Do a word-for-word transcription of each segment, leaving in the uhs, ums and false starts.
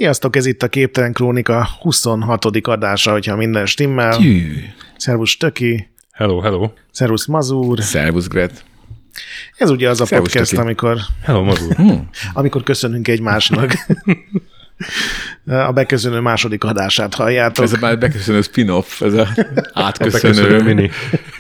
Sziasztok, ez itt a Képtelen Krónika huszonhatodik adása, hogyha minden stimmel. Tű. Szervusz Töki. Hello, hello. Szervusz Mazur. Szervusz Gret. Ez ugye az a Szervusz, podcast, Töki. amikor, Hello, Mazur. amikor köszönünk egymásnak. A beköszönő második adását halljátok. Ez a már beköszönő spin-off, ez a átköszönő. A beköszönő mini.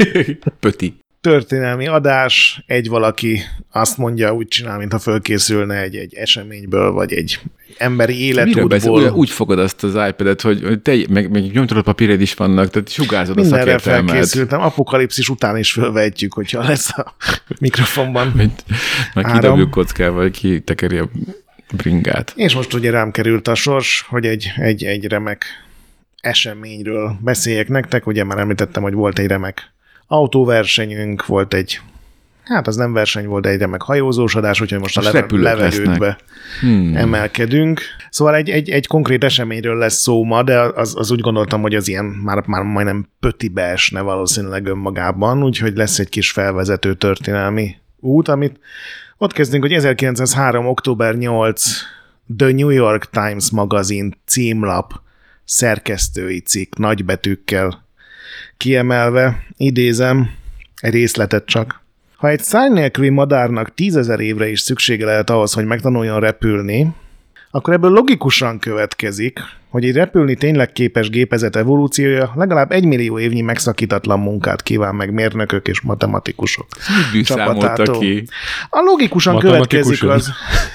Pöti. Történelmi adás, egy valaki azt mondja, úgy csinál, mintha fölkészülne egy, egy eseményből, vagy egy emberi életútból. Úgy, úgy fogod azt az iPad-et, hogy te, meg, meg nyomtatott papíred is vannak, tehát sugárzod a Mindenre szakértelmet. felkészültem. Apokalipszis után is fölvehetjük, hogyha lesz a mikrofonban Mint, már áram. kidobjuk kockával, kitekeri a bringát. És most ugye rám került a sors, hogy egy, egy, egy remek eseményről beszéljek nektek. Ugye már említettem, hogy volt egy remek autóversenyünk, volt egy, hát az nem verseny volt, de egy remek hajózós adás, úgyhogy most, most a leve, levegőkbe hmm. emelkedünk. Szóval egy, egy, egy konkrét eseményről lesz szó ma, de az, az úgy gondoltam, hogy az ilyen már, már majdnem pötibe esne valószínűleg önmagában, úgyhogy lesz egy kis felvezető történelmi út, amit ott kezdünk, hogy ezerkilencszázhárom. október nyolcadika The New York Times magazin címlap szerkesztői cikk nagybetűkkel kiemelve, idézem, egy részletet csak. Ha egy szárny nélküli madárnak tízezer évre is szüksége lehet ahhoz, hogy megtanuljon repülni, akkor ebből logikusan következik, hogy egy repülni tényleg képes gépezet evolúciója legalább egymillió évnyi megszakítatlan munkát kíván meg mérnökök és matematikusok Számolta ki. A logikusan következik az,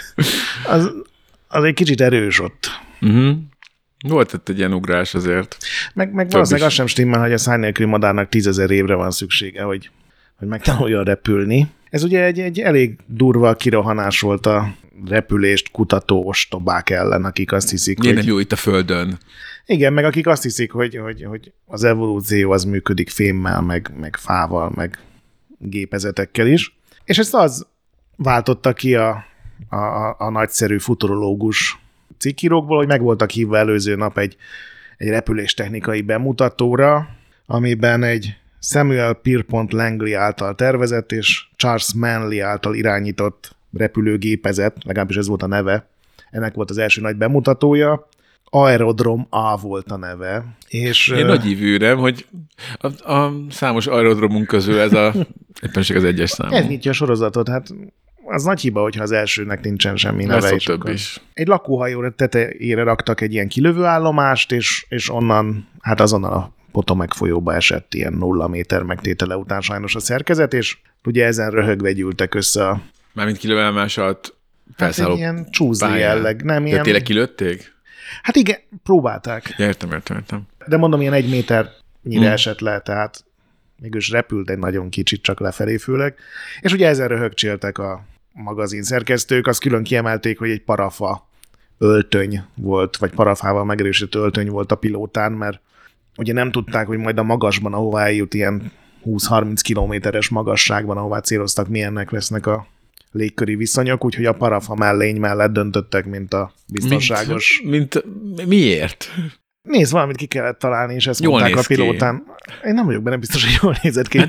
az, az egy kicsit erős ott. Uh-huh. Volt itt egy ilyen ugrás azért. Meg, meg valószínűleg az sem stimmel, hogy a szárny nélküli madárnak tízezer évre van szüksége, hogy, hogy megtanuljon repülni. Ez ugye egy, egy elég durva kirohanás volt a repülést kutató ostobák ellen, akik azt hiszik, Milyen hogy... nem jó itt a földön. Igen, meg akik azt hiszik, hogy, hogy, hogy az evolúció az működik fémmel, meg, meg fával, meg gépezetekkel is. És ezt az váltotta ki a, a, a nagyszerű futurológus cikkírókból, hogy meg voltak hívva előző nap egy, egy repüléstechnikai bemutatóra, amiben egy Samuel Pierpont Langley által tervezett és Charles Manley által irányított repülőgépezet, legalábbis ez volt a neve, ennek volt az első nagy bemutatója, Aerodrom A volt a neve. És, Én nagy ívűrem, hogy a, a számos aerodromunk közül ez a éppenség az egyes szám. Ez nyitja a sorozatot, hát az nagy hiba, hogyha az elsőnek nincsen semmi neve. Lesz is. több is. Egy lakóhajó tetejére raktak egy ilyen kilövőállomást, és, és onnan, hát azonnal a Potomac folyóba esett ilyen nulla méter megtétele után sajnos a szerkezet, és ugye ezen röhögve gyűltek össze a... Mármint kilövőállomás alatt felszálló hát ilyen csúzi jelleg, nem De ilyen... tényleg kilőtték? Hát igen, próbálták. Ja, értem, értem, értem. De mondom, ilyen egy méternyire Hmm. esett le, tehát mégis repült egy nagyon kicsit, csak lefelé főleg. És ugye ezen röhögcséltek a magazin szerkesztők, azt külön kiemelték, hogy egy parafa öltöny volt, vagy parafával megerősített öltöny volt a pilótán, mert ugye nem tudták, hogy majd a magasban, ahová eljut ilyen húsz-harminc kilométeres magasságban, ahová céloztak, milyennek lesznek a légköri viszonyok, úgyhogy a parafa mellény mellett döntöttek, mint a biztonságos. Mint, mint miért? Nézd, valamit ki kellett találni, és ezt Jól mondták a néz ki. pilótán. Én nem vagyok benne biztos, hogy jól nézett ki.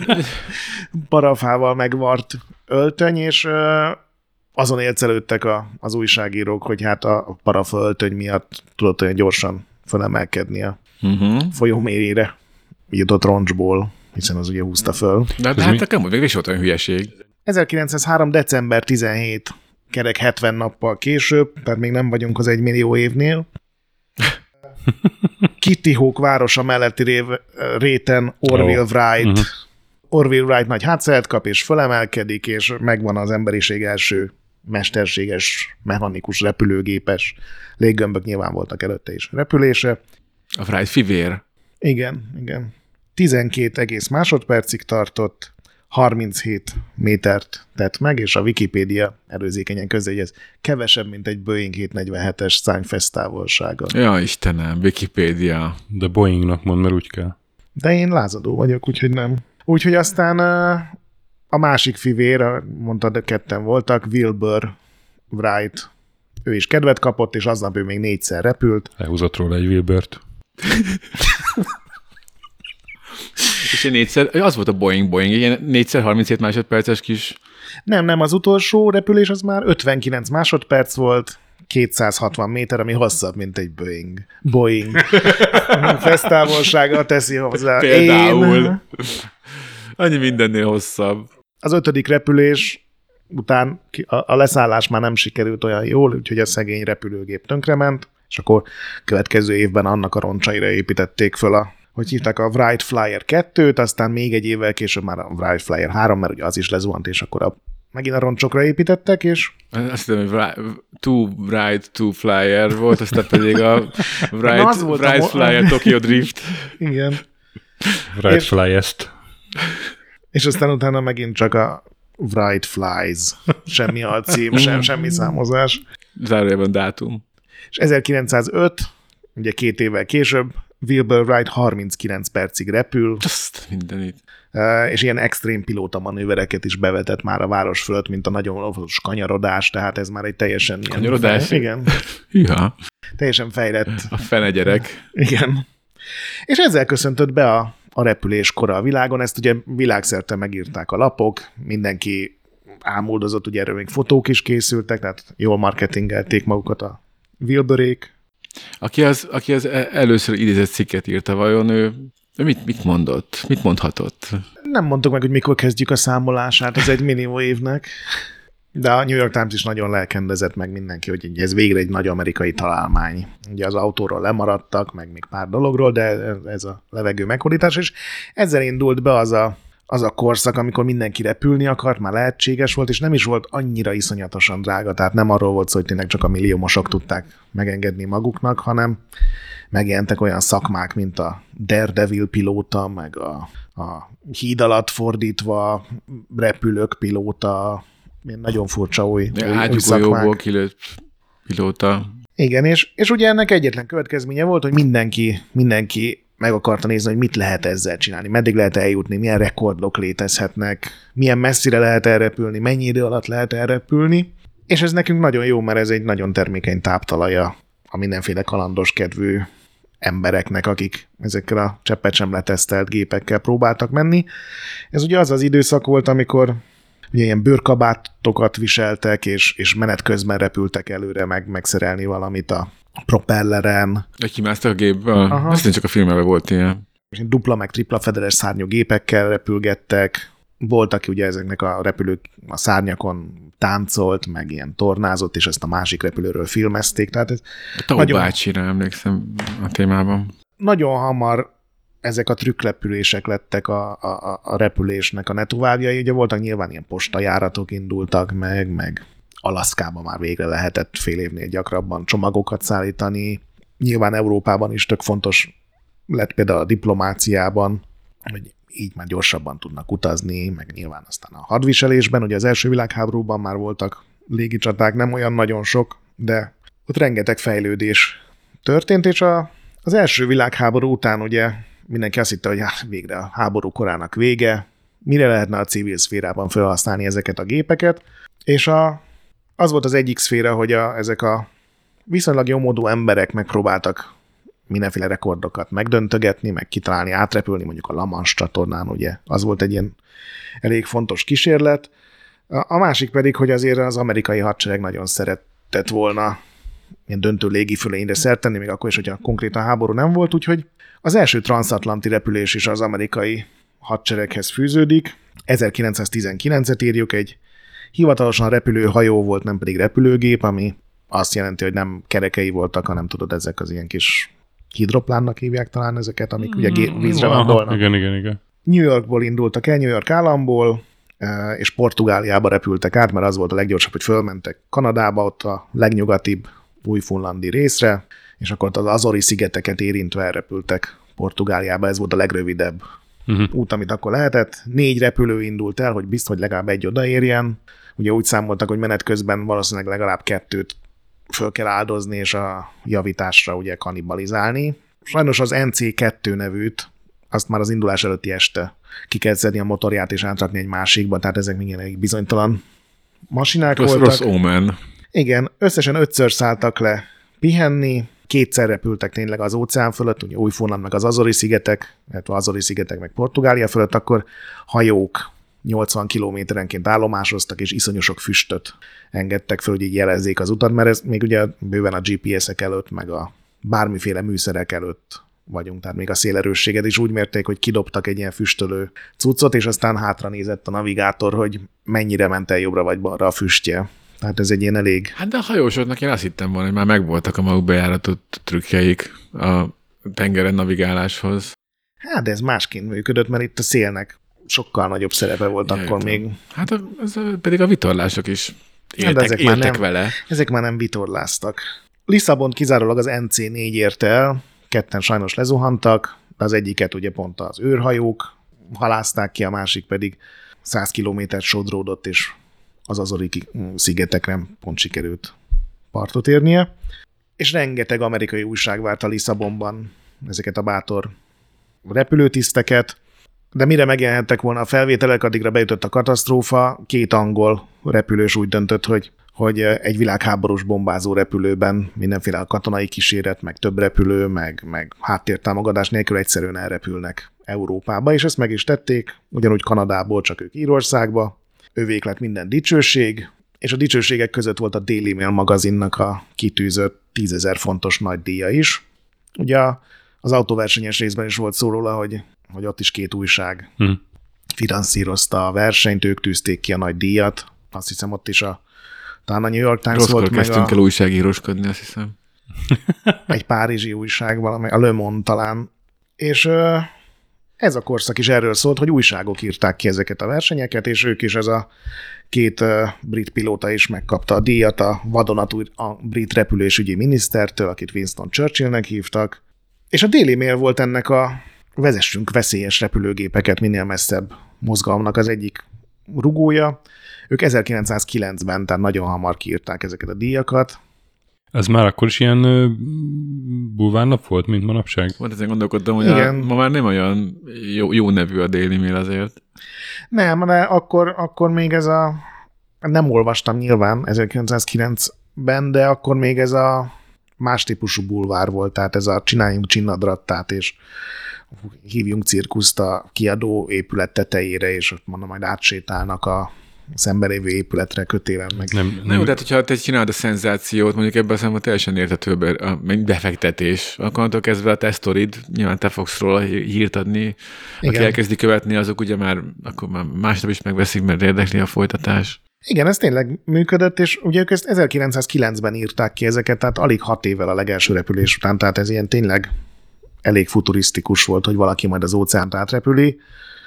Parafával megvart öltöny, és ö, azon élcelődtek a, az újságírók, hogy hát a parafa öltöny miatt tudott olyan gyorsan felemelkedni a Uh-huh. folyómérére jutott roncsból, hiszen az ugye húzta föl. De, de hát nekem még is volt olyan hülyeség. ezerkilencszázhárom. december tizenhetedike, kerek hetven nappal később, tehát még nem vagyunk az egymillió évnél. Kitty Hawk városa melletti rév, réten Orville Oh. Wright. Uh-huh. Orville Wright nagy hátszert kap, és fölemelkedik, és megvan az emberiség első mesterséges, mechanikus, repülőgépes léggömbök nyilván voltak előtte is repülése. A Wright fivér. Igen, igen. tizenkét egész másodpercig tartott, harminchét métert tett meg, és a Wikipédia előzékenyen közé, hogy ez kevesebb, mint egy Boeing hétszáznegyvenhetes szárnyfesz távolsága. Ja, Istenem, Wikipédia. De Boeingnak mond, mert úgy kell. De én lázadó vagyok, úgyhogy nem. Úgyhogy aztán a másik fivér, mondtad, de ketten voltak, Wilbur Wright, ő is kedvet kapott, és aznap ő még négyszer repült. Lehúzott róla egy Wilbert. És én négyszer, az volt a Boeing Boeing, ilyen négyszer harminchét másodperces kis... Nem, nem, az utolsó repülés az már ötvenkilenc másodperc volt, kétszázhatvan méter, ami hosszabb, mint egy Boeing. Boeing. Fesztávolsága teszi hozzá. Például. Én... Annyi mindennél hosszabb. Az ötödik repülés után a leszállás már nem sikerült olyan jól, úgyhogy a szegény repülőgép tönkrement, és akkor következő évben annak a roncsaira építették föl a, hogy hívták, a Wright Flyer kettőt, aztán még egy évvel később már a Wright Flyer három, mert ugye az is lezuhant, és akkor a, megint a roncsokra építettek, és... Azt hiszem, hogy Two Wright, Two Flyer volt, aztán pedig a Wright, Wright a... Flyer Tokyo Drift. Igen. Wright és... Flyest. És aztán utána megint csak a Wright Flies. Semmi alcím, sem, semmi számozás. Zárójelben dátum. És ezerkilencszázöt, ugye két évvel később, Wilbur Wright harminckilenc percig repül. Azt mindenit. És ilyen extrém pilóta manővereket is bevetett már a város fölött, mint a nagyon óvatos kanyarodás, tehát ez már egy teljesen... Kanyarodás? Fej... Igen. Hűha. Teljesen fejlett. A fene gyerek. Igen. És ezzel köszöntött be a, a repülés kora a világon, ezt ugye világszerte megírták a lapok, mindenki ámuldozott, ugye erről még fotók is készültek, tehát jól marketingelték magukat a Wilburék. Aki az, aki az először idézett cikket írta, vajon ő, ő mit, mit mondott? Mit mondhatott? Nem mondtuk meg, hogy mikor kezdjük a számolását, ez egy millió évnek. De a New York Times is nagyon lelkendezett meg mindenki, hogy ez végre egy nagy amerikai találmány. Ugye az autóról lemaradtak, meg még pár dologról, de ez a levegő meghódítás, és ezzel indult be az a, az a korszak, amikor mindenki repülni akart, már lehetséges volt, és nem is volt annyira iszonyatosan drága, tehát nem arról volt szó, hogy tényleg csak a milliómosok tudták megengedni maguknak, hanem megjelentek olyan szakmák, mint a Daredevil pilóta, meg a, a híd alatt fordítva repülők pilóta, milyen nagyon furcsa új, új, új szakmák. kilőtt pilóta. Igen, és, és ugye ennek egyetlen következménye volt, hogy mindenki, mindenki meg akarta nézni, hogy mit lehet ezzel csinálni, meddig lehet eljutni, milyen rekordok létezhetnek, milyen messzire lehet elrepülni, mennyi idő alatt lehet elrepülni, és ez nekünk nagyon jó, mert ez egy nagyon termékeny táptalaja a mindenféle kalandos kedvű embereknek, akik ezekkel a cseppet sem letesztelt gépekkel próbáltak menni. Ez ugye az az időszak volt, amikor ugye ilyen bőrkabátokat viseltek, és, és menet közben repültek előre meg, megszerelni valamit a propelleren. De kimásztak a gépből? Azt csak a filmben volt ilyen. Dupla meg tripla fedeles szárnyú gépekkel repülgettek. Volt, aki ugye ezeknek a repülők a szárnyakon táncolt, meg ilyen tornázott, és ezt a másik repülőről filmezték. Tehát ez a Tau nagyon... bácsira emlékszem a témában. Nagyon hamar ezek a trükkrepülések lettek a, a, a repülésnek a ne továbbjai. Ugye voltak nyilván ilyen postajáratok indultak meg, meg Alaszkában már végre lehetett fél évnél gyakrabban csomagokat szállítani. Nyilván Európában is tök fontos lett például a diplomáciában, hogy így már gyorsabban tudnak utazni, meg nyilván aztán a hadviselésben, ugye az első világháborúban már voltak légicsaták, nem olyan nagyon sok, de ott rengeteg fejlődés történt, és a, az első világháború után ugye mindenki azt hitte, hogy hát végre a háború korának vége, mire lehetne a civil szférában felhasználni ezeket a gépeket, és a, az volt az egyik szféra, hogy a, ezek a viszonylag jómódú emberek megpróbáltak mindenféle rekordokat megdöntögetni, meg kitalálni, átrepülni, mondjuk a La Manche csatornán, ugye, az volt egy ilyen elég fontos kísérlet. A, a másik pedig, hogy azért az amerikai hadsereg nagyon szeretett volna ilyen döntő légifölényre szert tenni, még akkor is, hogyha konkrétan háború nem volt, úgyhogy az első transatlanti repülés is az amerikai hadsereghez fűződik. ezerkilencszáztizenkilencet írjuk, egy hivatalosan repülőhajó volt, nem pedig repülőgép, ami azt jelenti, hogy nem kerekei voltak, hanem tudod, ezek az ilyen kis hidroplánnak hívják talán ezeket, amik ugye vízre vandolnak. Igen, igen, igen. New Yorkból indultak el, New York államból, és Portugáliába repültek át, mert az volt a leggyorsabb, hogy fölmentek Kanadába, ott a legnyugatibb új-funlandi részre, és akkor ott az Azori-szigeteket érintve elrepültek Portugáliába, ez volt a legrövidebb uh-huh. út, amit akkor lehetett. Négy repülő indult el, hogy biztos, hogy legalább egy odaérjen. Ugye úgy számoltak, hogy menet közben valószínűleg legalább kettőt föl kell áldozni, és a javításra ugye kannibalizálni. Sajnos az en cé kettő nevűt, azt már az indulás előtti este ki kell szedni a motorját, és átrakni egy másikba, tehát ezek még egy bizonytalan masinák rossz, voltak. Rossz omen. Igen, összesen ötször szálltak le pihenni, kétszer repültek tényleg az óceán fölött, ugye Új-Funland meg az Azori-szigetek, illetve az Azori-szigetek meg Portugália fölött, akkor hajók nyolcvan kilométerenként állomásoztak, és iszonyú sok füstöt engedtek föl, hogy így jelezzék az utat, mert ez még ugye bőven a gé pé es-ek előtt, meg a bármiféle műszerek előtt vagyunk, tehát még a szélerősséget is úgy mérték, hogy kidobtak egy ilyen füstölő cuccot, és aztán hátra nézett a navigátor, hogy mennyire ment el jobbra vagy balra a füstje. Tehát ez egy ilyen elég... Hát de a hajósoknak én azt hittem volna, hogy már megvoltak a maguk bejáratott trükkjeik a tengeren navigáláshoz. Hát de ez másként működött, mert itt a szélnek sokkal nagyobb szerepe volt Értem. akkor még. Hát a, ez a, pedig a vitorlások is éltek, hát ezek éltek már nem, vele. Ezek már nem vitorláztak. Lisszabont kizárólag az en cé négy érte el, ketten sajnos lezuhantak, de az egyiket ugye pont az őrhajók halázták ki, a másik pedig száz kilométert sodródott, és az Azori szigetekre pont sikerült partot érnie. És rengeteg amerikai újság várta Lisszabonban ezeket a bátor repülőtiszteket, de mire megjelenhettek volna a felvételek, addigra beütött a katasztrófa, két angol repülős úgy döntött, hogy, hogy egy világháborús bombázó repülőben mindenféle katonai kíséret, meg több repülő, meg, meg háttértámogatás nélkül egyszerűen elrepülnek Európába, és ezt meg is tették, ugyanúgy Kanadából, csak ők Írországba. Ővék lett minden dicsőség, és a dicsőségek között volt a Daily Mail magazinnak a kitűzött tízezer fontos nagy díja is. Ugye az autóversenyes részben is volt szó róla, hogy, hogy ott is két újság hm. finanszírozta a versenyt, ők tűzték ki a nagy díjat. Azt hiszem ott is a, talán a New York Times Rosszkor volt. kezdtünk meg a, el újságíróskodni, azt hiszem. Egy párizsi újság, valami, a Le Monde talán. És ez a korszak is erről szólt, hogy újságok írták ki ezeket a versenyeket, és ők is, ez a két brit pilóta is megkapta a díjat a vadonatúj a brit repülésügyi minisztertől, akit Winston Churchillnek hívtak. És a Daily Mail volt ennek a vezessünk veszélyes repülőgépeket minél messzebb mozgalomnak az egyik rugója. Ők ezerkilencszázkilencben, tehát nagyon hamar kiírták ezeket a díjakat. Ez már akkor is ilyen uh, bulvárnap volt, mint manapság? Volt, ezen gondolkodtam, hogy a, ma már nem olyan jó, jó nevű a Daily Mail azért. Nem, de akkor, akkor még ez a... Nem olvastam nyilván ezerkilencszázkilencben, de akkor még ez a más típusú bulvár volt, tehát ez a csináljunk csinnadrattát, és hívjunk cirkuszt a kiadó épület tetejére, és ott mondom, majd átsétálnak a szemben lévő épületre kötélen meg. Nem, nem. nem, tehát hogyha te csinálod a szenzációt, mondjuk ebben a szemben teljesen érthető a befektetés, akkor attól kezdve a te sztorid, nyilván te fogsz róla hírt adni, igen. Aki elkezdi követni, azok ugye már, akkor már másnap is megveszik, mert érdekli a folytatás. Igen, ez tényleg működött, és ugye ők ezt ezerkilencszázkilencben írták ki ezeket, tehát alig hat évvel a legelső repülés után, tehát ez ilyen tényleg elég futurisztikus volt, hogy valaki majd az óceánt átrepüli,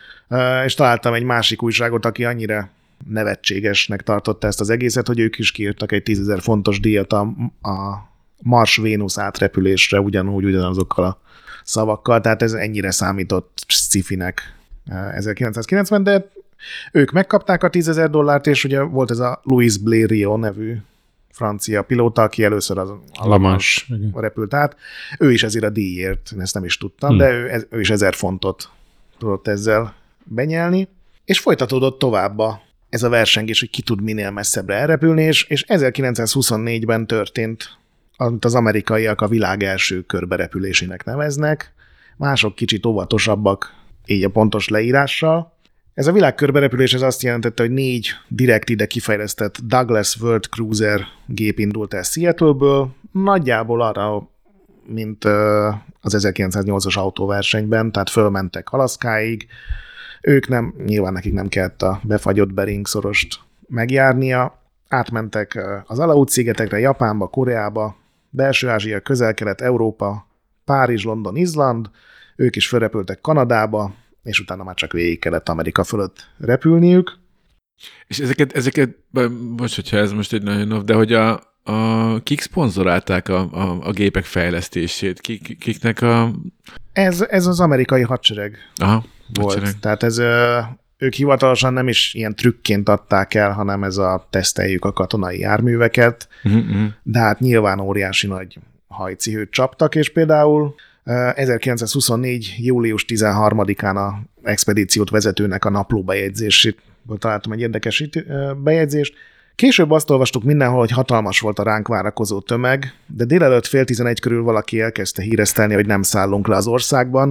és találtam egy másik újságot, aki annyira nevetségesnek tartotta ezt az egészet, hogy ők is kiírtak egy tízezer fontos díjat a, a Mars-Vénusz átrepülésre, ugyanúgy ugyanazokkal a szavakkal, tehát ez ennyire számított sci-finek ezerkilencszázkilencben, de ők megkapták a tízezer dollárt, és ugye volt ez a Louis Blériot nevű francia pilóta, aki először az La Manche repült át. Ő is ezért a díjért, ezt nem is tudtam, hmm. de ő, ő is ezer fontot tudott ezzel benyelni, és folytatódott tovább ez a versengés, hogy ki tud minél messzebbre elrepülni, és, és ezerkilencszázhuszonnégyben történt, amit az amerikaiak a világ első körberepülésének neveznek, mások kicsit óvatosabbak így a pontos leírással. Ez a világ körberepülés ez azt jelentette, hogy négy direkt ide kifejlesztett Douglas World Cruiser gép indult el Seattle-ből, nagyjából arra, mint az ezerkilencszáznyolcas autóversenyben, tehát fölmentek Alaszkáig. Ők nem, nyilván nekik nem kellett a befagyott Bering szorost megjárnia, átmentek az Aleut-szigetekre, Japánba, Koreába, Belső-Ázsia, Közel-Kelet, Európa, Párizs, London, Izland, ők is fölrepültek Kanadába, és utána már csak végig kellett Amerika fölött repülniük. És ezeket, ezeket most, hogyha ez most egy nagyon nov, de hogy a, a, kik szponzorálták a, a, a gépek fejlesztését? Kik, kiknek a... Ez, ez az amerikai hadsereg Aha, volt. Hadsereg. Tehát ez, ők hivatalosan nem is ilyen trükként adták el, hanem ez a teszteljük a katonai járműveket, uh-huh. de hát nyilván óriási nagy hajcihőt csaptak, és például ezerkilencszázhuszonnégy. július tizenharmadikán a expedíciót vezetőnek a naplóbejegyzését, találtam egy érdekes bejegyzést. Később azt olvastuk mindenhol, hogy hatalmas volt a ránk várakozó tömeg, de délelőtt fél tizenegy körül valaki elkezdte híresztelni, hogy nem szállunk le az országban,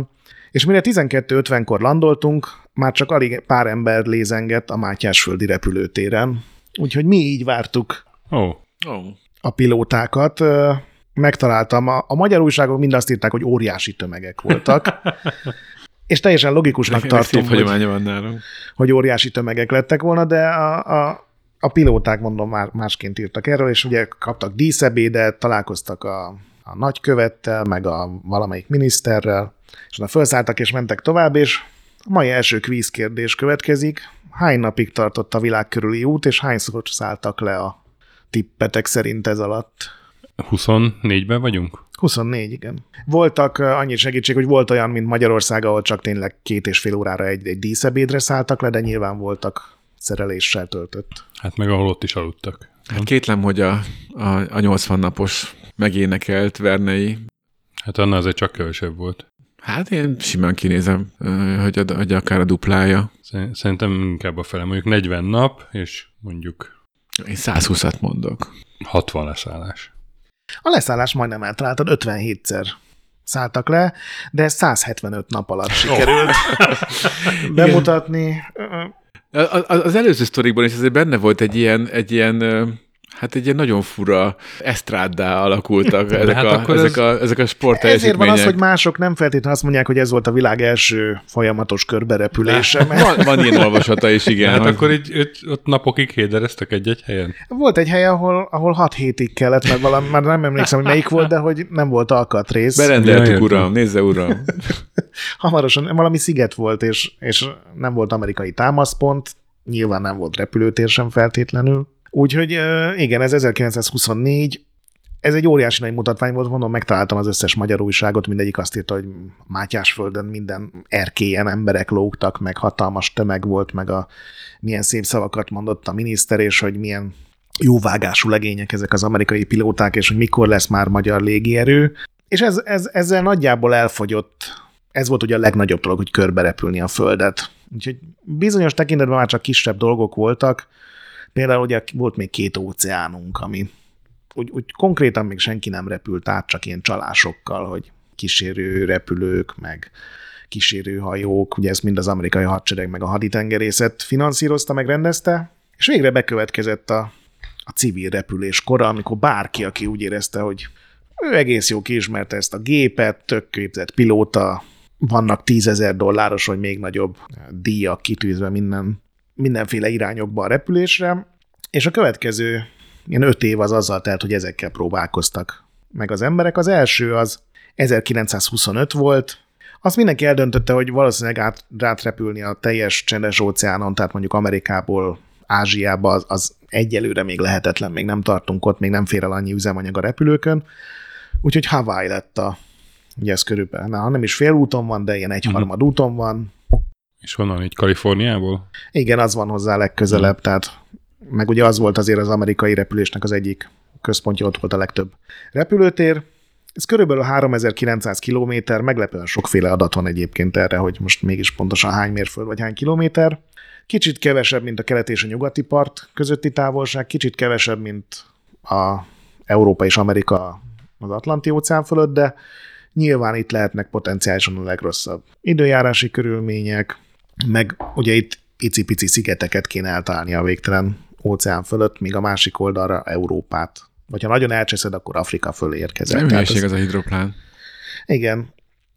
És mire tizenkettő ötvenkor landoltunk, már csak alig pár ember lézengett a Mátyásföldi repülőtéren. Úgyhogy mi így vártuk Oh. Oh. a pilótákat. Megtaláltam, a, a magyar újságok mind azt írták, hogy óriási tömegek voltak. És teljesen logikusnak tartom, hogy, van nálunk. hogy óriási tömegek lettek volna, de a, a, a pilóták, mondom, már másként írtak erről, és ugye kaptak díszebédet, találkoztak a, a nagykövettel, meg a valamelyik miniszterrel, és onnan felszálltak és mentek tovább, és a mai első kvíz kérdés következik. Hány napig tartott a világ körüli út, és hányszor szálltak le a tippetek szerint ez alatt? huszonnégyben vagyunk? huszonnégy, igen. Voltak uh, annyi segítség, hogy volt olyan, mint Magyarország, ahol csak tényleg két és fél órára egy, egy díszebédre szálltak le, de nyilván voltak szereléssel töltött. Hát meg ahol ott is aludtak. Hát kétlem, hogy a, a, a nyolcvan napos megénekelt Vernei. Hát annál azért csak kevesebb volt. Hát én simán kinézem, hogy, a, hogy akár a duplája. Szerintem inkább a fele. Mondjuk negyven nap, és mondjuk... Én százhúszat mondok. hatvan leszállás. A leszállás majdnem eltaláltad, ötvenhétszer szálltak le, de százhetvenöt nap alatt sikerült bemutatni. Az előző sztorikban is azért benne volt egy ilyen, egy ilyen hát egy ilyen nagyon fura esztráddá alakultak ezek, hát a, ezek, ez... a, ezek a sportteljesítmények. Ezért van az, hogy mások nem feltétlenül azt mondják, hogy ez volt a világ első folyamatos körberepülése. Mert... Van, van ilyen olvasata is, igen. Hát hogy... akkor így öt, ott napokig hédereztek egy-egy helyen? Volt egy hely, ahol, ahol hat hétig kellett, mert valami, már nem emlékszem, hogy melyik volt, de hogy nem volt alkatrész. Berendeltük, ja, uram, nézze, uram. Hamarosan valami sziget volt, és, és nem volt amerikai támaszpont, nyilván nem volt repülőtér sem feltétlenül. Úgyhogy igen, ez ezerkilencszázhuszonnégy, ez egy óriási nagy mutatvány volt, mondom, megtaláltam az összes magyar újságot, mindegyik azt írta, hogy Mátyásföldön minden erkélyen emberek lógtak, meg hatalmas tömeg volt, meg a milyen szép szavakat mondott a miniszter, és hogy milyen jóvágású legények ezek az amerikai pilóták, és hogy mikor lesz már magyar légierő. És ez, ez, ezzel nagyjából elfogyott, ez volt ugye a legnagyobb dolog, hogy körberepülni a Földet. Úgyhogy bizonyos tekintetben már csak kisebb dolgok voltak. Például ugye volt még két óceánunk, ami úgy, úgy konkrétan még senki nem repült át, csak ilyen csalásokkal, hogy kísérő repülők, meg kísérőhajók, ugye ezt mind az amerikai hadsereg, meg a haditengerészet finanszírozta, meg rendezte, és végre bekövetkezett a, a civil repülés kora, amikor bárki, aki úgy érezte, hogy ő egész jó kiismerte ezt a gépet, tök képzett pilóta, vannak tízezer dolláros, vagy még nagyobb díjak kitűzve minden mindenféle irányokba a repülésre, és a következő ilyen öt év az azzal telt, hogy ezekkel próbálkoztak meg az emberek. Az első az ezerkilencszázhuszonöt volt, azt mindenki eldöntötte, hogy valószínűleg át, átrepülni a teljes csendes óceánon, tehát mondjuk Amerikából Ázsiába az, az egyelőre még lehetetlen, még nem tartunk ott, még nem fér el annyi üzemanyag a repülőkön, úgyhogy Hawaii lett a, ugye ez körülbelül, na, nem is félúton van, de ilyen egyharmad úton van. És honnan, így Kaliforniából? Igen, az van hozzá legközelebb, hmm. tehát meg ugye az volt azért az amerikai repülésnek az egyik központja, ott volt a legtöbb repülőtér. Ez körülbelül háromezer-kilencszáz kilométer, meglepően sokféle adat van egyébként erre, hogy most mégis pontosan hány mérföld vagy hány kilométer. Kicsit kevesebb, mint a keleti és a nyugati part közötti távolság, kicsit kevesebb, mint a Európa és Amerika az Atlanti óceán fölött, de nyilván itt lehetnek potenciálisan a legrosszabb időjárási körülmények, meg ugye itt icipici szigeteket kéne eltalálni a végtelen óceán fölött, míg a másik oldalra Európát. Vagy ha nagyon elcseszed, akkor Afrika fölé érkezel. Nem hülyeség az a hidroplán. Igen.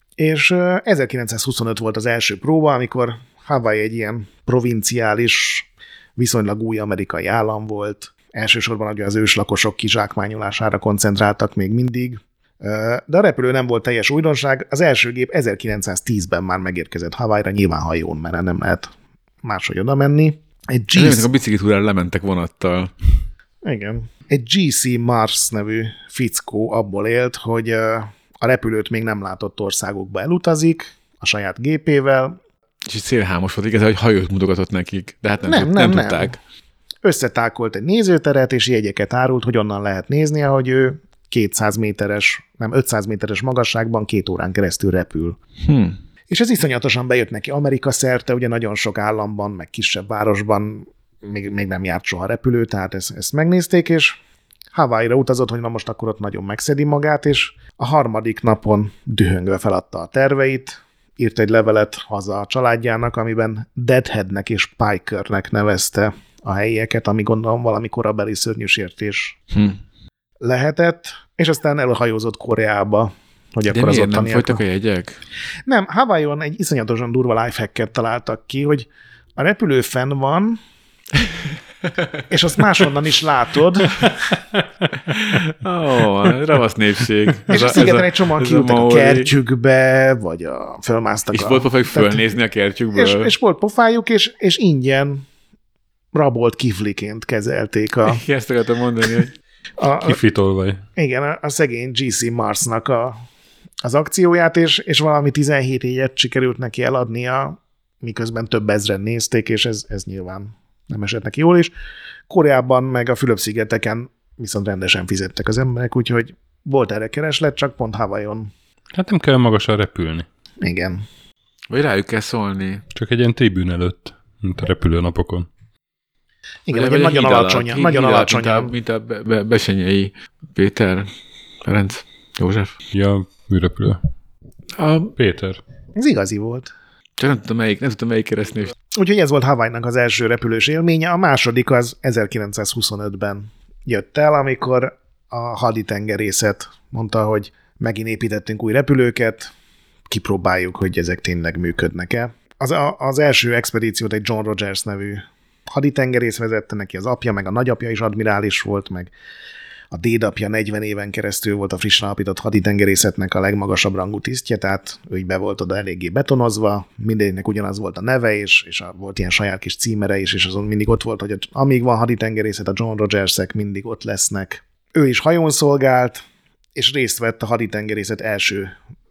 És ezerkilencszázhuszonöt volt az első próba, amikor Hawaii egy ilyen provinciális, viszonylag új amerikai állam volt. Elsősorban ugye az őslakosok kizsákmányolására koncentráltak még mindig. De a repülő nem volt teljes újdonság. Az első gép ezerkilencszáztízben már megérkezett Hawaii-ra, nyilván hajón, mert nem lehet máshogy oda menni. Egy G C... A biciklitúrára lementek vonattal. Igen. Egy G C Mars nevű fickó abból élt, hogy a repülőt még nem látott országokba elutazik a saját gépével. És így szélhámos volt, igaz, hogy hajót mutogatott nekik, de hát nem, nem, nem, nem tudták. Összetákolt egy nézőteret, és jegyeket árult, hogy onnan lehet nézni, ahogy ő kétszáz méteres, nem ötszáz méteres magasságban két órán keresztül repül. Hmm. És ez iszonyatosan bejött neki Amerika szerte, ugye nagyon sok államban, meg kisebb városban még, még nem járt soha repülő, tehát ezt, ezt megnézték, és Hawaii-ra utazott, hogy na most akkor ott nagyon megszedi magát, és a harmadik napon dühöngve feladta a terveit, írt egy levelet haza a családjának, amiben Deadheadnek és Pikernek nevezte a helyieket, ami gondolom valami korabeli szörnyűsértés hm. lehetett, és aztán elhajózott Koreába, hogy akkor de az miért ottaniak... nem folytak a jegyek? Nem, Hawaiion egy iszonyatosan durva lifehacket találtak ki, hogy a repülő fenn van, és azt máshonnan is látod. Ó, oh, ravasz népség. És a szigeten egy csomóan kiültek a, a kertjükbe, vagy a, fölmásztak. És a, volt pofájuk fölnézni a kertjükből. És, és volt pofájuk, és, és ingyen rabolt kifliként kezelték a... Ezt akartam mondani, hogy... A, Kifitolvaj. Igen, a, a szegény gé cé Marsnak a, az akcióját, és, és valami tizenhét égyet sikerült neki eladnia, miközben több ezren nézték, és ez, ez nyilván nem esett neki jól is. Koreában meg a Fülöp-szigeteken viszont rendesen fizettek az emberek, úgyhogy volt erre kereslet, csak pont Hawaiion. Hát nem kell magasan repülni. Igen. Vagy rájuk kell szólni. Csak egy ilyen tribűn előtt, mint a repülőnapokon. Igen, vagy egy nagyon alacsony. Nagyon alacsony. Mint a be, be, Besenyei Péter, Ferenc, József. Ja, műrepülő. A... Péter. Ez igazi volt. Csak nem tudtam melyik, nem tudtam melyik keresztnév. Úgyhogy ez volt Hawaiinak az első repülős élménye, a második az ezerkilencszázhuszonötben jött el, amikor a haditengerészet mondta, hogy megint építettünk új repülőket, kipróbáljuk, hogy ezek tényleg működnek-e. Az, a, az első expedíciót egy John Rogers nevű haditengerész vezette, neki az apja, meg a nagyapja is admirális volt, meg a dédapja negyven éven keresztül volt a frissen alapított haditengerészetnek a legmagasabb rangú tisztje, tehát ő így be volt oda eléggé betonozva, mindegynek ugyanaz volt a neve, és, és a, volt ilyen saját kis címere is, és azon mindig ott volt, hogy amíg van haditengerészet, a John Rogersek mindig ott lesznek. Ő is hajón szolgált, és részt vett a haditengerészet első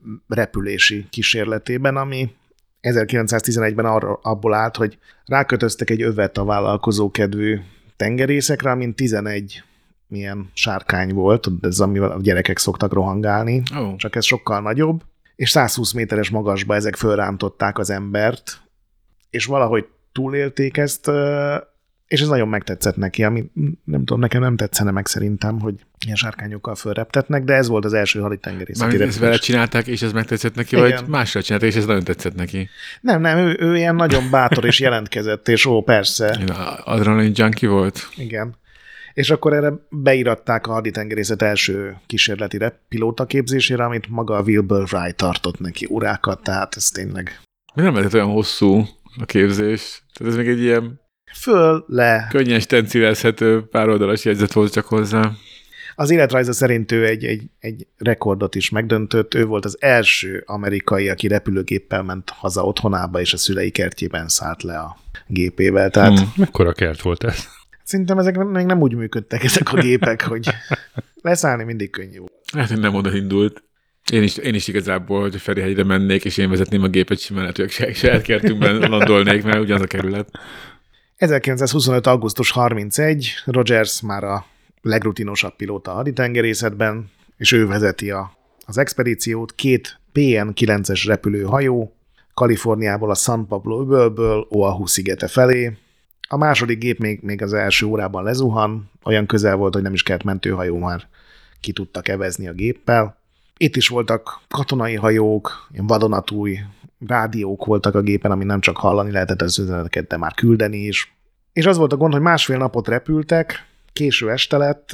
repülési kísérletében, ami ezerkilencszáztizenegyben arra, abból állt, hogy rákötöztek egy övet a vállalkozókedvű tengerészekre, amint tizenegy milyen sárkány volt, ez amivel a gyerekek szoktak rohangálni, oh. csak ez sokkal nagyobb, és százhúsz méteres magasba ezek fölrántották az embert, és valahogy túlélték ezt, és ez nagyon megtetszett neki, ami nem tudom, nekem nem tetszene meg szerintem, hogy ilyen sárkányokkal fölreptetnek, de ez volt az első haditengerészeti repülés. Ezt vele csinálták, és ez megtetszett neki, igen. Vagy másra csinálták, és ez nagyon tetszett neki? Nem, nem, ő, ő ilyen nagyon bátor és jelentkezett, és ó, persze. Adrenalin junkie volt? Igen. És akkor erre beiratták a haditengerészet első kísérleti pilóta képzésére, amit maga a Wilbur Wright tartott neki órákat, tehát ez tényleg... Mi nem lehetett olyan hosszú a képzés? Tehát ez még egy ilyen... Föl, le. Könnyen stencilezhető pár oldalas jegyzet volt csak hozzá. Az életrajza szerint ő egy, egy, egy rekordot is megdöntött. Ő volt az első amerikai, aki repülőgéppel ment haza otthonába, és a szülei kertjében szállt le a gépével. Tehát... Hmm, mekkora kert volt ez? Szerintem ezek még nem úgy működtek, ezek a gépek, hogy leszállni mindig könnyű. Hát, hogy nem oda indult. Én is, én is igazából, hogy Ferihegyre mennék, és én vezetném a gépet, simán lehet, hogy saját kertünkben landolnék, mert ugyanaz a kerület. ezerkilencszázhuszonöt. augusztus harmincegy. Rogers már a legrutinosabb pilóta a haditengerészetben, és ő vezeti a, az expedíciót. Két pé en kilences repülőhajó, Kaliforniából a San Pablo öbölből Oahu szigete felé. A második gép még, még az első órában lezuhan, olyan közel volt, hogy nem is kellett mentőhajó, már ki tudtak evezni a géppel. Itt is voltak katonai hajók, ilyen vadonatúj rádiók voltak a gépen, ami nem csak hallani lehetett az üzeneteket, de már küldeni is. És az volt a gond, hogy másfél napot repültek, késő este lett,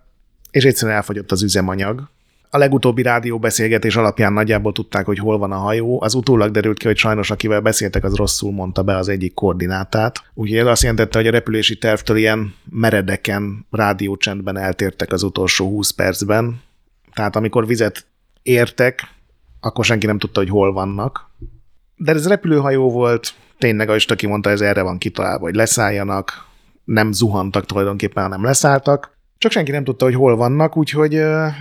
és egyszerűen elfogyott az üzemanyag. A legutóbbi rádióbeszélgetés alapján nagyjából tudták, hogy hol van a hajó. Az utólag derült ki, hogy sajnos akivel beszéltek, az rosszul mondta be az egyik koordinátát. Úgyhogy ez azt jelentette, hogy a repülési tervtől ilyen meredeken, rádiócsendben eltértek az utolsó húsz percben. Tehát amikor vizet értek, akkor senki nem tudta, hogy hol vannak. De ez repülőhajó volt, tényleg, ahogy Stöki mondta, ez erre van kitalálva, hogy leszálljanak, nem zuhantak tulajdonképpen, hanem leszálltak. Csak senki nem tudta, hogy hol vannak, úgyhogy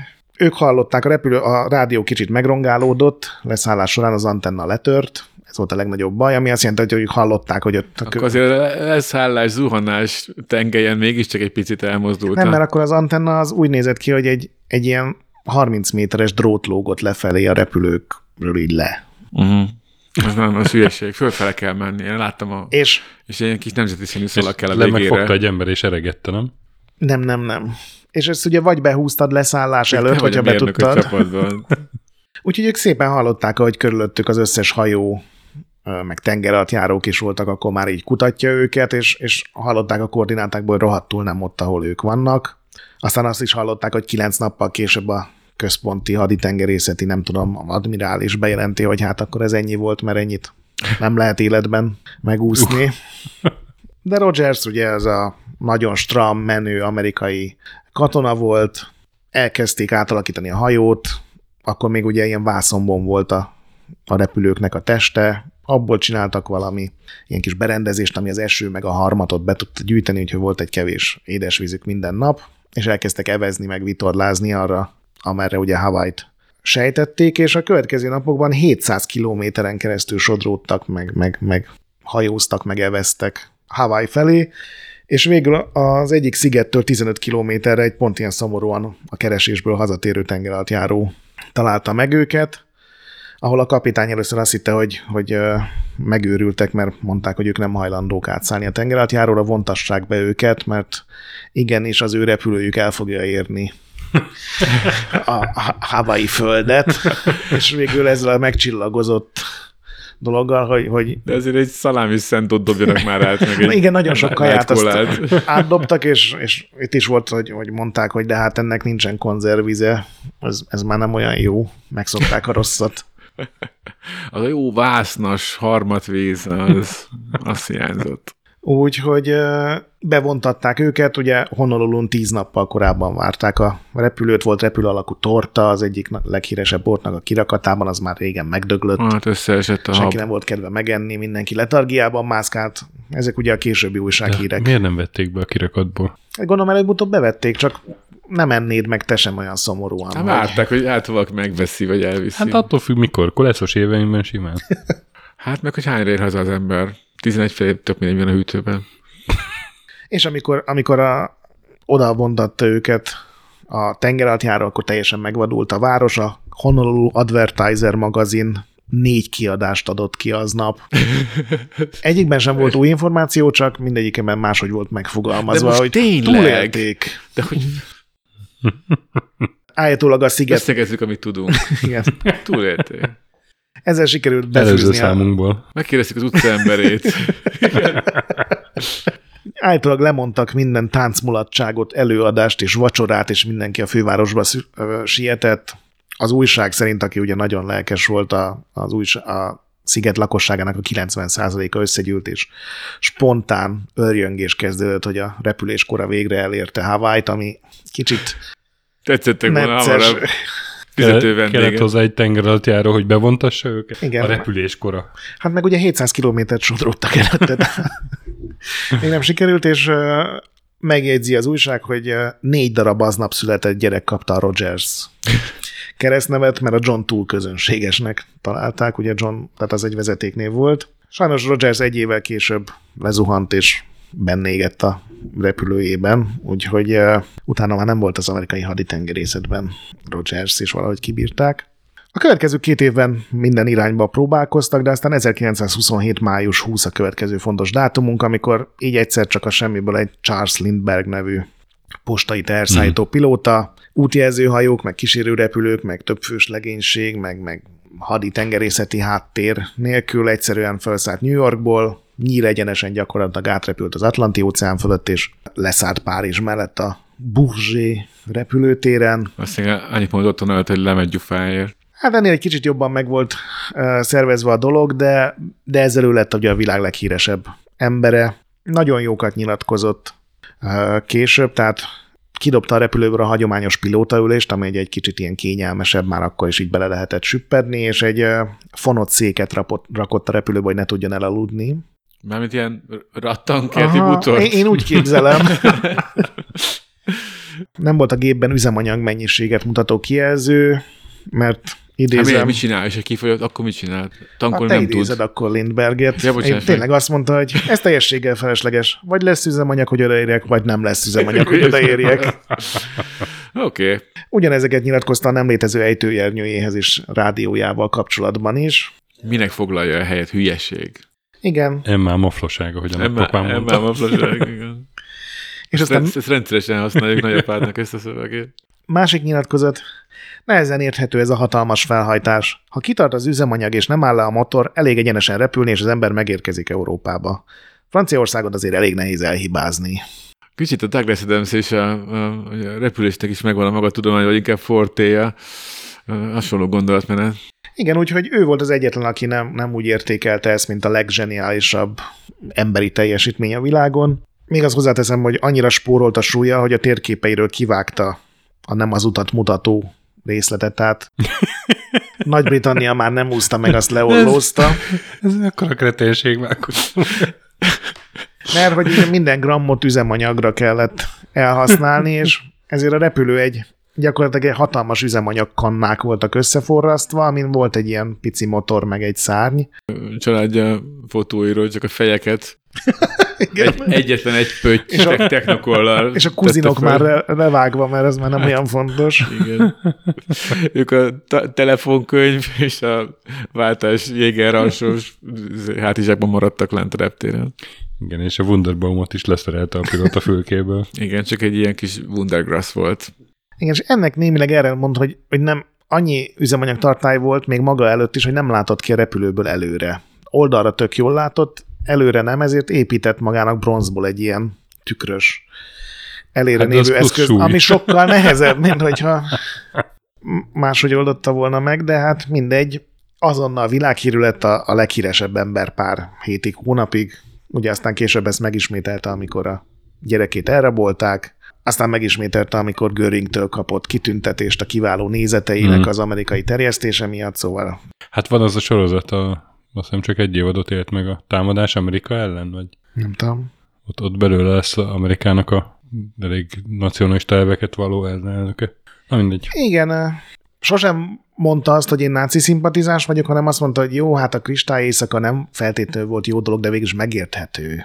ők hallották, a, repülő, a rádió kicsit megrongálódott, leszállás során az antenna letört, ez volt a legnagyobb baj, ami azt jelenti, hogy ők hallották, hogy ott... Akkor azért a leszállás, zuhanás tengelyen mégiscsak egy picit elmozdult. Nem, mert akkor az antenna az úgy nézett ki, hogy egy, egy ilyen harminc méteres drót lógott lefelé a repülőkről így le. Uh-huh. Ez nem az hülyeség, fölfele kell menni. Én láttam a... És, és ilyen kis nemzeti színű szalag kell a végére. Megfogta egy ember és eregette, nem? Nem, nem, nem. És ezt ugye vagy behúztad leszállás előtt, hogyha be tudtad. Úgyhogy ők szépen hallották, ahogy körülöttük az összes hajó, meg tengeralattjárók is voltak, akkor már így kutatja őket, és, és hallották a koordinátákból, hogy rohadtul nem ott, ahol ők vannak. Aztán azt is hallották, hogy kilenc nappal később a központi haditengerészeti, nem tudom, admirális bejelenti, hogy hát akkor ez ennyi volt, mert ennyit nem lehet életben megúszni. De Rogers ugye ez a nagyon stram, menő amerikai katona volt, elkezdték átalakítani a hajót, akkor még ugye ilyen vászonban volt a, a repülőknek a teste, abból csináltak valami ilyen kis berendezést, ami az eső meg a harmatot be tudta gyűjteni, úgyhogy volt egy kevés édesvízük minden nap, és elkezdtek evezni, meg vitorlázni arra, amerre ugye Hawaii-t sejtették, és a következő napokban hétszáz kilométeren keresztül sodródtak, meg, meg, meg hajóztak, meg eveztek Hawaii felé, és végül az egyik szigettől tizenöt kilométerre egy pont ilyen szomorúan a keresésből hazatérő tengeralattjáró találta meg őket, ahol a kapitány először azt hitte, hogy, hogy megőrültek, mert mondták, hogy ők nem hajlandók átszállni a tengeralattjáróra, vontassák be őket, mert igenis az ő repülőjük el fogja érni a Hawaii földet, és végül ezzel a megcsillagozott dologgal, hogy... hogy de azért egy szalámi szentot dobjanak már át, meg egy igen, nagyon sok kaját azt átdobtak, és, és itt is volt, hogy, hogy mondták, hogy de hát ennek nincsen konzervvize, ez, ez már nem olyan jó, megszokták a rosszat. Az a jó vásznas harmatvíz, az, az hiányzott. Úgyhogy bevontatták őket, ugye Honolulun tíz nappal korábban várták a repülőt, volt repülő alakú torta, az egyik leghíresebb bortnak a kirakatában, az már régen megdöglött. Hát összeesett a Senki hab. nem volt kedve megenni, mindenki letargiában mászkált. Ezek ugye a későbbi újsághírek. Miért nem vették be a kirakatból? Gondolom, előbb-utóbb bevették, csak nem ennéd meg te sem olyan szomorúan. Hát várták, hogy hát valaki megveszi, vagy elviszi. Hát attól függ, mikor. Koleszos éveimben simán. Hát meg, hogy hányra ér haza az ember. tizenegy fél tök mindegy van a hűtőben. És amikor, amikor a, oda vontatta őket a tengeralattjáró, akkor teljesen megvadult a város. A Honolulu Advertiser magazin négy kiadást adott ki aznap. Egyikben sem volt új információ, csak mindegyikben máshogy volt megfogalmazva, de most hogy tényleg? túlélték. De hogy... Állítólag a sziget... Összegezzük, amit tudunk. Igen. Túlélték. Ezzel sikerült Előző befűzni a... számunkból. Megkérdeztük az utca emberét. Állítólag lemondtak minden táncmulatságot, előadást és vacsorát, és mindenki a fővárosba sietett. Az újság szerint, aki ugye nagyon lelkes volt, a, az újság, a sziget lakosságának a kilencven százaléka összegyűlt, és spontán örjöngés kezdődött, hogy a repüléskora végre elérte Hawaii-t, ami kicsit tetszettek volna necces. hamarabb. Fizető vendége. Kellett hozzá egy tengeralattjáró, hogy bevontassa őket? Igen. A repüléskora. Hát meg ugye hétszáz kilométert sodródtak előtte. Még nem sikerült, és megjegyzi az újság, hogy négy darab aznap született gyerek kapta a Rogers keresztnevet, mert a John túl közönségesnek találták, ugye John, tehát az egy vezetéknév volt. Sajnos Rogers egy évvel később lezuhant, és benne égett a repülőjében, úgyhogy uh, utána már nem volt az amerikai haditengerészetben Rogers, és valahogy kibírták. A következő két évben minden irányba próbálkoztak, de aztán ezerkilencszázhuszonhét. május huszadika a következő fontos dátumunk, amikor így egyszer csak a semmiből egy Charles Lindbergh nevű postai teherszállító hmm. pilóta, útjelzőhajók, meg kísérőrepülők, meg többfős legénység, meg, meg haditengerészeti háttér nélkül egyszerűen felszállt New Yorkból, nyíregyenesen gyakorlatilag átrepült az Atlanti-óceán fölött, és leszállt Párizs mellett a Bourget repülőtéren. Azt mondja, annyit mondott volna, hogy lemegy gyufáért. Hát ennél egy kicsit jobban meg volt uh, szervezve a dolog, de, de ezzel ő lett ugye a világ leghíresebb embere. Nagyon jókat nyilatkozott uh, később, tehát kidobta a repülőből a hagyományos pilótaülést, ami egy, egy kicsit ilyen kényelmesebb, már akkor is így bele lehetett süppedni, és egy uh, fonott széket rapott, rakott a repülőbe, hogy ne tudjon elaludni. Mármint ilyen rattankerti butort? Én, én úgy képzelem. Nem volt a gépben üzemanyag mennyiséget mutató kijelző, mert idézem... Hát miért, mit csinál? És ha kifolyott, akkor mit csinált? Tankolni hát nem idézed tud. akkor Lindberghet. Ja, bocsánat, tényleg azt mondta, hogy ez teljességgel felesleges. Vagy lesz üzemanyag, hogy odaérjek, vagy nem lesz üzemanyag, hogy odaérjek. Oké. Okay. Ugyanezeket nyilatkozta a nem létező ejtőernyőjéhez és rádiójával kapcsolatban is. Minek foglalja a helyet? Hülyeség. Igen. Emmá mafloság, ahogy a nagypapám mondta. Emmá mafloság, igen. És ezt, aztán... ezt rendszeresen használjuk nagyapádnak ezt a szöveget. Másik nyilatkozat, nehezen érthető ez a hatalmas felhajtás. Ha kitart az üzemanyag és nem áll le a motor, elég egyenesen repülni, és az ember megérkezik Európába. Franciaországon azért elég nehéz elhibázni. Kicsit a Douglas Adams és a, a, a repülésnek is megvan a maga tudomány, vagy inkább Fortéja, hasonló gondolatmenet. Igen, úgyhogy ő volt az egyetlen, aki nem, nem úgy értékelte ezt, mint a leggeniálisabb emberi teljesítmény a világon. Még azt hozzáteszem, hogy annyira spórolt a súlya, hogy a térképeiről kivágta a nem az utat mutató részletet, tehát Nagy-Britannia már nem úszta meg, azt leollózta. Ez, ez akkora kreténség már. Mert hogy ugye minden grammot üzemanyagra kellett elhasználni, és ezért a repülő egy gyakorlatilag egy hatalmas üzemanyagkannák voltak összeforrasztva, amin volt egy ilyen pici motor, meg egy szárny. Családja fotóiról csak a fejeket. Egy, egyetlen egy pötty és a, technokollal. És a kuzinok már levágva, mert ez már nem olyan fontos. Igen. Ők a ta- telefonkönyv és a váltás jégeralsós hátizsákban maradtak lent a reptéren. Igen, és a Wunderbaumot is leszerelte a pilóta fülkéből. Igen, csak egy ilyen kis Wundergrass volt. Igen, és ennek némileg erre mond, hogy, hogy nem annyi üzemanyag tartály volt még maga előtt is, hogy nem látott ki a repülőből előre. Oldalra tök jól látott, előre nem, ezért épített magának bronzból egy ilyen tükrös elére hát névő eszköz, súly. Ami sokkal nehezebb, mint hogyha máshogy oldotta volna meg, de hát mindegy, azonnal világhírű lett a, a leghíresebb ember pár hétig, hónapig, ugye aztán később ezt megismételte, amikor a gyerekét elrabolták, aztán megismételte, amikor Göringtől kapott kitüntetést a kiváló nézeteinek hmm. az amerikai terjesztése miatt, szóval... Hát van az a sorozat, a, azt hiszem csak egy évadot élt meg a támadás Amerika ellen, vagy? Nem tudom. Ott, ott belőle lesz Amerikának a elég nacionalista elveket való elnöke. Na mindegy. Igen, sosem mondta azt, hogy én náci szimpatizás vagyok, hanem azt mondta, hogy jó, hát a kristály éjszaka nem feltétlenül volt jó dolog, de végül is megérthető.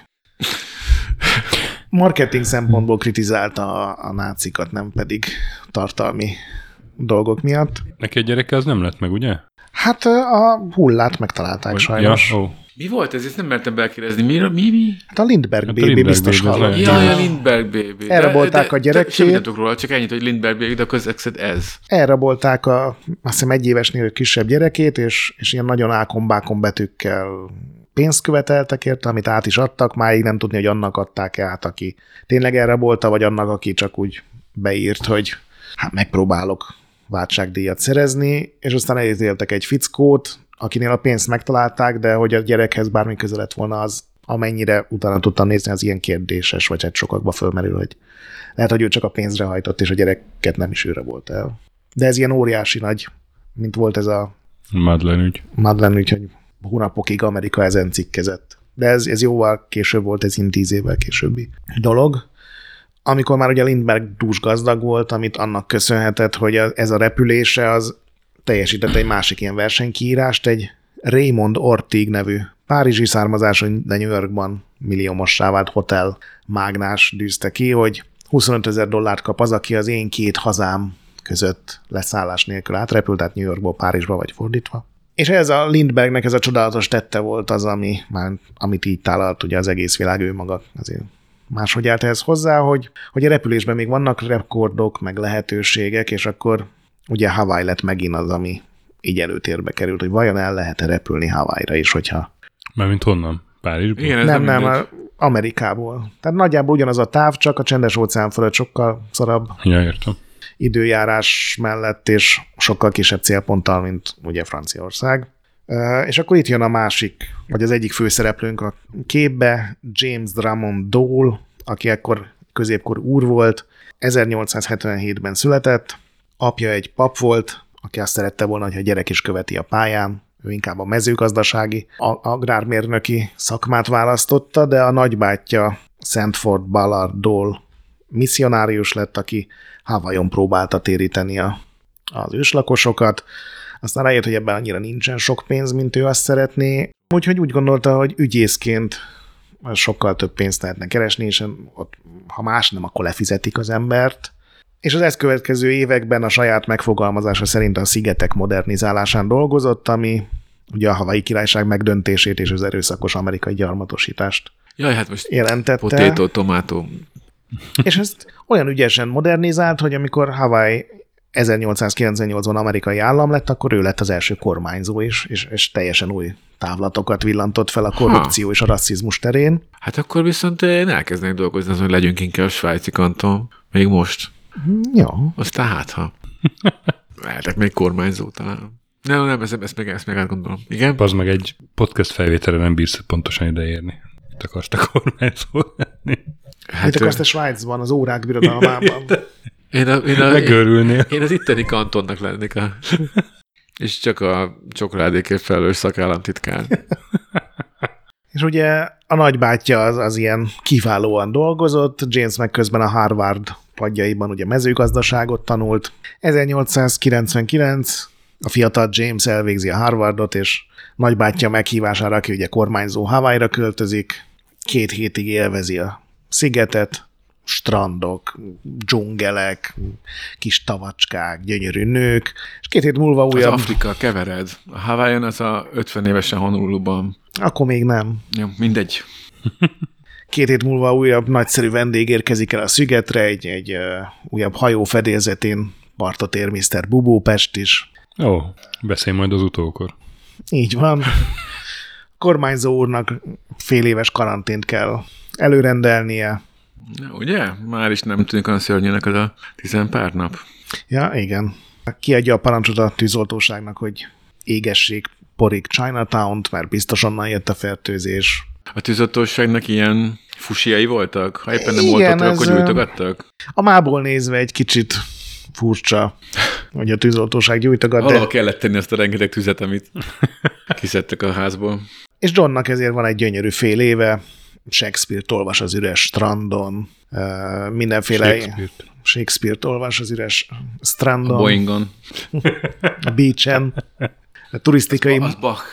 Marketing szempontból kritizálta a, a nácikat, nem pedig tartalmi dolgok miatt. Neki egy gyereke az nem lett meg, ugye? Hát a hullát megtalálták Vagy, sajnos. Ja, oh. Mi volt ez? Ezt nem mertem belkérdezni. Mi, mi, mi? Hát a Lindbergh hát baby, biztos hallott. Ja, a Lindbergh baby. Elrabolták a gyerekét. Semmit nem tudok róla, csak ennyit, hogy Lindbergh baby, de akkor ez. Elrabolták a, azt hiszem, egy évesnél kisebb gyerekét, és, és ilyen nagyon ákombákon betűkkel pénzt követeltek érte, amit át is adtak, máig nem tudni, hogy annak adták át, aki tényleg elrabolta, vagy annak, aki csak úgy beírt, hogy hát megpróbálok váltságdíjat szerezni, és aztán elítéltek egy fickót, akinél a pénzt megtalálták, de hogy a gyerekhez bármi köze lett volna, az amennyire utána tudtam nézni, az ilyen kérdéses, vagy hát sokakba fölmerül, hogy lehet, hogy ő csak a pénzre hajtott, és a gyereket nem is őre volt el. De ez ilyen óriási nagy, mint volt ez a Madeleine ügy. Madeleine ügy, hogy hónapokig Amerika ezen cikkezett. De ez, ez jóval később volt, ez tíz évvel későbbi dolog. Amikor már ugye Lindbergh dús gazdag volt, amit annak köszönhetett, hogy ez a repülése az teljesített egy másik ilyen versenykiírást, egy Raymond Ortig nevű párizsi származású, de New Yorkban milliómossá vált hotel mágnás dűzte ki, hogy huszonötezer dollárt kap az, aki az én két hazám között leszállás nélkül átrepült, tehát New Yorkból Párizsba vagy fordítva. És ez a Lindberghnek ez a csodálatos tette volt az, ami, már, amit így tálalt ugye az egész világ, ő maga azért máshogy állt ehhez hozzá, hogy, hogy a repülésben még vannak rekordok, meg lehetőségek, és akkor ugye Hawaii lett megint az, ami így előtérbe került, hogy vajon el lehet-e repülni Hawaii-ra is, hogyha... Mármint honnan? Párizsból? Igen, nem, nem, nem Amerikából. Tehát nagyjából ugyanaz a táv, csak a csendes óceán fölött sokkal szarabb. Ja, értem. Időjárás mellett, és sokkal kisebb célponttal, mint ugye Franciaország. És akkor itt jön a másik, vagy az egyik főszereplőnk a képbe, James Drummond Dole, aki ekkor középkor úr volt, ezernyolcszázhetvenhétben született, apja egy pap volt, aki azt szerette volna, hogy a gyerek is követi a pályán, ő inkább a mezőgazdasági, agrármérnöki szakmát választotta, de a nagybátyja Sandford Ballard Dole misszionárius lett, aki Hawaiion próbálta téríteni a, az őslakosokat. Aztán rájött, hogy ebben annyira nincsen sok pénz, mint ő azt szeretné. Úgyhogy úgy gondolta, hogy ügyészként sokkal több pénzt lehetne keresni, és ott, ha más nem, akkor lefizetik az embert. És az ezt következő években a saját megfogalmazása szerint a szigetek modernizálásán dolgozott, ami ugye a Hawaii királyság megdöntését és az erőszakos amerikai gyarmatosítást Jaj, hát most jelentette. Potato, tomátó. És ezt olyan ügyesen modernizált, hogy amikor Hawaii ezernyolcszázkilencvennyolcban amerikai állam lett, akkor ő lett az első kormányzó is, és, és teljesen új távlatokat villantott fel a korrupció ha. és a rasszizmus terén. Hát akkor viszont én elkezdenék dolgozni azon, hogy legyünk inkább a svájci kanton. Még most. Ja. Aztán hát, ha. Lehetek még kormányzó talán. Nem, nem, ezt, ezt, még, ezt még átgondolom. Igen? Az meg egy podcast felvételre nem bírsz pontosan ideérni. Te akarsz te kormányzó lenni. Hát, Mit akarsz te Svájcban, az órák birodalmában? Én, a, én, a, Megörülnél. Én, én az itteni kantonnak lennék a... És csak a csokoládékért felelős szakállamtitkár. És ugye a nagybátyja az, az ilyen kiválóan dolgozott, James meg közben a Harvard padjaiban ugye mezőgazdaságot tanult. ezernyolcszázkilencvenkilenc a fiatal James elvégzi a Harvardot, és nagybátyja meghívására, aki ugye kormányzó, Hawaii-ra költözik, két hétig élvezi a szigetet, strandok, dzsungelek, kis tavacskák, gyönyörű nők, és két hét múlva újabb... Az Afrika, kevered. A Hawaiion az a ötven évesen Honoluluban. Akkor még nem. Jó, mindegy. Két hét múlva újabb nagyszerű vendég érkezik el a szigetre, egy, egy uh, újabb hajó fedélzetén partot ér miszter Bubópest is. Ó, beszélj majd az utókor. Így van. A kormányzó úrnak fél éves karantént kell előrendelnie. Ugye? Már is nem tűnik olyan szörnyűnek az a tizen pár nap. Ja, igen. Kiadja a parancsot a tűzoltóságnak, hogy égessék porig Chinatown-t, mert biztos onnan jött a fertőzés. A tűzoltóságnak ilyen fusiai voltak? Ha éppen nem igen, voltatok, akkor gyújtogattak? A mából nézve egy kicsit furcsa, hogy a tűzoltóság gyújtogat. Valahol de... kellett tenni azt a rengeteg tüzet, amit kiszedtek a házból. És Johnnak ezért van egy gyönyörű fél éve, Shakespeare-t olvas az üres strandon, uh, mindenféle... Shakespeare-t. Shakespeare-t olvas az üres strandon. A Boeingon. A beachen. A turisztikai... Az, az Bach.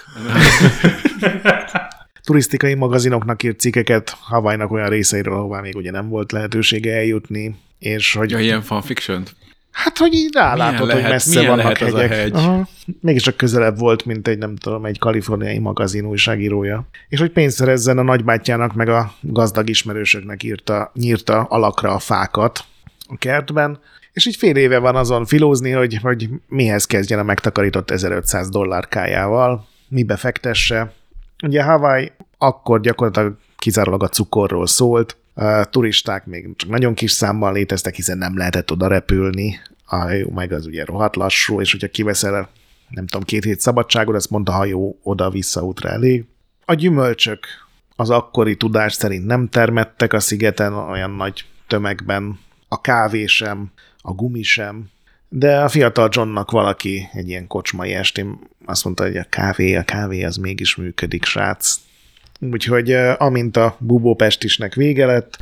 turisztikai magazinoknak írt cikkeket Hawaii-nak olyan részeiről, ahová még ugye nem volt lehetősége eljutni, és hogy... Ja, ilyen fanfiction? Hát, hogy így rálátott, milyen hogy messze milyen vannak lehet hegyek. Az a hegy? Aha. Mégiscsak közelebb volt, mint egy, nem tudom, egy kaliforniai magazin újságírója. És hogy pénzt szerezzen a nagybátyjának, meg a gazdag ismerősöknek írta, nyírta alakra a fákat a kertben, és így fél éve van azon filózni, hogy, hogy mihez kezdjen a megtakarított ezerötszáz dollárkájával, mibe fektesse. Ugye Hawaii akkor gyakorlatilag kizárólag a cukorról szólt, a turisták még csak nagyon kis számban léteztek, hiszen nem lehetett oda repülni, a hajó meg az ugye rohadt lassú, és hogyha kiveszel, nem tudom, két hét szabadságot, ezt mondta, a hajó oda-vissza útra elég. A gyümölcsök az akkori tudás szerint nem termettek a szigeten olyan nagy tömegben, a kávé sem, a gumi sem, de a fiatal Johnnak valaki egy ilyen kocsmai estén azt mondta, hogy a kávé, a kávé az mégis működik, srác. Úgyhogy amint a Bubópestisnek vége lett,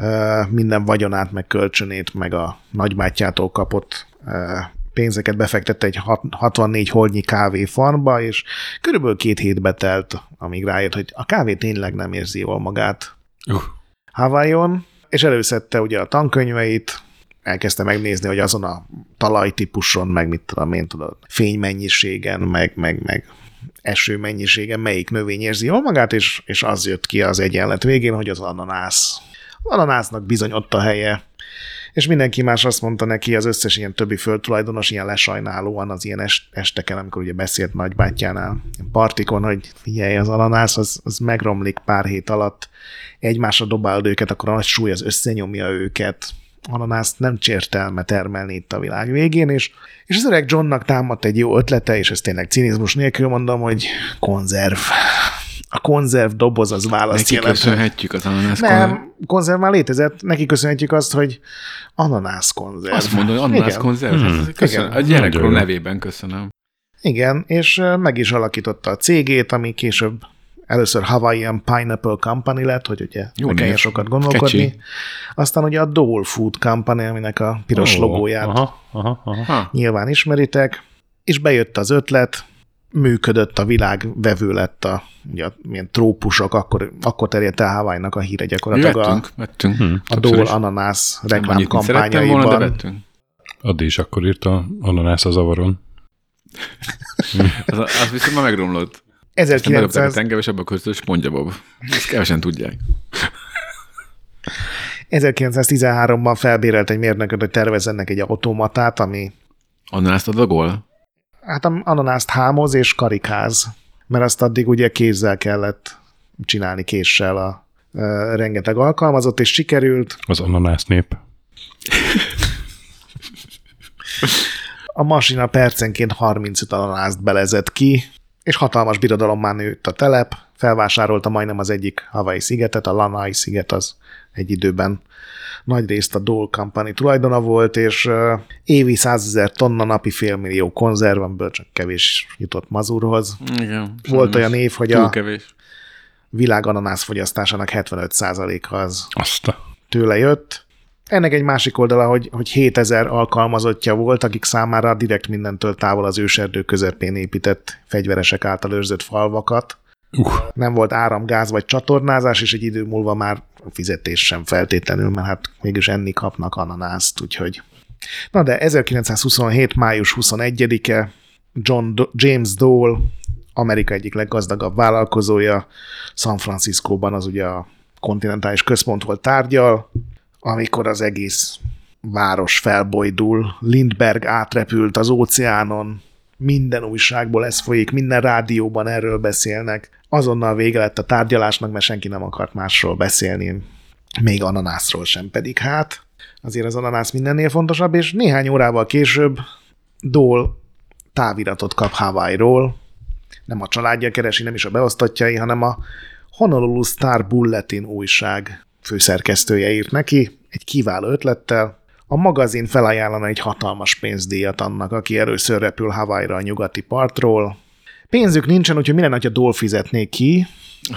minden vagyonát, meg kölcsönét, meg a nagybátyjától kapott pénzeket befektette egy hatvannégy holdnyi kávéfarmba, és körülbelül két hétbe telt, amíg rájött, hogy a kávé tényleg nem érzi jól magát uh. Hawaiion, és előszedte ugye a tankönyveit, elkezdte megnézni, hogy azon a talajtípuson, meg mit tudom én, tudod, fénymennyiségen, meg, meg, meg esőmennyiségen melyik növény érzi jól magát, és, és az jött ki az egyenlet végén, hogy az ananász. Az ananásznak bizony ott a helye, és mindenki más azt mondta neki, az összes ilyen többi földtulajdonos ilyen lesajnálóan az ilyen esteken, amikor ugye beszélt nagybátyjánál, partikon, hogy figyelj, az ananász, az, az megromlik pár hét alatt, egymásra dobálod őket, akkor a nagy súly az összenyomja őket, ananászt nem csértelme termelni itt a világ végén, és, és az öreg Johnnak támadt egy jó ötlete, és ez tényleg cinizmus nélkül mondom, hogy konzerv. A konzerv doboz az választ jelent. Neki köszönhetjük az ananász konzerv. Nem, konzerv már létezett, neki köszönhetjük azt, hogy ananász konzerv. Azt mondom, hogy ananász konzerv. Hmm. Köszönöm. A gyerekről nevében köszönöm. Igen, és meg is alakította a cégét, ami később először Hawaiian Pineapple Company lett, hogy ugye ne kelljen sokat gondolkodni. Kecsi. Aztán ugye a Dole Food Company, aminek a piros oh, logóját aha, aha, aha. nyilván ismeritek, és bejött az ötlet, működött, a világ vevő lett a ugye, milyen trópusok, akkor, akkor terjedt el Hawaii-nak a híre gyakorlatilag vettünk, a, vettünk. Hmm, a Dole ananász reklámkampányaiban. Volna, de vettünk. Addig is akkor írt a ananász az avaron. az, az viszont már megromlott. ezerkilencszáz... engem, és abban között SpongeBob. Ezt kevesen tudják. ezerkilencszáztizenháromban felbérelt egy mérnököt, hogy tervezzenek egy automatát, ami Ananászt adagol? Hát ananászt hámoz és karikáz, mert azt addig ugye kézzel kellett csinálni, késsel a, a rengeteg alkalmazott, és sikerült. Az ananász nép. A masina percenként harmincöt ananászt belezett ki, és hatalmas birodalommá nőtt a telep, felvásárolta majdnem az egyik Hawaii szigetet, a Lanai sziget az egy időben nagyrészt a Dole Company tulajdona volt, és uh, évi százezer tonna, napi félmillió konzerv, amiből csak kevés jutott mazurhoz. Igen. Volt olyan év, hogy a kevés. világ ananász fogyasztásának hetvenöt százaléka az Azt a... tőle jött. Ennek egy másik oldala, hogy, hogy hétezer alkalmazottja volt, akik számára direkt mindentől távol az őserdő közepén épített fegyveresek által őrzött falvakat. Uh. Nem volt áram, gáz vagy csatornázás, és egy idő múlva már fizetés sem feltétlenül, mert hát mégis enni kapnak ananászt, úgyhogy... Na de ezerkilencszázhuszonhét. május huszonegyedike John Do- James Dole, Amerika egyik leggazdagabb vállalkozója, San Franciscóban, az ugye a kontinentális központból tárgyal, amikor az egész város felbojdul, Lindbergh átrepült az óceánon, minden újságból ez folyik, minden rádióban erről beszélnek. Azonnal vége lett a tárgyalásnak, mert senki nem akart másról beszélni, még ananászról sem pedig. Hát azért az ananász mindennél fontosabb, és néhány órával később Dole táviratot kap Hawaii-ról. Nem a családja keresi, nem is a beosztottjai, hanem a Honolulu Star Bulletin újság főszerkesztője írt neki egy kiváló ötlettel. A magazin felajánlana egy hatalmas pénzdíjat annak, aki először repül Hawaii-ra a nyugati partról. Pénzük nincsen, úgyhogy minden, hogyha Dole fizetnék ki,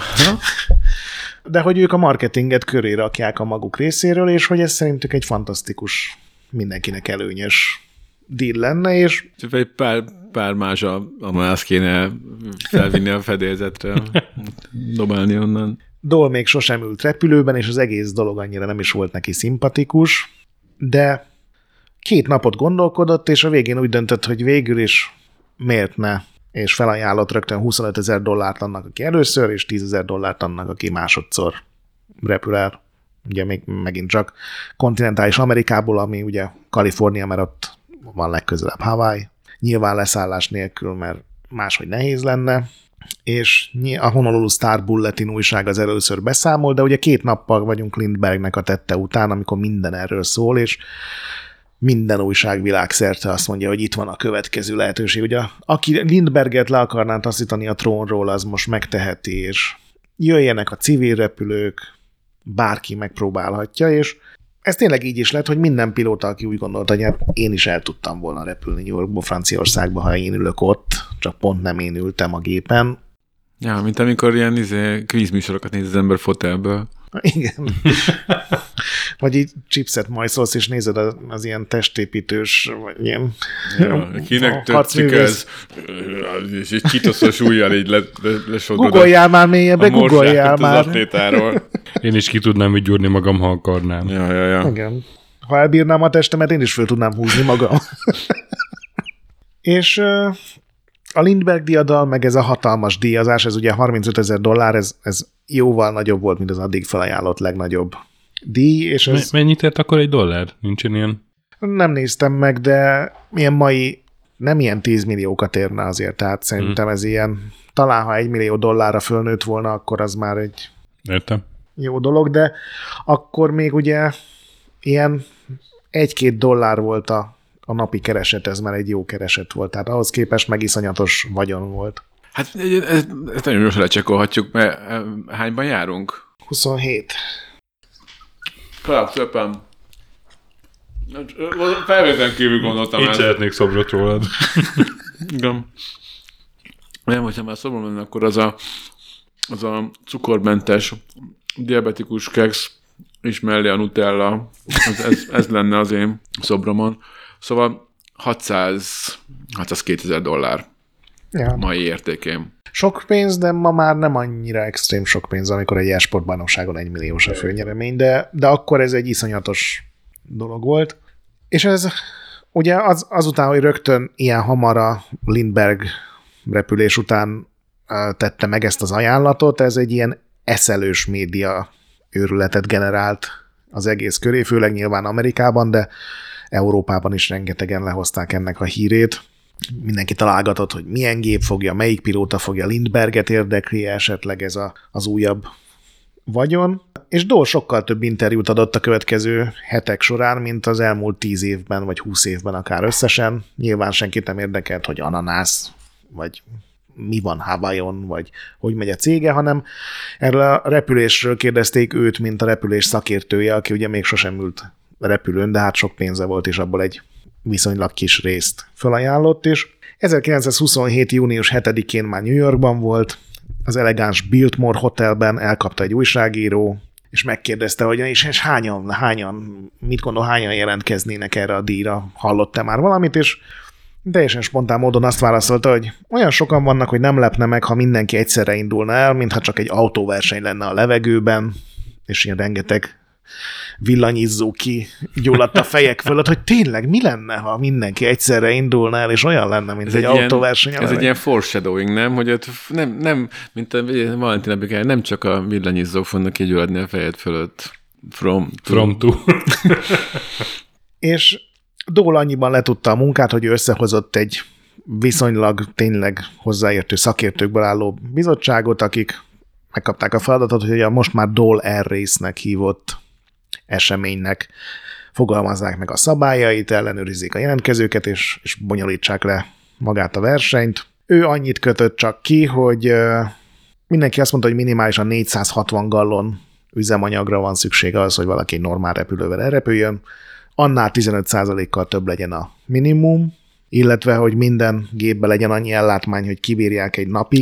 de hogy ők a marketinget köré rakják a maguk részéről, és hogy ez szerintük egy fantasztikus, mindenkinek előnyös deal lenne, és... Csak egy pár, pár más ananász kéne felvinni a fedélzetre, dobálni onnan. Dole még sosem ült repülőben, és az egész dolog annyira nem is volt neki szimpatikus, de két napot gondolkodott, és a végén úgy döntött, hogy végül is miért ne, és felajánlott rögtön huszonöt ezer dollárt annak, aki először, és tízezer dollárt annak, aki másodszor repül el. Ugye még megint csak kontinentális Amerikából, ami ugye Kalifornia, mert ott van legközelebb Hawaii. Nyilván leszállás nélkül, mert máshogy nehéz lenne, és a Honolulu Star Bulletin újság az először beszámol, de ugye két nappal vagyunk Lindberghnek a tette után, amikor minden erről szól, és minden újság világszerte azt mondja, hogy itt van a következő lehetőség. Ugye, aki Lindberghet le akarná taszítani a trónról, az most megteheti, és jöjjenek a civil repülők, bárki megpróbálhatja, és ez tényleg így is lett, hogy minden pilóta, aki úgy gondolta, hogy hát én is el tudtam volna repülni New Yorkba, Franciaországba, ha én ülök ott, csak pont nem én ültem a gépen. Ja, mint amikor ilyen izé, kvízműsorokat néz az ember fotelből. Igen. Vagy így chipset majszolsz, és nézed az, az ilyen testépítős, vagy ilyen ja, kinek tetszik ez, és egy kitaszos ujjal így le, le, lesodrod. Guggoljál már mélyebbre, guggoljál már. Az atlétáról. Én is ki tudnám így gyúrni magam, ha akarnám. Ja, ja, ja. Igen. Ha elbírnám a testemet, én is föl tudnám húzni magam. És a Lindbergh diadal, meg ez a hatalmas díjazás, ez ugye harmincöt ezer dollár, ez, ez jóval nagyobb volt, mint az addig felajánlott legnagyobb díj. És ez... Mennyit ért akkor egy dollár? Nincsen ilyen? Nem néztem meg, de ilyen mai nem ilyen tíz milliókat érne azért, tehát szerintem mm. ez ilyen, talán ha egy millió dollárra fölnőtt volna, akkor az már egy Értem. jó dolog, de akkor még ugye ilyen egy-két dollár volt a a napi kereset, ez már egy jó kereset volt. Tehát ahhoz képest megiszonyatos vagyon volt. Hát ezt ez nagyon jól lecsekolhatjuk, mert hányban járunk? huszonhét. Kár szépen. Felvételen kívül gondoltam. Én szeretnék szobrot rólad. Igen. Nem, hogyha már szobrom lenne, akkor az a, az a cukormentes diabetikus keksz és mellé a Nutella, ez, ez, ez lenne az én szobromon. Szóval hatszáz, hatszázkétezer dollár ja. mai értékén. Sok pénz, de ma már nem annyira extrém sok pénz, amikor egy e-sportbajnokságon egy milliós a főnyeremény, de, de akkor ez egy iszonyatos dolog volt. És ez ugye az, azután, hogy rögtön ilyen hamar a Lindbergh repülés után tette meg ezt az ajánlatot, ez egy ilyen eszelős média őrületet generált az egész köré, főleg nyilván Amerikában, de Európában is rengetegen lehozták ennek a hírét. Mindenki találgatott, hogy milyen gép fogja, melyik pilóta fogja, Lindberget érdekli esetleg ez a, az újabb vagyon. És Dole sokkal több interjút adott a következő hetek során, mint az elmúlt tíz évben, vagy húsz évben akár összesen. Nyilván senkit nem érdekelt, hogy ananász, vagy mi van Hawaiion, vagy hogy megy a cége, hanem erről a repülésről kérdezték őt, mint a repülés szakértője, aki ugye még sosem ült repülőn, de hát sok pénze volt, és abból egy viszonylag kis részt felajánlott is. ezerkilencszázhuszonhét. június hetedikén már New Yorkban volt, az elegáns Biltmore Hotelben elkapta egy újságíró, és megkérdezte, hogy és, és hányan, hányan, mit gondol, hányan jelentkeznének erre a díjra, hallott-e már valamit, és teljesen spontán módon azt válaszolta, hogy olyan sokan vannak, hogy nem lepne meg, ha mindenki egyszerre indulna el, mintha csak egy autóverseny lenne a levegőben, és ilyen rengeteg villanyízzó ki gyulladt a fejek fölött, hogy tényleg mi lenne, ha mindenki egyszerre indulna el, és olyan lenne, mint ez egy, egy autóverseny. Ez egy ilyen foreshadowing, nem? Hogy ott nem, nem mint a Valentin Abigail, nem csak a villanyízzók fognak kigyulladni a fejed fölött. From to. From to. És Dole annyiban letudta a munkát, hogy ő összehozott egy viszonylag tényleg hozzáértő szakértőkből álló bizottságot, akik megkapták a feladatot, hogy a most már Dole Air Race-nek hívott eseménynek fogalmazzák meg a szabályait, ellenőrizzék a jelentkezőket, és, és bonyolítsák le magát a versenyt. Ő annyit kötött csak ki, hogy mindenki azt mondta, hogy minimálisan négyszázhatvan gallon üzemanyagra van szüksége az, hogy valaki egy normál repülővel elrepüljön, annál tizenöt százalékkal több legyen a minimum, illetve, hogy minden gépben legyen annyi ellátmány, hogy kibírják egy napig,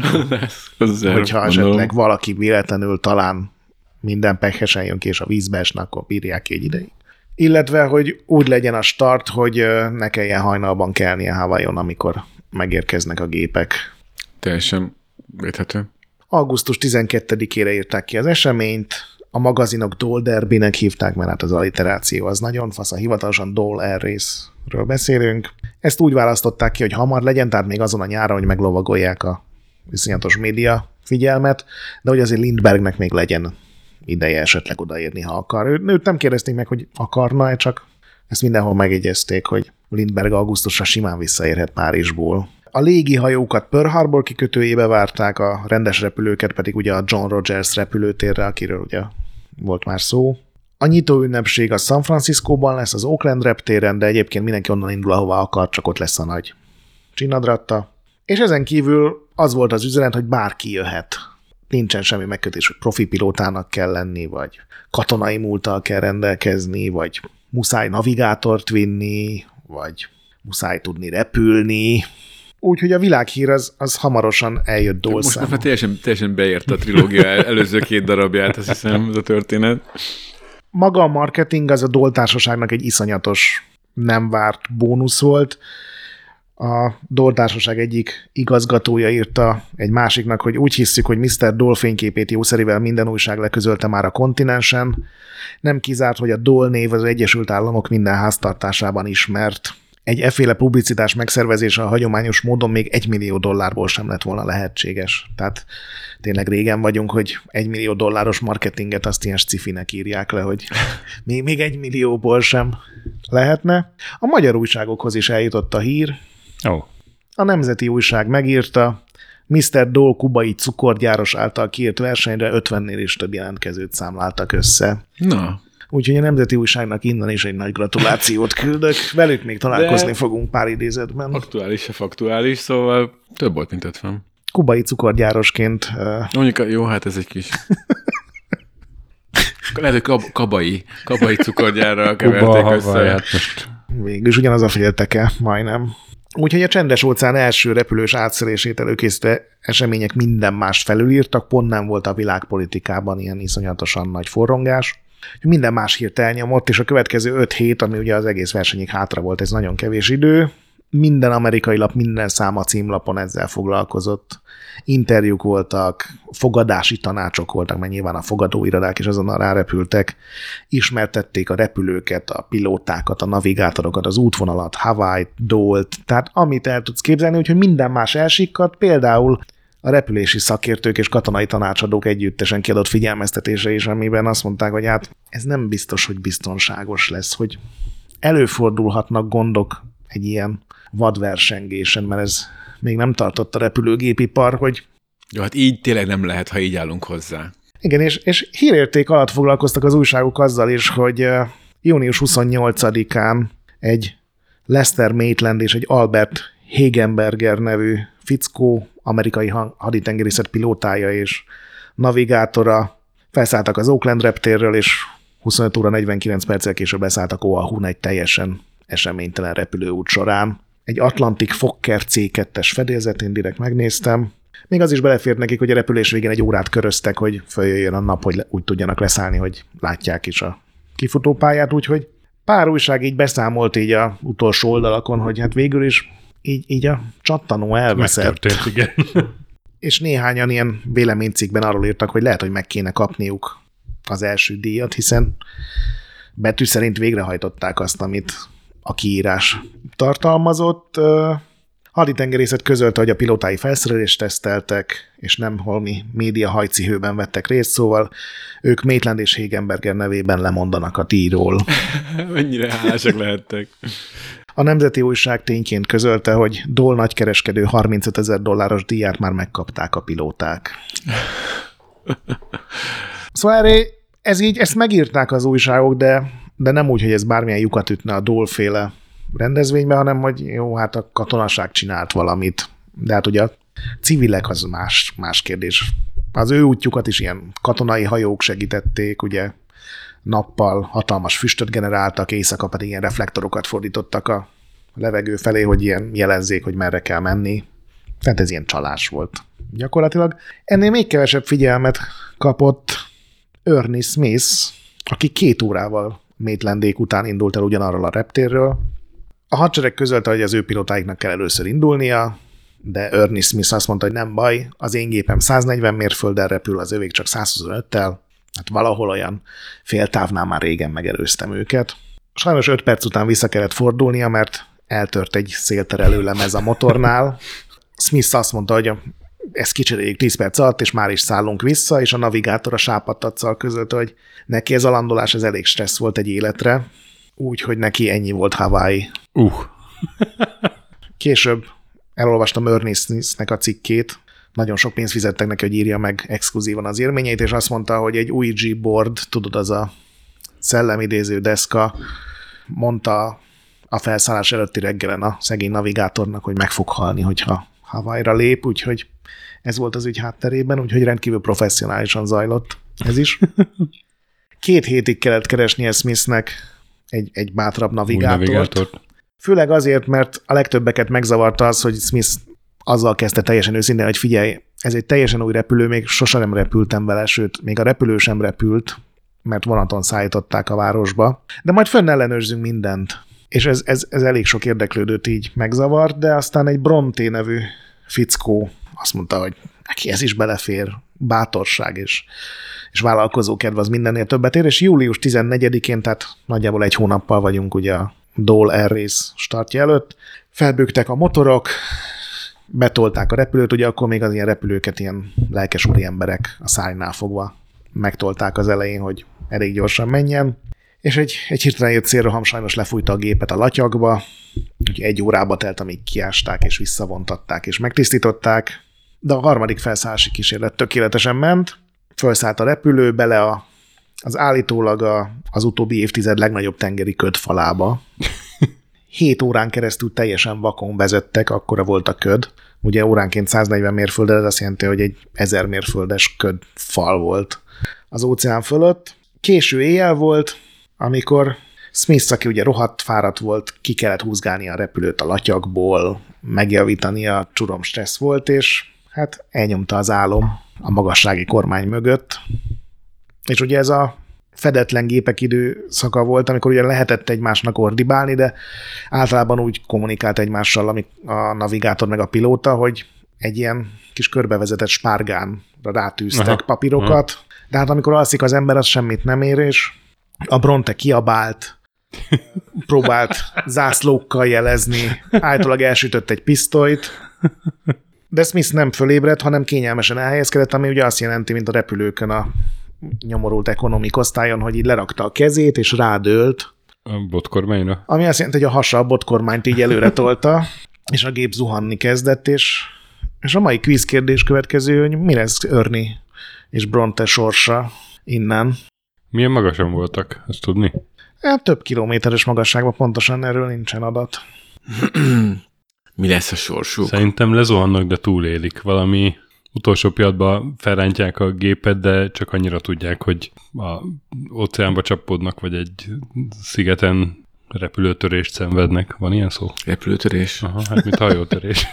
hogyha esetleg valaki véletlenül talán minden pehesen jön ki, és a vízbe esne, akkor bírják ki egy ideig. Illetve, hogy úgy legyen a start, hogy ne kelljen hajnalban kelnie Hawaiion, amikor megérkeznek a gépek. Teljesen érthető. augusztus tizenkettedikére írták ki az eseményt, a magazinok Dole Derbynek hívták, mert hát az alliteráció az nagyon fasz, a hivatalosan Dole Air Race-ről beszélünk. Ezt úgy választották ki, hogy hamar legyen, tehát még azon a nyáron, hogy meglovagolják a viszonyatos média figyelmet, de hogy azért Lindbergnek még legyen ideje esetleg odaérni, ha akar. Ő, őt nem kérdezték meg, hogy akarna-e, csak ezt mindenhol megjegyezték, hogy Lindberg augusztusra simán visszaérhet Párizsból. A légihajókat Pearl Harbor kikötőjébe várták, a rendes repülőket pedig ugye a John Rogers repülőtérre, akiről ugye volt már szó. A nyitó ünnepség a San Franciscóban lesz, az Oakland reptéren, de egyébként mindenki onnan indul, ahova akar, csak ott lesz a nagy csinadratta. És ezen kívül az volt az üzenet, hogy bárki jöhet. Nincsen semmi megkötés, hogy profi pilótának kell lenni, vagy katonai múlttal kell rendelkezni, vagy muszáj navigátort vinni, vagy muszáj tudni repülni. Úgyhogy a világhír az, az hamarosan eljött Dole Most számon. már teljesen, teljesen beérte a trilógia előző két darabját, azt hiszem, ez a történet. Maga a marketing az a Dole társaságnak egy iszonyatos, nem várt bónusz volt. A Dole társaság egyik igazgatója írta egy másiknak, hogy úgy hisszük, hogy miszter Dole fényképét jószerivel minden újság leközölte már a kontinensen. Nem kizárt, hogy a Dole név az Egyesült Államok minden háztartásában ismert. Egy efféle publicitás megszervezése a hagyományos módon még egy millió dollárból sem lett volna lehetséges. Tehát tényleg régen vagyunk, hogy egy millió dolláros marketinget azt ilyen sci-finek írják le, hogy még, még egy millióból sem lehetne. A magyar újságokhoz is eljutott a hír. Oh. A Nemzeti Újság megírta, miszter Dole kubai cukorgyáros által kiírt versenyre ötvennél is több jelentkezőt számláltak össze. Na. Úgyhogy a Nemzeti Újságnak innen is egy nagy gratulációt küldök. Velük még találkozni De fogunk pár idézetben. Aktuális se faktuális, szóval több volt, mint ötven. Kubai cukorgyárosként... Uh... Mondjuk, jó, hát ez egy kis... Lehet, hogy kab- kabai, kabai cukorgyárral keverték össze. Hát most... Végülis ugyanaz a félteke, majdnem. Úgyhogy a Csendes óceán első repülős átszerését előkészítő események minden mást felülírtak, pont nem volt a világpolitikában ilyen iszonyatosan nagy forrongás. Minden más hírt elnyomott, és a következő öt hét, ami ugye az egész versenyig hátra volt, ez nagyon kevés idő, minden amerikai lap, minden száma címlapon ezzel foglalkozott. Interjúk voltak, fogadási tanácsok voltak, mert nyilván a fogadóirodák is azonnal rárepültek, ismertették a repülőket, a pilótákat, a navigátorokat, az útvonalat, Hawaii-t, Dole-t, tehát amit el tudsz képzelni, úgyhogy minden más elsikkadt, például a repülési szakértők és katonai tanácsadók együttesen kiadott figyelmeztetése is, amiben azt mondták, hogy hát ez nem biztos, hogy biztonságos lesz, hogy előfordulhatnak gondok egy ilyen vadversengésen, mert ez még nem tartott a repülőgépipar, hogy... Jó, hát így tényleg nem lehet, ha így állunk hozzá. Igen, és, és hírérték alatt foglalkoztak az újságok azzal is, hogy június huszonnyolcadikán egy Lester Maitland és egy Albert Hagenberger nevű fickó, amerikai haditengerészet pilótája és navigátora felszálltak az Oakland reptérről, és huszonöt óra negyvenkilenc perccel később leszálltak Oahun egy teljesen eseménytelen repülőút során. Egy Atlantic Fokker cé kettes fedélzetén direkt megnéztem. Még az is belefért nekik, hogy a repülés végén egy órát köröztek, hogy följöjjön a nap, hogy úgy tudjanak leszállni, hogy látják is a kifutópályát, úgyhogy pár újság így beszámolt így a utolsó oldalakon, hogy hát végül is így, így a csattanó elveszett. Igen. És néhányan ilyen véleménycikkben arról írtak, hogy lehet, hogy meg kéne kapniuk az első díjat, hiszen betű szerint végrehajtották azt, amit a kiírás tartalmazott. Haditengerészet közölte, hogy a pilótái felszerelést teszteltek, és nem holmi média hajcihőben vettek részt, szóval ők Maitland és Hagenberger nevében lemondanak a díjról. Mennyire hálásak lehettek. A Nemzeti Újság tényként közölte, hogy Dole nagykereskedő harmincötezer dolláros díját már megkapták a pilóták. Szóval erre, ez így, ezt megírták az újságok, de, de nem úgy, hogy ez bármilyen lyukat ütne a Dole-féle rendezvénybe, hanem hogy jó, hát a katonaság csinált valamit. De hát ugye a civilek az más, más kérdés. Az ő útjukat is ilyen katonai hajók segítették, ugye nappal hatalmas füstöt generáltak, éjszaka pedig ilyen reflektorokat fordítottak a levegő felé, hogy ilyen jelezzék, hogy merre kell menni. Tehát ez ilyen csalás volt gyakorlatilag. Ennél még kevesebb figyelmet kapott Ernie Smith, aki két órával Maitlandék után indult el ugyanarról a reptérről. A hadsereg közölte, hogy az ő pilótáiknak kell először indulnia, de Ernie Smith azt mondta, hogy nem baj, az én gépem száznegyven mérfölddel repül, az övék csak százhuszonöttel, hát valahol olyan fél távnál már régen megelőztem őket. Sajnos öt perc után vissza kellett fordulnia, mert eltört egy szélterelő lemez a motornál. Smith azt mondta, hogy ezt kicseréljük tíz perc alatt, és már is szállunk vissza, és a navigátor a sápadtaccal közölte, hogy neki ez a landolás ez elég stressz volt egy életre, úgyhogy neki ennyi volt Hawaii. Uh. Később elolvastam Ernie Smithnek a cikkét, nagyon sok pénzt fizettek neki, hogy írja meg exkluzívan az élményeit, és azt mondta, hogy egy Ouija board, tudod, az a szellemidéző deszka, mondta a felszállás előtti reggelen a szegény navigátornak, hogy meg fog halni, hogyha Hawaii-ra lép, úgyhogy ez volt az ügy hátterében, úgyhogy rendkívül professzionálisan zajlott ez is. Két hétig kellett keresnie Smithnek egy, egy bátrabb navigátort. navigátort. Főleg azért, mert a legtöbbeket megzavarta az, hogy Smith azzal kezdte teljesen őszintén, hogy figyelj, ez egy teljesen új repülő, még sosem nem repültem vele, sőt, még a repülő sem repült, mert vonaton szállították a városba. De majd fönn ellenőrzünk mindent. És ez, ez, ez elég sok érdeklődőt így megzavart, de aztán egy Bronté nevű fickó azt mondta, hogy neki ez is belefér, bátorság és, és vállalkozókedv az mindennél többet ér, és július tizennegyedikén, tehát nagyjából egy hónappal vagyunk ugye a Dole Air Race startja előtt, felbőgtek a motorok, betolták a repülőt, ugye akkor még az ilyen repülőket ilyen lelkes úri emberek a szárnynál fogva megtolták az elején, hogy elég gyorsan menjen, és egy, egy hirtelen jött szélroham sajnos lefújta a gépet a latyagba, úgyhogy egy órába telt, amíg kiásták és visszavontatták és megtisztították, de a harmadik felszállási kísérlet tökéletesen ment, felszállt a repülő bele a, az állítólag a, az utóbbi évtized legnagyobb tengeri ködfalába. Hét órán keresztül teljesen vakon vezettek, akkora volt a köd. Ugye óránként száznegyven mérfölddel, ez azt jelenti, hogy egy ezer mérföldes ködfal volt az óceán fölött. Késő éjjel volt, amikor Smith, aki ugye rohadt fáradt volt, ki kellett húzgálni a repülőt a latyagból, megjavítani, a csurom stressz volt, és hát elnyomta az álom a magassági kormány mögött. És ugye ez a fedetlen gépek időszaka volt, amikor ugye lehetett egymásnak ordibálni, de általában úgy kommunikált egymással amik a navigátor meg a pilóta, hogy egy ilyen kis körbevezetett spárgánra rátűztek aha, papírokat, aha. De hát amikor alszik az ember, az semmit nem ér, és a Bronte kiabált, próbált zászlókkal jelezni, állítólag elsütött egy pisztolyt, de Smith nem fölébredt, hanem kényelmesen elhelyezkedett, ami ugye azt jelenti, mint a repülőkön a nyomorult ekonomik osztályon, hogy így lerakta a kezét, és rádőlt, A botkormányra? Ami azt jelenti, hogy a hasa a botkormányt így előre tolta, és a gép zuhanni kezdett, és, és a mai kvíz kérdés következő, hogy mi lesz Ernie és Bronte sorsa innen. Milyen magasan voltak, ezt tudni? Hát több kilométeres magasságban, pontosan erről nincsen adat. Mi lesz a sorsuk? Szerintem lezuhannak, de túlélik. Valami utolsó pillanatban felrántják a gépet, de csak annyira tudják, hogy a óceánba csapódnak, vagy egy szigeten repülőtörést szenvednek. Van ilyen szó? Repülőtörés? Aha, hát mint hajótörés.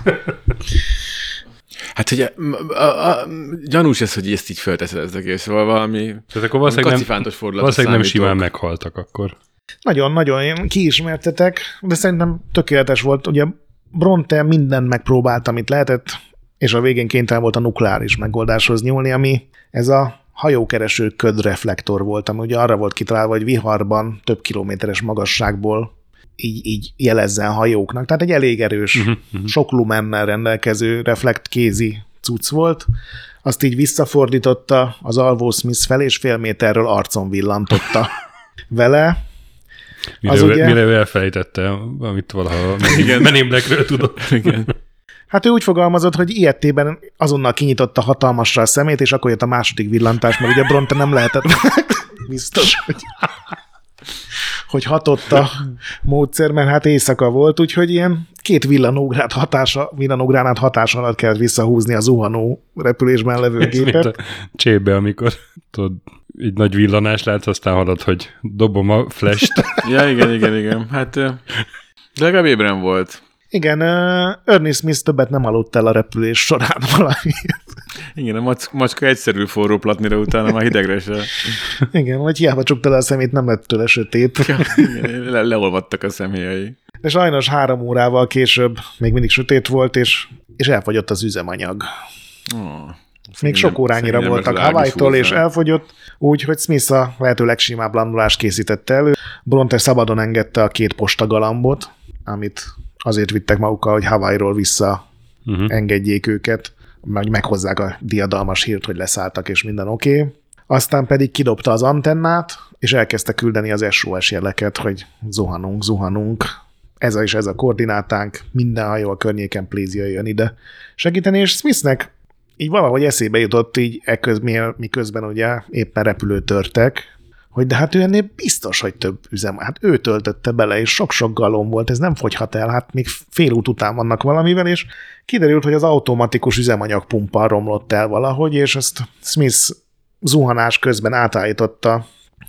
Hát ugye a, a, a, gyanús ez, hogy ezt így felteszed ez egész, szóval valami, Tehát akkor valószínűleg kacifántos fordulatot valószínűleg nem számítok. simán meghaltak akkor. Nagyon-nagyon kiismertetek, de szerintem tökéletes volt. Ugye Bronte mindent megpróbált, amit lehetett, és a végén kénytelen volt a nukleáris megoldáshoz nyúlni, ami ez a hajókereső ködreflektor volt, ami ugye arra volt kitalálva, hogy viharban több kilométeres magasságból így, így jelezzen hajóknak. Tehát egy elég erős, uh-huh, uh-huh. sok lumennel rendelkező reflektkézi cucc volt. Azt így visszafordította az alvó Smith fel, és fél méterről arcon villantotta vele. Mire, Az ő, ugye... mire ő elfelejtette, amit valaha Men in Blackről tudott. Igen. Hát ő úgy fogalmazott, hogy ilyettében azonnal kinyitotta hatalmasra a szemét, és akkor jött a második villantás, mert ugye Bronte nem lehetett biztos, hogy, hogy hatott a módszer, mert hát éjszaka volt, úgyhogy ilyen két villanógránát hatása, villanógránát hatása alatt kellett visszahúzni a zuhanó repülésben levő gépet. A csébe, amikor tudod, így nagy villanás látsz, aztán halad, hogy dobom a flash-t. Ja, igen, igen, igen. Hát de legalább ébren volt. Igen, uh, Ernie Smith többet nem aludt el a repülés során valamiért. Igen, a mac- macska egyszerű forró platnira, utána már hidegre se. Igen, vagy hiába csukta le a szemét, nem lett tőle sötét. Igen, le- leolvadtak a személyei. De sajnos három órával később még mindig sötét volt, és, és elfogyott az üzemanyag. Oh, Még sok órányira voltak Hawaii-tól, és elfogyott, úgyhogy Smith a lehető legsimább landolást készítette elő. Bronte szabadon engedte a két postagalambot, amit azért vittek magukkal, hogy Hawaii-ról vissza uh-huh. engedjék őket, meg meghozzák a diadalmas hírt, hogy leszálltak, és minden oké. Okay. Aztán pedig kidobta az antennát, és elkezdte küldeni az es o es jeleket, hogy zuhanunk, zuhanunk. Ez a is ez a koordinátánk, minden hajó a környéken, please jöjjön ide segíteni, és Smithnek így valahogy eszébe jutott így ekköz, miközben ugye éppen repülőtörtek, hogy de hát ő ennél biztos, hogy több üzem. Hát ő töltötte bele, és sok-sok galon volt, ez nem fogyhat el, hát még fél út után vannak valamivel, és kiderült, hogy az automatikus üzemanyagpumpa romlott el valahogy, és ezt Smith zuhanás közben átállította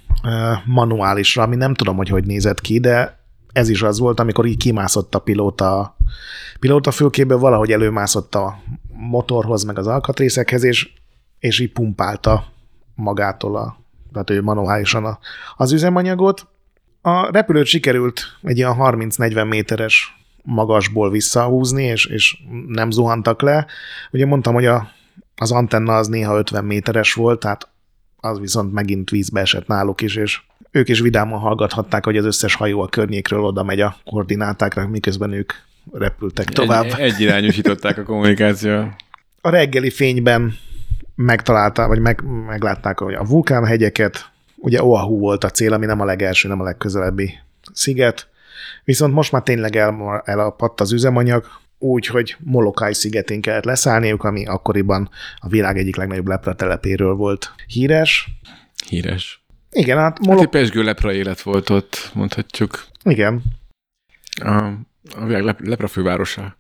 manuálisra, ami nem tudom, hogy hogy nézett ki, de ez is az volt, amikor így kimászott a pilóta, pilóta fülkéből, valahogy előmászott a motorhoz, meg az alkatrészekhez, és, és így pumpálta magától a tehát ő manuálisan a, az üzemanyagot. A repülőt sikerült egy ilyen harminc-negyven méteres magasból visszahúzni, és, és nem zuhantak le. Ugye mondtam, hogy a, az antenna az néha ötven méteres volt, tehát az viszont megint vízbe esett náluk is, és ők is vidáman hallgathatták, hogy az összes hajó a környékről oda megy a koordinátákra, miközben ők repültek tovább. Egy, egyirányosították a kommunikációt. A reggeli fényben megtalálták, vagy meg, meglátták hogy a vulkánhegyeket, ugye Oahu volt a cél, ami nem a legelső, nem a legközelebbi sziget, viszont most már tényleg el, elapadt az üzemanyag, úgyhogy Molokai szigetén kellett leszállniuk, ami akkoriban a világ egyik legnagyobb lepratelepéről volt híres. Híres. Igen, hát Molok... Hát egy pezsgő lepra élet volt ott, mondhatjuk. Igen. A, a világ lep- lepra fővárosa.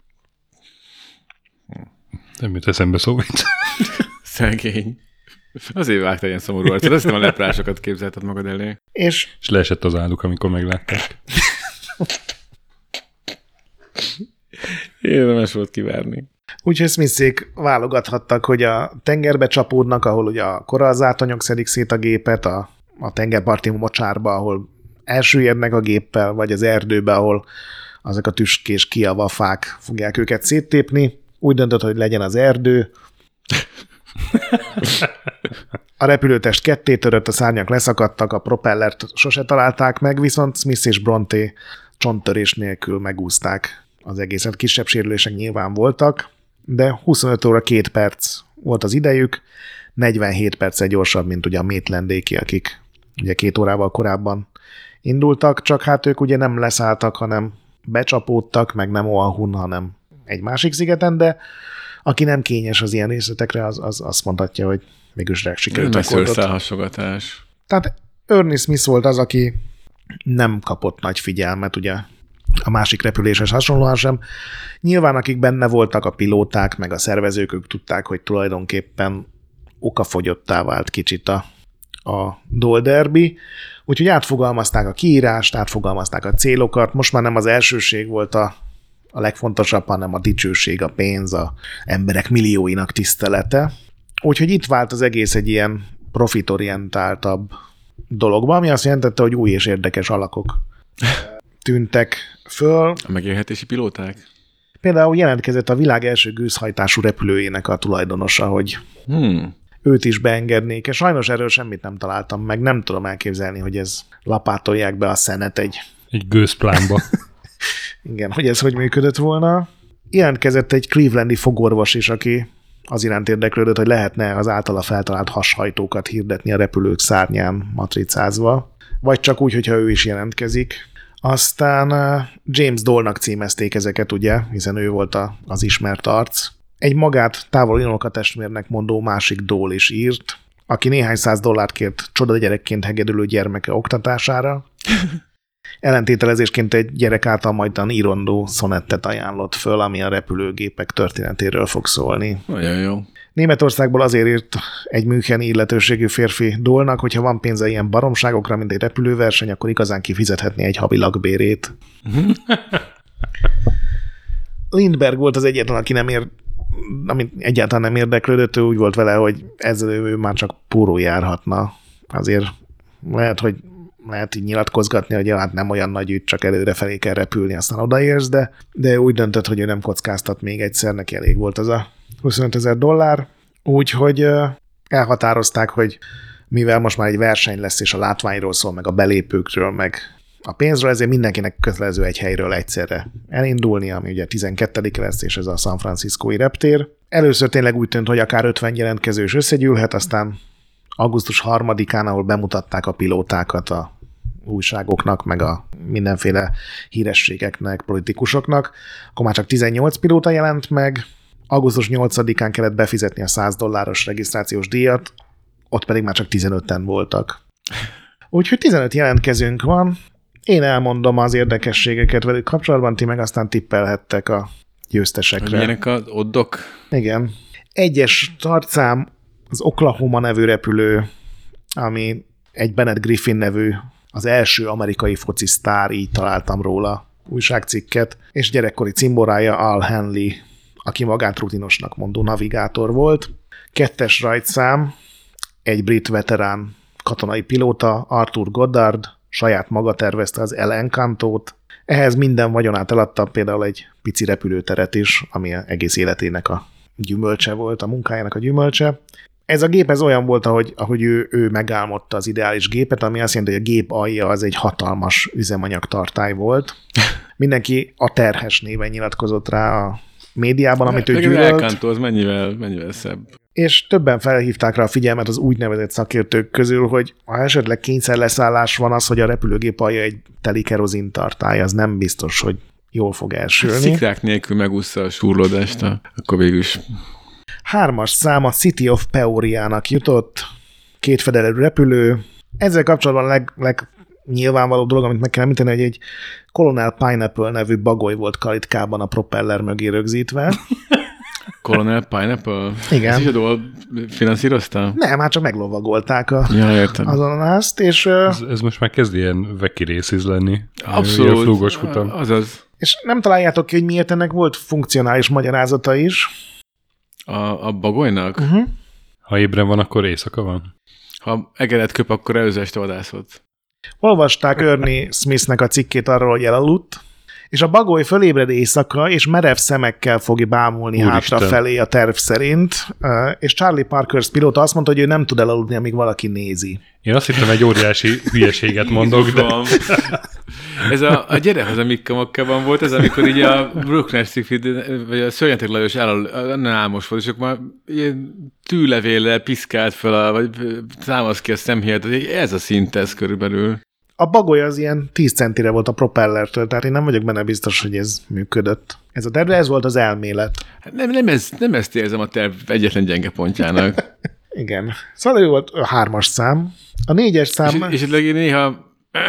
Nem jut eszembe szó, mint. Szegény. Azért vágtál ilyen szomorú arcot, azt hiszem a leprásokat képzelted magad elé. És, és leesett az álluk, amikor meglátták. Érdemes volt kivárni. Úgyhogy Smithék válogathattak, hogy a tengerbe csapódnak, ahol ugye a korallzátonyok szedik szét a gépet, a, a tengerparti mocsárba, ahol elsüllyednek a géppel, vagy az erdőbe, ahol azok a tüskés kiavafák fogják őket széttépni. Úgy döntött, hogy legyen az erdő. A repülőtest ketté törött, a szárnyak leszakadtak, a propellert sose találták meg, viszont Smith és Bronte csonttörés nélkül megúszták az egészet. Kisebb sérülések nyilván voltak, de huszonöt óra két perc volt az idejük, negyvenhét perccel gyorsabb, mint ugye a Maitlandéki, akik ugye két órával korábban indultak, csak hát ők ugye nem leszálltak, hanem becsapódtak, meg nem Oahun, hanem egy másik szigeten, de aki nem kényes az ilyen részletekre, az, az azt mondhatja, hogy mégis rá sikerült a kódot. Szőrszálhasogatás. Tehát Ernie Smith volt az, aki nem kapott nagy figyelmet, ugye a másik repüléshez hasonlóan sem. Nyilván akik benne voltak, a pilóták, meg a szervezők, ők tudták, hogy tulajdonképpen okafogyottá vált kicsit a, a Dole Derby, úgyhogy átfogalmazták a kiírást, átfogalmazták a célokat, most már nem az elsőség volt a, a legfontosabb, hanem a dicsőség, a pénz, a emberek millióinak tisztelete. Úgyhogy itt vált az egész egy ilyen profitorientáltabb dologba, ami azt jelentette, hogy új és érdekes alakok tűntek föl. A megélhetési pilóták? Például jelentkezett a világ első gőzhajtású repülőjének a tulajdonosa, hogy Hmm. őt is beengednék, és sajnos erről semmit nem találtam meg, nem tudom elképzelni, hogy ez lapátolják be a szenet egy... Egy gőzplánba. Igen, hogy ez hogy működött volna. Jelentkezett egy clevelandi fogorvos is, aki az iránt érdeklődött, hogy lehetne az általa feltalált hashajtókat hirdetni a repülők szárnyán matricázva, vagy csak úgy, hogyha ő is jelentkezik. Aztán James Dole-nak címezték ezeket, ugye, hiszen ő volt a, az ismert arc. Egy magát távoli unokatestvérnek mondó másik Dole is írt, aki néhány száz dollárt kért csodagyerekként hegedülő gyermeke oktatására. Ellentételezésként egy gyerek által majdan írandó szonettet ajánlott föl, ami a repülőgépek történetéről fog szólni. Nagyon jó. Németországból azért írt egy müncheni illetőségű férfi Dole-nak, hogyha van pénze ilyen baromságokra, mint egy repülőverseny, akkor igazán kifizethetné egy havi lakbérét. Lindbergh volt az egyetlen, aki nem ér, amit egyáltalán nem érdeklődött, ő úgy volt vele, hogy ezzel ő már csak póró járhatna. Azért lehet, hogy lehet így nyilatkozgatni, hogy hát nem olyan nagy ügy, csak előrefelé kell repülni, aztán odaérsz, de, de úgy döntött, hogy ő nem kockáztat még egyszer, neki elég volt az a huszonötezer dollár, úgyhogy elhatározták, hogy mivel most már egy verseny lesz, és a látványról szól, meg a belépőkről, meg a pénzről, ezért mindenkinek kötelező egy helyről egyszerre elindulni, ami ugye tizenkettedik lesz, és ez a San Franciscói reptér. Először tényleg úgy tűnt, hogy akár ötven jelentkezős összegyűlhet, aztán augusztus harmadikán, ahol bemutatták a pilótákat a újságoknak, meg a mindenféle hírességeknek, politikusoknak, akkor már csak tizennyolc pilóta jelent meg, augusztus nyolcadikán kellett befizetni a száz dolláros regisztrációs díjat, ott pedig már csak tizenöten voltak. Úgyhogy tizenöt jelentkezőnk van, én elmondom az érdekességeket velük kapcsolatban, ti meg aztán tippelhettek a győztesekre. Milyenek az oddok? Igen. Egyes tartszám az Oklahoma nevű repülő, ami egy Bennett Griffin nevű, az első amerikai foci sztár, így találtam róla újságcikket, és gyerekkori cimborája Al Henley, aki magát rutinosnak mondó navigátor volt. Kettes rajtszám, egy brit veterán katonai pilóta, Arthur Goddard, saját maga tervezte az El Encantót. Ehhez minden vagyonát eladta, például egy pici repülőteret is, ami egész életének a gyümölcse volt, a munkájának a gyümölcse. Ez a gép ez olyan volt, ahogy, ahogy ő, ő megálmodta az ideális gépet, ami azt jelenti, hogy a gép alja az egy hatalmas üzemanyagtartály volt. Mindenki a terhes néven nyilatkozott rá a médiában, amit ő gyűlölt. Az Encanto az mennyivel, mennyivel szebb. És többen felhívták rá a figyelmet az úgynevezett szakértők közül, hogy ha esetleg kényszerleszállás van, az, hogy a repülőgép alja egy teli kerozintartály, az nem biztos, hogy jól fog elsülni. Szikrák nélkül megúszza a súrlódást, akkor végül is. Hármas szám a City of Peoriának jutott, két fedelelő repülő. Ezzel kapcsolatban a leg, leg nyilvánvaló dolog, amit meg kell említeni, hogy egy Colonel Pineapple nevű bagoly volt kalitkában a propeller mögé rögzítve. Colonel Pineapple? Igen. Ez is a Dole finanszírozta? Nem, már csak meglovagolták a, ja, értem. az ananászt, és... Ez, ez most már kezd ilyen veki részíz lenni. Abszolút. Ilyen flúgos futam. Azaz. És nem találjátok ki, hogy miért ennek volt funkcionális magyarázata is. A, a bagolynak? Uh-huh. Ha ébren van, akkor éjszaka van? Ha egeret köp, akkor előző este vadászott. Olvasták Ernie Smithnek a cikkét arról, hogy elaludt, és a bagoly fölébred éjszaka, és merev szemekkel fogja bámulni Úristen. hátrafelé a terv szerint, és Charlie Parker pilóta azt mondta, hogy ő nem tud elaludni, amíg valaki nézi. Én azt hittem, egy óriási hülyeséget mondok, de... Ez a, a Gyere haza Mikka Makkában volt, ez amikor így a Bruckner Siegfried, vagy a Szörnyetek Lajos álmos volt, és akkor már ilyen tűlevéllel piszkált fel, a, vagy támasz ki a szemhéját, hogy ez a szint ez körülbelül. A bagoly az ilyen tíz centire volt a propellertől, tehát én nem vagyok benne biztos, hogy ez működött. Ez a terv, ez volt az elmélet. Nem, nem, ez, nem ezt érzem a terv egyetlen gyenge pontjának. Igen. Szóval ő volt a hármas szám. A négyes szám... És, és esetleg néha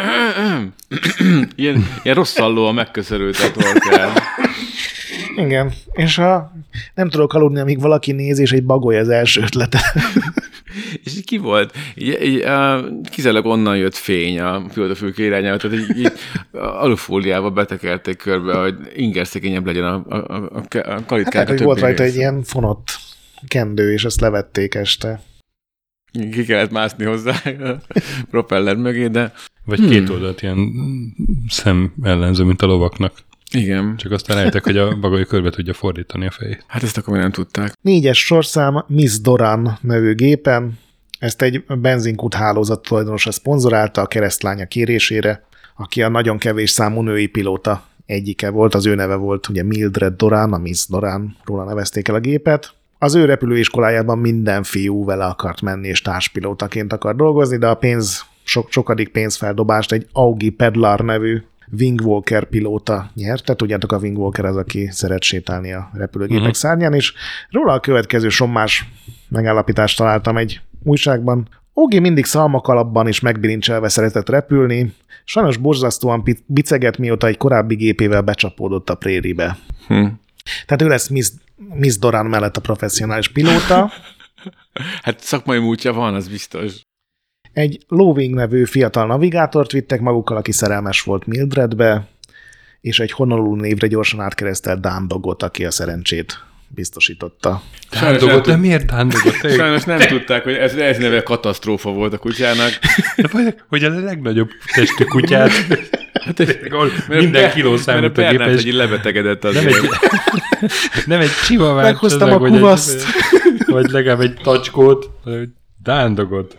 ilyen, ilyen rosszallóan megköszörültet volt el. Igen. És ha nem tudok aludni, amíg valaki néz, és egy bagoly az első ötlete. És ki volt? Kizárólag onnan jött fény a pilótafülke irányába, tehát így, így alufóliába betekerték körbe, hogy ingerszekényebb legyen a, a, a, a kalitkák. Hát, hogy volt rajta egy ilyen fonott kendő, és ezt levették este. Ki kellett mászni hozzá a propeller mögé, de... Vagy hmm. két oldalt ilyen szem ellenző, mint a lovaknak. Igen. Csak aztán rájöttek, hogy a bagoly körbe tudja fordítani a fejét. Hát ezt akkor nem tudták. Négyes sorszám Miss Doran nevű gépen. Ezt egy benzinkút hálózat tulajdonosa szponzorálta a keresztlánya kérésére, aki a nagyon kevés számú női pilóta egyike volt. Az ő neve volt ugye Mildred Doran, a Miss Doran, róla nevezték el a gépet. Az ő repülőiskolájában minden fiú vele akart menni, és társpilótaként akar dolgozni, de a pénz, sok, sokadik pénzfeldobást egy Augie Pedlar nevű Wingwalker pilóta nyerte. Tudjátok, a Wingwalker az, aki szeret sétálni a repülőgépek uh-huh. szárnyán, és róla a következő sommás megállapítást találtam egy újságban. Augie mindig szalmakalapban és megbilincselve szeretett repülni, sajnos borzasztóan biceget, mióta egy korábbi gépével becsapódott a préribe. Hmm. Tehát ő lesz Miss, Miss Doran mellett a professzionális pilóta. Hát szakmai múltja van, az biztos. Egy Loving nevű fiatal navigátort vittek magukkal, aki szerelmes volt Mildredbe, és egy Honolulu névre gyorsan átkeresztelt Dándogot, aki a szerencsét biztosította. Dándogot, de miért Dándogot? Sajnos nem tudták, hogy ez, ez neve katasztrófa volt a kutyának. Hogy a legnagyobb testű kutyát, hát egy, minden kiló számít a gépes. Mert lebetegedett azért. Nem egy, nem egy csivavát. Meghoztam a kuvaszt. Vagy legalább egy tacskót, vagy Dándogot.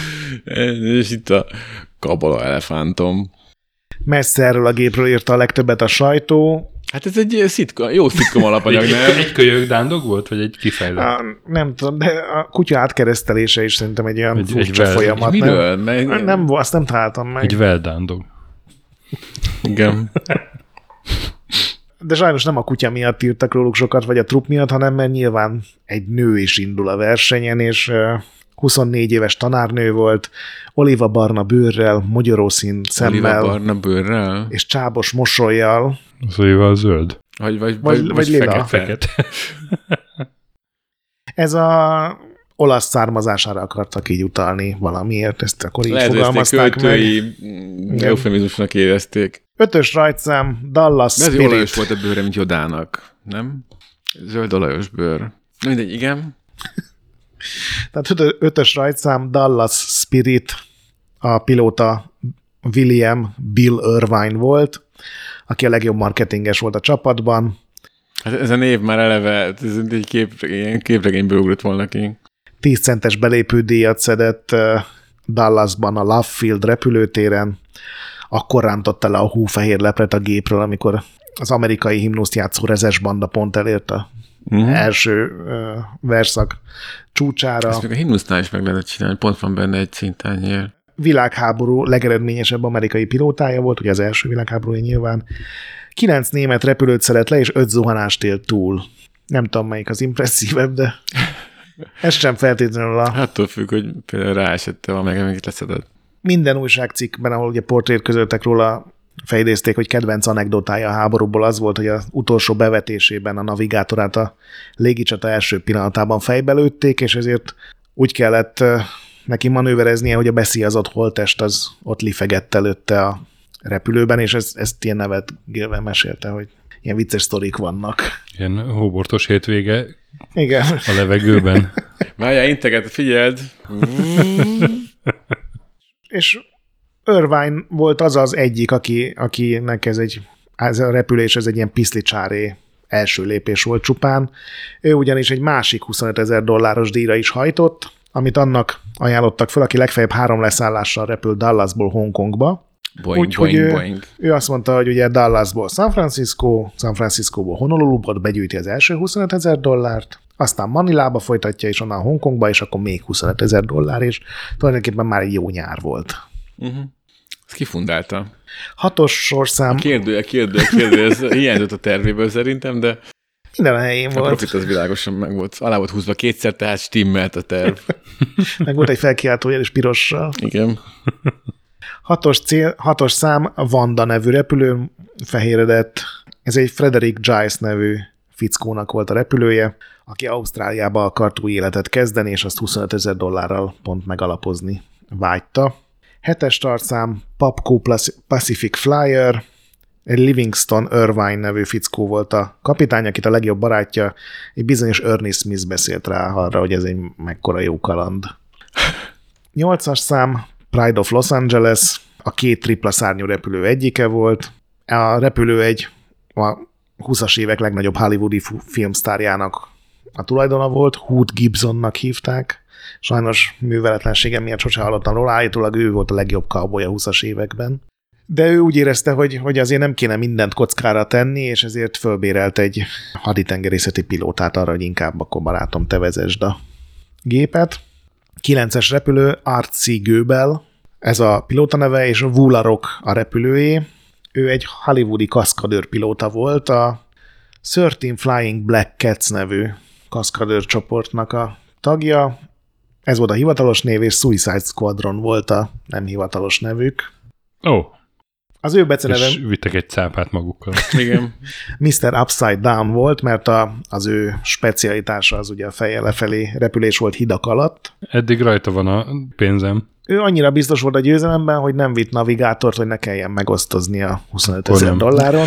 És itt a kabala elefántom. Messze erről a gépről írta a legtöbbet a sajtó. Hát ez egy szitka, jó szitkom alapanyag, egy, nem? Egy kölyök dándog volt, vagy egy kifejlett? A, nem tudom, de a kutya átkeresztelése is szerintem egy olyan egy, furcsa egy folyamat. Miről? Nem, Meg... nem, azt nem találtam meg. Egy veldándog. Igen. De sajnos nem a kutya miatt írtak róluk sokat, vagy a trupp miatt, hanem mert nyilván egy nő is indul a versenyen, és huszonnégy éves tanárnő volt, oliva barna bőrrel, mogyorószín szemmel, oliva barna bőrrel, és csábos mosollyal. Az oliva zöld. Vagy, vagy, vagy, vagy, vagy lila. Fekete. Ez a olasz származására akartak így utalni valamiért, ezt akkor így lehet, fogalmazták meg. Lehet, eufemizmusnak érezték. Ötös rajtszám, Dallas de ez Spirit. olajos volt a bőre, mint Jodának, nem? Zöld olajos bőr. Mindegy, igen. Tehát ötös rajtszám, Dallas Spirit, a pilóta William Bill Irvine volt, aki a legjobb marketinges volt a csapatban. Hát ez a név már eleve, ez egy kép, ilyen képregényből ugrott volna ki. tíz centes belépődíjat szedett Dallasban a Love Field repülőtéren, akkor rántotta le a hófehér leplet a gépről, amikor az amerikai himnuszt játszó rezes banda pont elért a uh-huh. első uh, verszak csúcsára. Ezt még a himnusznál is meg lehetett csinálni, pont van benne egy szintányér. Világháború legeredményesebb amerikai pilótája volt, ugye az első világháborúja nyilván. Kilenc német repülőt szedett le, és öt zuhanást élt túl. Nem tudom, melyik az impresszívebb, de ez sem feltétlenül a... Attól függ, hogy például ráesette, amelyek még leszedett. Minden újságcikkben, ahol ugye portrét közöltek róla, felidézték, hogy kedvenc anekdotája a háborúból az volt, hogy az utolsó bevetésében a navigátorát a légicsata első pillanatában fejbe lőtték, és ezért úgy kellett neki manővereznie, hogy a beszíjazott holttest az ott lifegett előtte a repülőben, és ezt, ezt ilyen nevet Gilve mesélte, hogy ilyen vicces sztorik vannak. Ilyen hóbortos hétvége igen. A levegőben. Várjál, integet, figyeld! És Irvine volt az az egyik, aki, akinek ez egy, ez a repülés, ez egy ilyen piszlicsáré első lépés volt csupán. Ő ugyanis egy másik huszonötezer dolláros díjra is hajtott, amit annak ajánlottak fel, aki legfeljebb három leszállással repült Dallasból Hongkongba. Boing, Úgy, boing, hogy ő, boing. ő azt mondta, hogy ugye Dallasból San Francisco, San Franciscóból Honoluluba begyűjti az első huszonötezer dollárt, aztán Manilába folytatja, és onnan Hongkongba, és akkor még huszonötezer dollár, és tulajdonképpen már egy jó nyár volt. Uh-huh. Ezt kifundálta. Hatos sorszám... Kérdője, kérdője, kérdője. Ez hiányzott a tervéből szerintem, de minden a helyén a volt. profit az világosan meg volt. Alá volt húzva kétszer, tehát stimmelt a terv. Meg volt egy felkiáltójel és pirossal. Igen. Hatos, cél, hatos szám a Vanda nevű repülő, fehéredett. Ez egy Frederick Giles nevű fickónak volt a repülője, aki Ausztráliába akart új életet kezdeni, és azt huszonöt ezer dollárral pont megalapozni vágyta. Hetes tartszám Papco Pacific Flyer, egy Livingston Irvine nevű fickó volt a kapitány, akit a legjobb barátja, egy bizonyos Ernie Smith beszélt rá arra, hogy ez egy mekkora jó kaland. Nyolcas szám Pride of Los Angeles, a két tripla szárnyú repülő egyike volt. A repülő egy a húszas évek legnagyobb hollywoodi filmsztárjának a tulajdona volt, Hoot Gibsonnak hívták. Sajnos műveletlensége miatt sose hallottam róla, állítólag ő volt a legjobb cowboy a húszas években. De ő úgy érezte, hogy, hogy azért nem kéne mindent kockára tenni, és ezért fölbérelt egy haditengerészeti pilótát arra, hogy inkább akkor barátom, te vezesd a gépet. Kilences repülő Artsy Göbel, ez a pilóta neve, és Vularok a repülőjé. Ő egy hollywoodi kaszkadőr pilóta volt, a tizenhárom Flying Black Cats nevű kaszkadőr csoportnak a tagja. Ez volt a hivatalos név, és Suicide Squadron volt a nem hivatalos nevük. Ó. Oh. Az ő beceneve... És vittek egy cápát magukkal. Igen. miszter Upside Down volt, mert a, az ő specialitása az ugye a feje lefelé repülés volt hidak alatt. Eddig rajta van a pénzem. Ő annyira biztos volt a győzelemben, hogy nem vitt navigátort, hogy ne kelljen megosztozni a huszonöt ezer dolláron.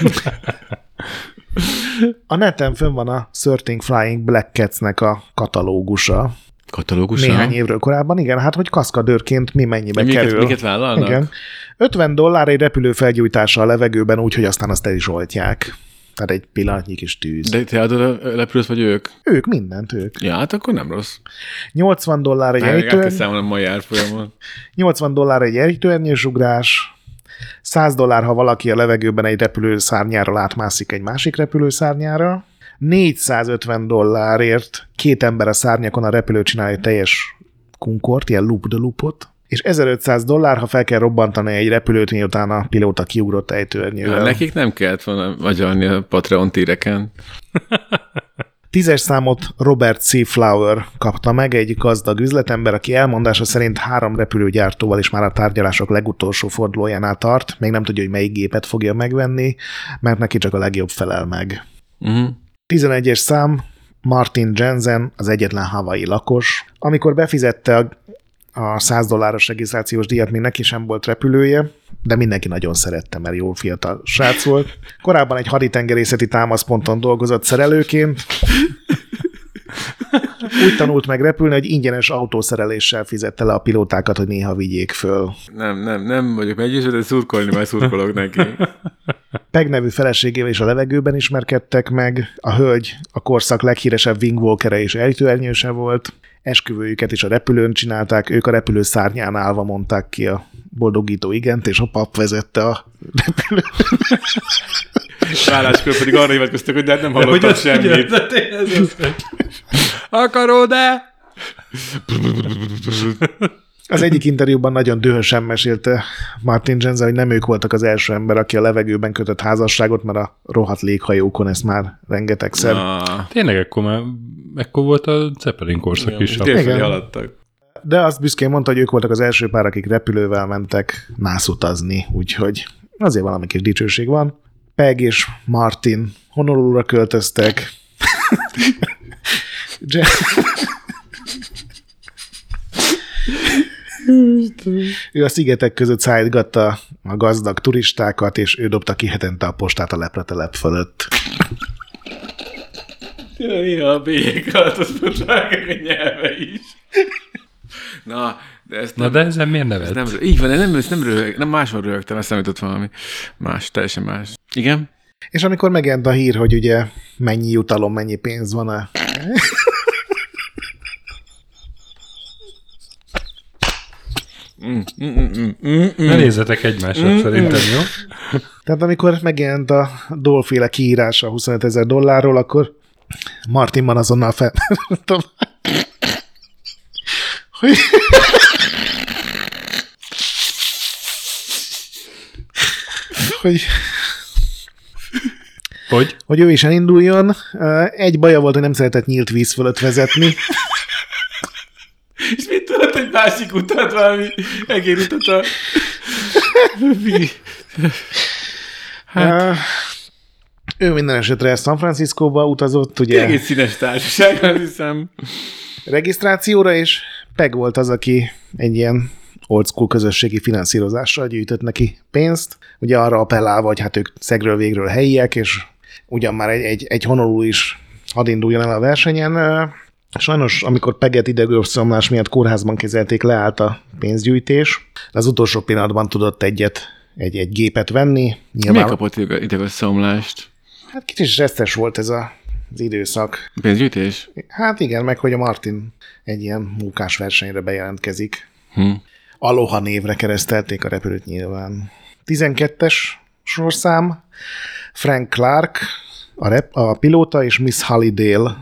A neten fönn van a tizenhárom Flying Black Cats-nek a katalógusa. Katalógusa? Néhány évről korábban, igen, hát hogy kaszkadőrként mi mennyibe miket, kerül. Miket vállalnak? Igen. ötven dollár egy repülő felgyújtása a levegőben úgy, hogy aztán azt el is oltják. Tehát egy pillanatnyi kis tűz. De te adod a repülőt, vagy ők? Ők, mindent ők. Ja, hát akkor nem rossz. nyolcvan dollár egy ejtőernyős. mai árfolyamon. nyolcvan dollár egy ejtőernyős ugrás. száz dollár, ha valaki a levegőben egy repülő szárnyáról átmászik egy másik repülő szárnyára. négyszázötven dollárért két ember a szárnyakon a repülő csinál egy teljes kunkort, ilyen loop de loopot, és ezerötszáz dollár, ha fel kell robbantani egy repülőt, miután a pilóta kiugrott ejtőernyővel. Ja, nekik nem kellett volna magyalni a Patreon tíreken. Tízes számot Robert C. Flower kapta meg, egy gazdag üzletember, aki elmondása szerint három repülőgyártóval is már a tárgyalások legutolsó fordulójánál tart, még nem tudja, hogy melyik gépet fogja megvenni, mert neki csak a legjobb felel meg. Uh-huh. tizenegyes szám Martin Jensen, az egyetlen hawaii lakos. Amikor befizette a, a száz dolláros regisztrációs díjat, még neki sem volt repülője, de mindenki nagyon szerette, mert jó fiatal srác volt. Korábban egy haditengerészeti támaszponton dolgozott szerelőként. Úgy tanult meg repülni, hogy ingyenes autószereléssel fizette le a pilótákat, hogy néha vigyék föl. Nem, nem, nem vagyok meggyőződve, de szurkolni már szurkolok neki. Peg nevű feleségével is a levegőben ismerkedtek meg. A hölgy a korszak leghíresebb wingwalkere és ejtőernyőse volt. Esküvőjüket is a repülőn csinálták, ők a repülő szárnyán állva mondták ki a boldogító igent, és a pap vezette a repülőt. Válláskor pedig arra hivatkoztak, hogy de hát nem hallottam semmit. Akarod-e? Az egyik interjúban nagyon dühösen mesélte Martin Jensen, hogy nem ők voltak az első ember, aki a levegőben kötött házasságot, mert a rohadt léghajókon ezt már rengetegszer. Ah. Tényleg ekkor már ekkor volt a Zeppelin korszak is. Délfelé haladtak. De azt büszkén mondta, hogy ők voltak az első pár, akik repülővel mentek nászutazni, úgyhogy azért valami kis dicsőség van. Peg és Martin Honolulura költöztek. Ő a szigetek között szállítgatta a gazdag turistákat, és ő dobta ki hetente a postát a lepratelep fölött. Néha a bélyek alatt az pocsákák a nyelve is. Na, de ezt nem, Na, de ezen miért nevet? nem, így van, nem, nem, röhög, nem máshol röhögtem, ezt számított valami más, teljesen más. Igen? És amikor megjelent a hír, hogy ugye mennyi jutalom, mennyi pénz van a... Mm, mm, mm, mm, mm. Ne nézzetek egymásra, mm, szerintem, jó? Tehát amikor megjelent a Dole-féle kiírása huszonöt ezer dollárról, akkor Martinban azonnal fel... hogy... hogy... Hogy? Hogy ő is elinduljon. Egy baja volt, hogy nem szeretett nyílt víz fölött vezetni. És mit tudod, egy másik utat, valami egérutat a... hát... Uh, ő minden esetre San Franciscóba utazott, ugye... Egész színes társaság, azt hiszem. Regisztrációra, és Peg volt az, aki egy ilyen old school közösségi finanszírozással gyűjtött neki pénzt. Ugye arra appellálva, hogy hát ők szegről végről helyiek, és ugyan már egy, egy, egy Honolulu is hadd induljon el a versenyen. Sajnos, amikor Peget idegőrszomlás miatt kórházban kezelték, leállt a pénzgyűjtés. De az utolsó pillanatban tudott egyet, egy, egy gépet venni. Nyilván... Miért kapott idegőrszomlást? Hát kicsit stresszes volt ez a, az időszak. Pénzgyűjtés? Hát igen, meg hogy a Martin egy ilyen munkás versenyre bejelentkezik. Hm. Aloha névre keresztelték a repülőt nyilván. tizenkettes sorszám, Frank Clark, a, rep, a pilóta, és Miss Hallidale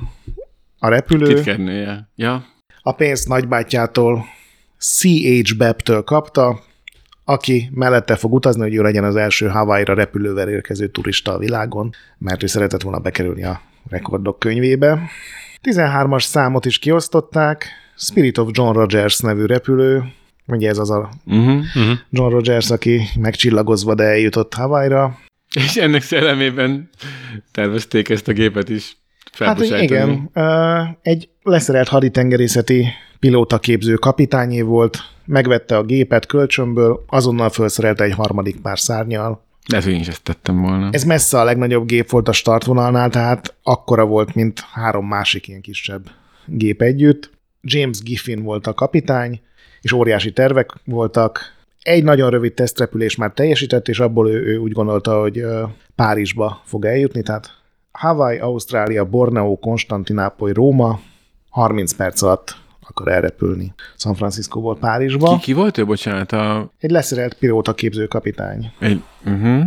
a repülő. Titkernője. Ja. A pénzt nagybátyjától, C H Bepp-től kapta, aki mellette fog utazni, hogy ő legyen az első Hawaii-ra repülővel érkező turista a világon, mert ő szeretett volna bekerülni a rekordok könyvébe. tizenhármas számot is kiosztották, Spirit of John Rogers nevű repülő, ugye ez az a uh-huh. John Rogers, aki megcsillagozva, de eljutott Hawaii-ra. És ennek szellemében tervezték ezt a gépet is felbocsájtani. Hát igen, egy leszerelt haditengerészeti pilótaképző kapitányé volt, megvette a gépet kölcsönből, azonnal felszerelte egy harmadik pár szárnyal. Lehet, hogy én is ezt tettem volna. Ez messze a legnagyobb gép volt a startvonalnál, tehát akkora volt, mint három másik ilyen kisebb gép együtt. James Giffin volt a kapitány, és óriási tervek voltak. Egy nagyon rövid tesztrepülés már teljesített, és abból ő, ő úgy gondolta, hogy Párizsba fog eljutni, tehát Hawaii, Ausztrália, Borneo, Konstantinápoly, Róma, harminc perc alatt akar elrepülni San Franciscóból Párizsba. Ki, ki volt ő, bocsánat? A... Egy leszerelt pilótaképző kapitány. Egy, uh-huh.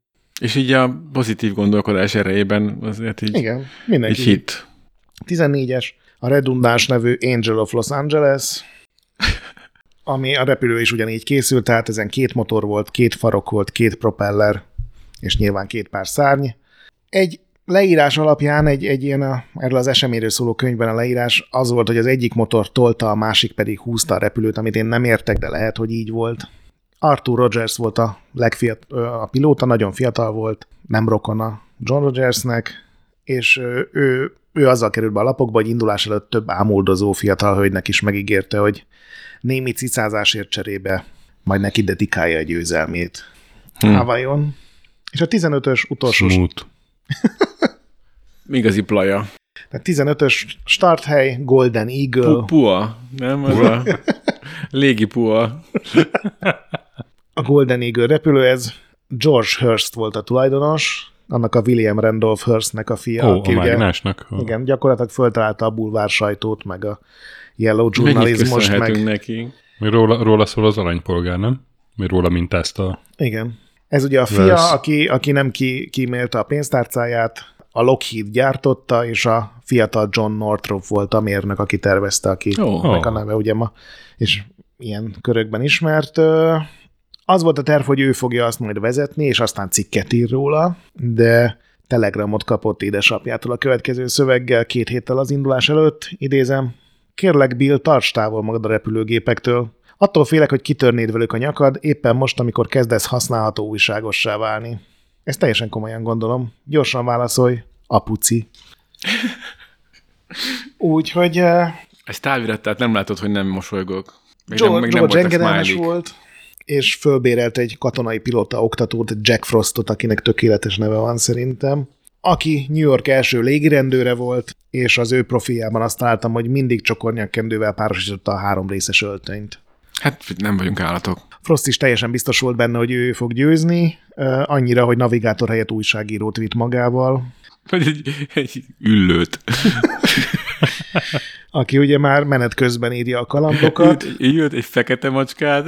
És így a pozitív gondolkodás erejében azért így, igen, mindenki. így hit. tizennégyes, a redundáns nevű Angel of Los Angeles, ami a repülő is ugyanígy készült, tehát ezen két motor volt, két farok volt, két propeller, és nyilván két pár szárny. Egy leírás alapján, egy, egy ilyen a, erről az eseményről szóló könyvben a leírás az volt, hogy az egyik motor tolta, a másik pedig húzta a repülőt, amit én nem értek, de lehet, hogy így volt. Arthur Rogers volt a legfiat, a pilóta, nagyon fiatal volt, nem rokona John Rogersnek, és ő, ő azzal került be a lapokba, hogy indulás előtt több ámuldozó fiatal hölgynek is megígérte, hogy némi cicázásért cserébe majd neki dedikálja a győzelmét hmm. Hawaiion. És a tizenötös utolsó... Smooth. Igazi plaja. Tehát tizenötös starthely, Golden Eagle. Pu- pua, nem? Az a légi pua. A Golden Eagle repülő, ez George Hurst volt a tulajdonos, annak a William Randolph Hearstnek a fia. Ó, a mágnásnak. Ugye, igen, gyakorlatilag föltalálta a bulvár sajtót, meg a yellow journalizmust. Meg... neki. Róla, róla szól az aranypolgár, nem? Mi róla mintázta. Igen. Ez ugye a fia, aki, aki nem ki, kímélte a pénztárcáját, a Lockheed gyártotta, és a fiatal John Northrop volt a mérnök, aki tervezte, aki oh. meg a neve ugye ma, és ilyen körökben ismert. Az volt a terv, hogy ő fogja azt majd vezetni, és aztán cikket ír róla, de telegramot kapott édesapjától a következő szöveggel két héttel az indulás előtt, idézem, kérlek Bill, tarts távol magad a repülőgépektől. Attól félek, hogy kitörnéd velük a nyakad, éppen most, amikor kezdesz használható újságossá válni. Ezt teljesen komolyan gondolom. Gyorsan válaszolj, apuci. Úgyhogy... Uh, Ez távirat, tehát nem látod, hogy nem mosolygok. Még George, nem, még George nem engedelmes volt, és fölbérelt egy katonai pilóta oktatót, Jack Frostot, akinek tökéletes neve van szerintem, aki New York első légirendőre volt, és az ő profiljában azt találtam, hogy mindig csokornyakkendővel párosította a három részes öltönyt. Hát nem vagyunk állatok. Frost is teljesen biztos volt benne, hogy ő fog győzni, annyira, hogy navigátor helyett újságírót vitt magával. Vagy egy, egy üllőt. Aki ugye már menet közben írja a kalandokat. Így jött egy fekete macskát,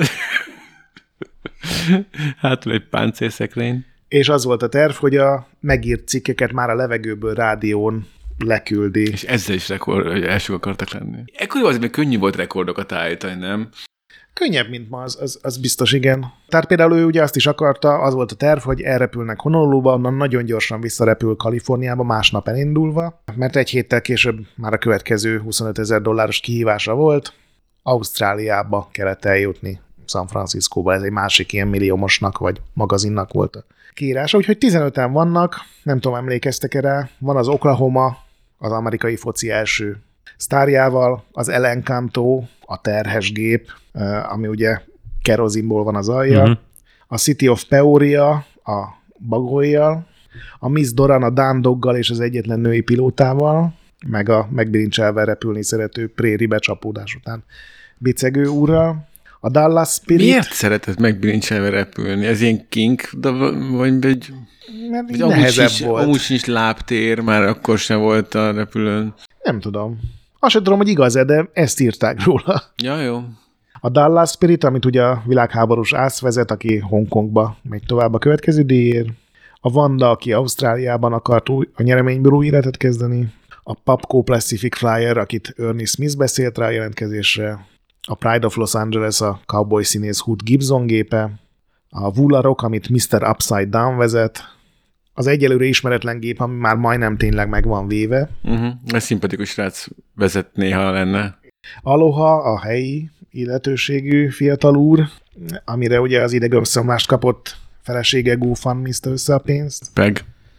hátul egy páncélszekrény. És az volt a terv, hogy a megírt cikkeket már a levegőből rádión leküldi. És ezzel is rekord, hogy elsők akartak lenni. Ekkor azért még könnyű volt rekordokat állítani, nem? Könnyebb, mint ma, az, az, az biztos, igen. Tehát például ő ugye azt is akarta, az volt a terv, hogy elrepülnek Honoluluba, onnan nagyon gyorsan visszarepül Kaliforniába, másnap elindulva, mert egy héttel később már a következő huszonötezer dolláros kihívása volt, Ausztráliába kellett eljutni, San Franciscóba, ez egy másik ilyen milliómosnak vagy magazinnak volt a kiírása, úgyhogy tizenöten vannak, nem tudom, emlékeztek rá, van az Oklahoma, az amerikai foci első sztárjával, az El Encanto, a terhes gép, ami ugye kerozinból van az alja, uh-huh. a City of Peoria, a bagollyal, a Miss Doran a Dándoggal és az egyetlen női pilótával, meg a megbilincselve repülni szerető préri becsapódás után bicegő úrral, a Dallas Spirit. Miért szeretett megbilincselve repülni? Ez ilyen kink, de vagy egy... Mert vagy nehezebb sincs, volt. Amúgy sincs lábtér, már akkor sem volt a repülőn. Nem tudom. Azt sem tudom, hogy igaz-e, de ezt írták róla. Ja, jó. A Dallas Spirit, amit ugye a világháborús ász vezet, aki Hongkongba megy tovább a következő díjért. A Wanda, aki Ausztráliában akart új, a nyereményből új életet kezdeni. A Papco Pacific Flyer, akit Ernie Smith beszélt rá a jelentkezésre. A Pride of Los Angeles, a cowboy színész Hood Gibson gépe. A Vularok, amit miszter Upside Down vezet. Az egyelőre ismeretlen gép, ami már majdnem tényleg meg van véve. Uh-huh. Ez szimpatikus srác vezet néha lenne. Aloha, a helyi illetőségű fiatal úr, amire ugye az idegösszomlást kapott felesége GoFundMe-zte össze a pénzt. Peg.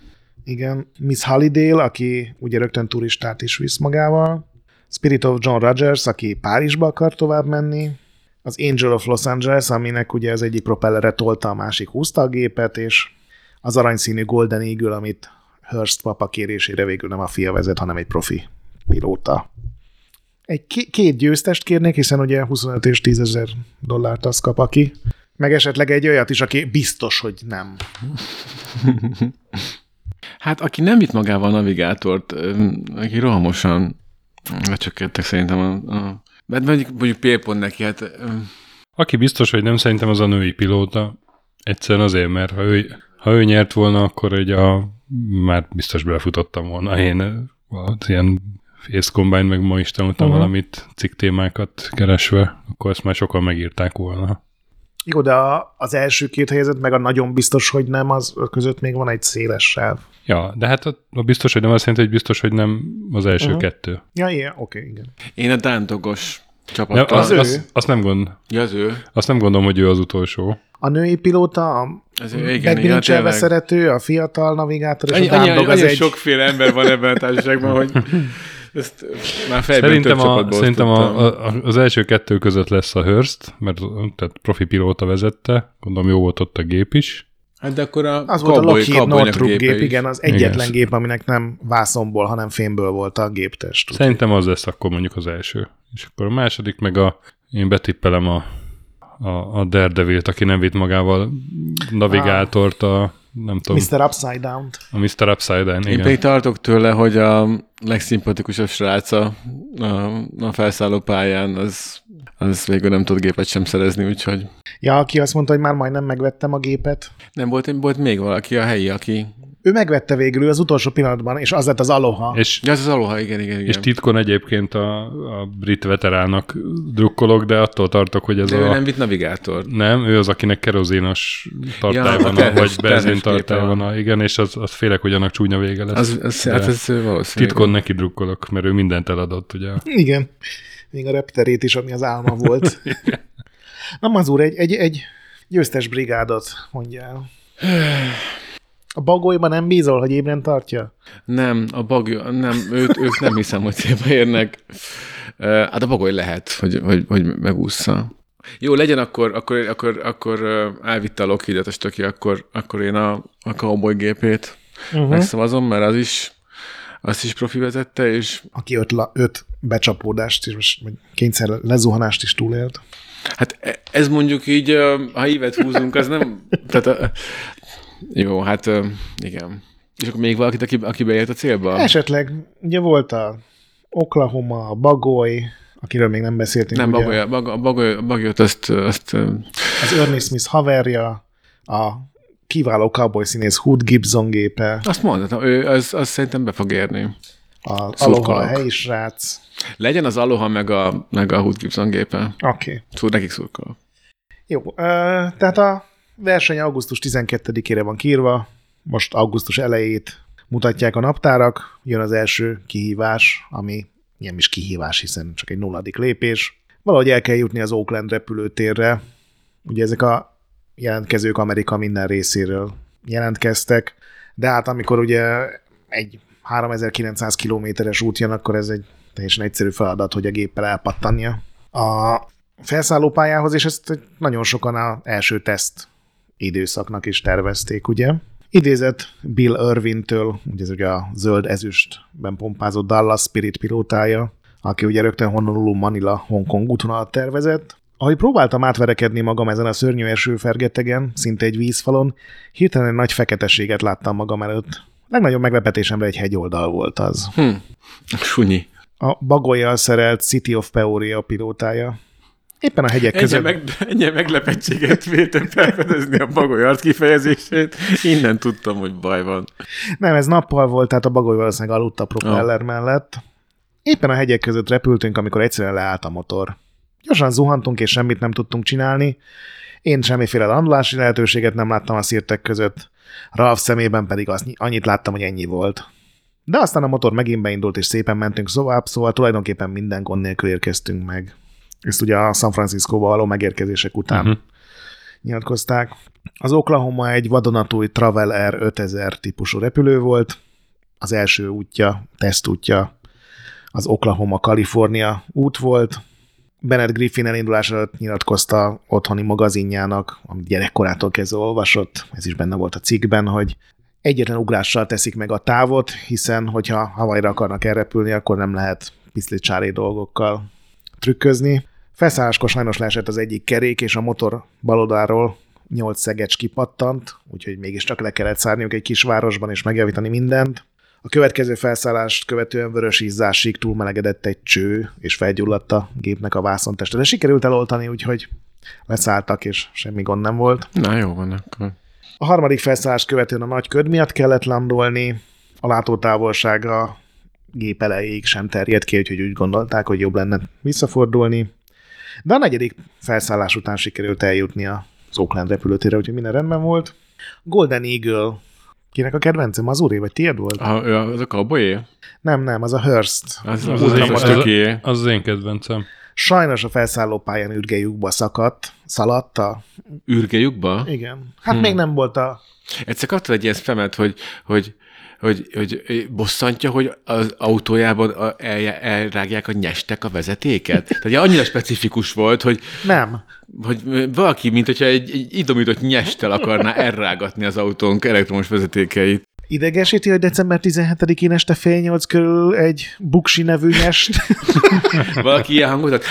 Igen. Miss Halliday, aki ugye rögtön turistát is visz magával. Spirit of John Rogers, aki Párizsba akar tovább menni. Az Angel of Los Angeles, aminek ugye az egyik propellere tolta, a másik húzta a gépet, és az aranyszínű Golden Eagle, amit Hearst papa kérésére végül nem a fia vezet, hanem egy profi pilóta. Egy k- két győztest kérnék, hiszen ugye huszonöt és tízezer dollárt az kap, aki. Meg esetleg egy olyat is, aki biztos, hogy nem. Hát aki nem vitt magával a navigátort, aki rohamosan lecsökkentek szerintem a... a... Mert mondjuk, mondjuk pélpont neki, hát... Aki biztos, hogy nem, szerintem az a női pilóta. Egyszerűen azért, mert ha ő, ha ő nyert volna, akkor ugye a, már biztos belefutottam volna én az ilyen Face Combine, meg ma is tanultam uh-huh. valamit, cikktémákat keresve, akkor ezt már sokan megírták volna. Jó, de a, az első két helyezett, meg a nagyon biztos, hogy nem, az között még van egy széles sáv. Ja, de hát a, a biztos, hogy nem azt jelenti, hogy biztos, hogy nem az első uh-huh. kettő. Ja, igen, oké, okay, igen. Én a dándogos csapattal. Az, az, azt nem gond, ja, az ő. Azt nem gondolom, hogy ő az utolsó. A női pilóta, a megbilincselve szerető, a fiatal navigátor, és annyi, a dándog az annyi egy... sokféle ember van ebben a társaságban, hogy ezt már fejben szerintem több a, csapatból Szerintem a, a, az első kettő között lesz a Hearst, mert tehát profi pilóta vezette, gondolom jó volt ott a gép is. Hát de akkor a az volt a Lockheed Northrop gép, is. igen, az egyetlen igen. gép, aminek nem vászonból, hanem fémből volt a géptest. Szerintem az lesz akkor mondjuk az első. És akkor a második meg a, én betippelem a, a, a Daredevil-t, aki nem vitt magával navigátort, a nem tudom. miszter Upside Down-t. A miszter Upside Down, igen. Én pedig tartok tőle, hogy a legszimpatikusabb srác a, a, a felszálló pályán, az, az végül nem tud gépet sem szerezni, úgyhogy... Ja, aki azt mondta, hogy már majdnem megvettem a gépet. Nem, volt, volt még valaki, a helyi, aki... Ő megvette végül az utolsó pillanatban, és az lett az Aloha. És, ja, az az Aloha, igen, igen, igen. És titkon egyébként a, a brit veteránnak drukkolok, de attól tartok, hogy ez de a... ő nem vitt navigátor. Nem, ő az, akinek kerozínos tartály ja, van, terhes, vagy benzin tartály van, igen, és az, az félek, hogy annak csúnya vége lesz. Az, az, hát ez valószínűleg. Titkon neki drukkolok, mert ő mindent eladott, ugye. Igen. Még a repterét is, ami az álma volt. Na, Mazur, egy, egy, egy győztes brigádot mondjál. A bagolyban nem bízol, hogy ébren tartja? Nem, a bagoly, nem, őt, ők nem hiszem, hogy célba érnek. Hát a bagoly lehet, hogy, hogy, hogy megúszza. Jó, legyen akkor, akkor, akkor, akkor elvitte a Lockheed-et a stöki, akkor, akkor én a, a cowboy gépét uh-huh. megszavazom, mert az is, azt is profi vezette, és... Aki öt, la, öt becsapódást, és kényszer lezuhanást is túlélt. Hát ez mondjuk így, ha ívet húzunk, az nem... Tehát a, jó, hát igen. És akkor még valakit, aki, aki beért a célba? Esetleg. Ugye volt a Oklahoma, a Bagoly, akiről még nem beszéltünk. Nem, ugye. Bagoly, a Bagoly, Bagoly, Bagolyot azt, azt... Az Ernie Smith haverja, a kiváló cowboy színész Hood Gibson gépe. Azt mondhatom, ő az, az szerintem be fog érni. Az Aloha a helyi srác. Legyen az Aloha meg a, meg a Hood Gibson gépe. Oké. Okay. Szúr, nekik szurkolok. Jó, uh, tehát a verseny augusztus tizenkettedikére van kiírva, most augusztus elejét mutatják a naptárak, jön az első kihívás, ami nem is kihívás, hiszen csak egy nulladik lépés. Valahogy el kell jutni az Oakland repülőtérre. Ugye ezek a jelentkezők Amerika minden részéről jelentkeztek, de hát amikor ugye egy háromezer-kilencszáz kilométeres út jön, akkor ez egy teljesen egyszerű feladat, hogy a géppel elpattanja a felszállópályához, és ezt nagyon sokan az első teszt időszaknak is tervezték, ugye. Idézett Bill Irwin-től, ugye ez ugye a zöld ezüstben pompázott Dallas Spirit pilótája, aki ugye rögtön Honolulu, Manila, Hongkong útvonalat tervezett. Ahogy próbáltam átverekedni magam ezen a szörnyű esőfergetegen, szinte egy vízfalon, hirtelen egy nagy feketeséget láttam magam előtt. Legnagyobb meglepetésemre egy hegyoldal volt az. Hm, sunyi. A bagollyal szerelt City of Peoria pilótája. Éppen a hegyek között... Ennyi, meg, ennyi meglepettséget véltem felfedezni a bagoly arc kifejezését. Innen tudtam, hogy baj van. Nem, ez nappal volt, tehát a bagoly valószínűleg aludt a propeller oh. mellett. Éppen a hegyek között repültünk, amikor egyszerűen leállt a motor. Gyorsan zuhantunk, és semmit nem tudtunk csinálni. Én semmiféle landulási lehetőséget nem láttam a szirtek között. Ralph szemében pedig azt, annyit láttam, hogy ennyi volt. De aztán a motor megint beindult, és szépen mentünk tovább, szóval tulajdonképpen minden gond nélkül érkeztünk meg. Ezt ugye a San Franciscóba való megérkezések után uh-huh. nyilatkozták. Az Oklahoma egy vadonatúj Travel Air ötezer típusú repülő volt. Az első útja, tesztútja az Oklahoma-Kalifornia út volt. Bennett Griffin elindulás előtt nyilatkozta otthoni magazinjának, amit gyerekkorától kezdve olvasott, ez is benne volt a cikkben, hogy egyetlen ugrással teszik meg a távot, hiszen hogyha Hawaii-ra akarnak elrepülni, akkor nem lehet piszlicsári dolgokkal trükközni. Felszálláskor sajnos leesett az egyik kerék, és a motor baloldaláról nyolc szegecs kipattant, úgyhogy mégiscsak le kellett szárniuk egy kis városban és megjavítani mindent. A következő felszállást követően vörös izzásig túlmelegedett egy cső, és felgyulladt a gépnek a vászonteste. De sikerült eloltani, úgyhogy leszálltak, és semmi gond nem volt. Na jó van akkor. A harmadik felszállást követően a nagy köd miatt kellett landolni, a látótávolsága gép elejéig sem terjedt ki, úgyhogy úgy gondolták, hogy jobb lenne visszafordulni. De a negyedik felszállás után sikerült eljutni az Oakland repülőtérre, úgyhogy minden rendben volt. Golden Eagle, kinek a kedvence? Mazuri, vagy tiéd volt? A, az a cowboyé? Nem, nem, az a Hearst. Az az, az, az, az, az, az, az az én kedvencem. Sajnos a felszállópályán ürgejükba szakadt, szaladt a... Ürgejükba? Igen. Hát hmm. még nem volt a... Egyszer kaptad egy ilyen femet, hogy, hogy Hogy, hogy bosszantja, hogy az autójában el, elrágják a nyestek a vezetéket? Tehát annyira specifikus volt, hogy, nem. hogy valaki, mint hogyha egy, egy idomított nyesttel akarná elrágatni az autónk elektromos vezetékeit. Idegesíti, hogy december tizenhetedikén este fél nyolc körül egy Buksi nevű nyest. Valaki ilyen hangot ad.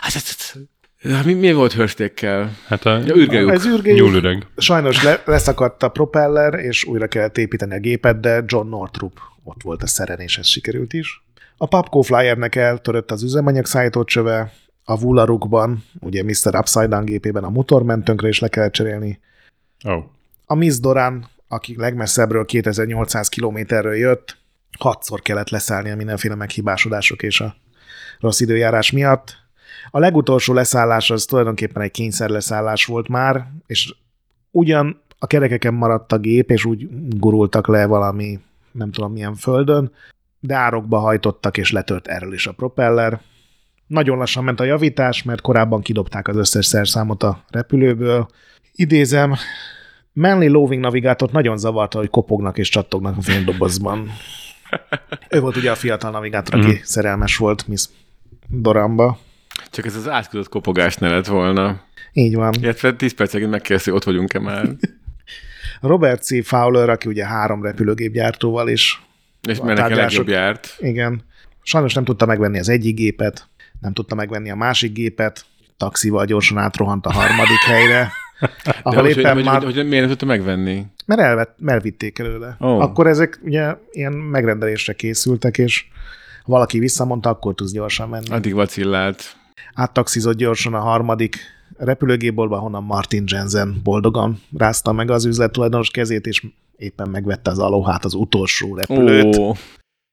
Mi, mi volt Hörstékkel? Hát a ja, ürgejük. Ez ürgejük. Nyúlüreg. Sajnos le, leszakadt a propeller, és újra kellett építeni a gépet, de John Northrop ott volt a szeren, és ez sikerült is. A Pubco Flyernek eltörött az üzemanyag szállítócsöve, a Vularukban, ugye miszter Upside Down gépében a motormentőnkre is le kellett cserélni. Oh. A Miss Doran, aki legmesszebbről kétezer-nyolcszáz kilométerről jött, hatszor kellett leszállni a mindenféle meghibásodások és a rossz időjárás miatt. A legutolsó leszállás az tulajdonképpen egy kényszerleszállás volt már, és ugyan a kerekeken maradt a gép, és úgy gurultak le valami, nem tudom milyen földön, de árokba hajtottak, és letört erről is a propeller. Nagyon lassan ment a javítás, mert korábban kidobták az összes szerszámot a repülőből. Idézem, Manly Loving navigátort nagyon zavarta, hogy kopognak és csattognak a fénydobozban. Ő volt ugye a fiatal navigátor, aki mm. szerelmes volt Miss Doranba. Csak ez az átküldött kopogás ne lett volna. Így van. Illetve tíz percig megkérdezi, hogy ott vagyunk-e már. Robert C. Fowler, aki ugye három repülőgépgyártóval is. És mert neki legjobb járt. Igen. Sajnos nem tudta megvenni az egyik gépet, nem tudta megvenni a másik gépet, taxival gyorsan átrohant a harmadik helyre. Ahol hogy, éppen hogy, már... hogy, hogy miért nem tudta megvenni? Mert elvett, elvitték előle. Oh. Akkor ezek ugye ilyen megrendelésre készültek, és ha valaki visszamondta, akkor tudsz gyorsan menni. Addig vacillált. Áttaxizott gyorsan a harmadik repülőgépboltba, honnan Martin Jensen boldogan rázta meg az üzlettulajdonos kezét, és éppen megvette az Alohát, az utolsó repülőt. Oh.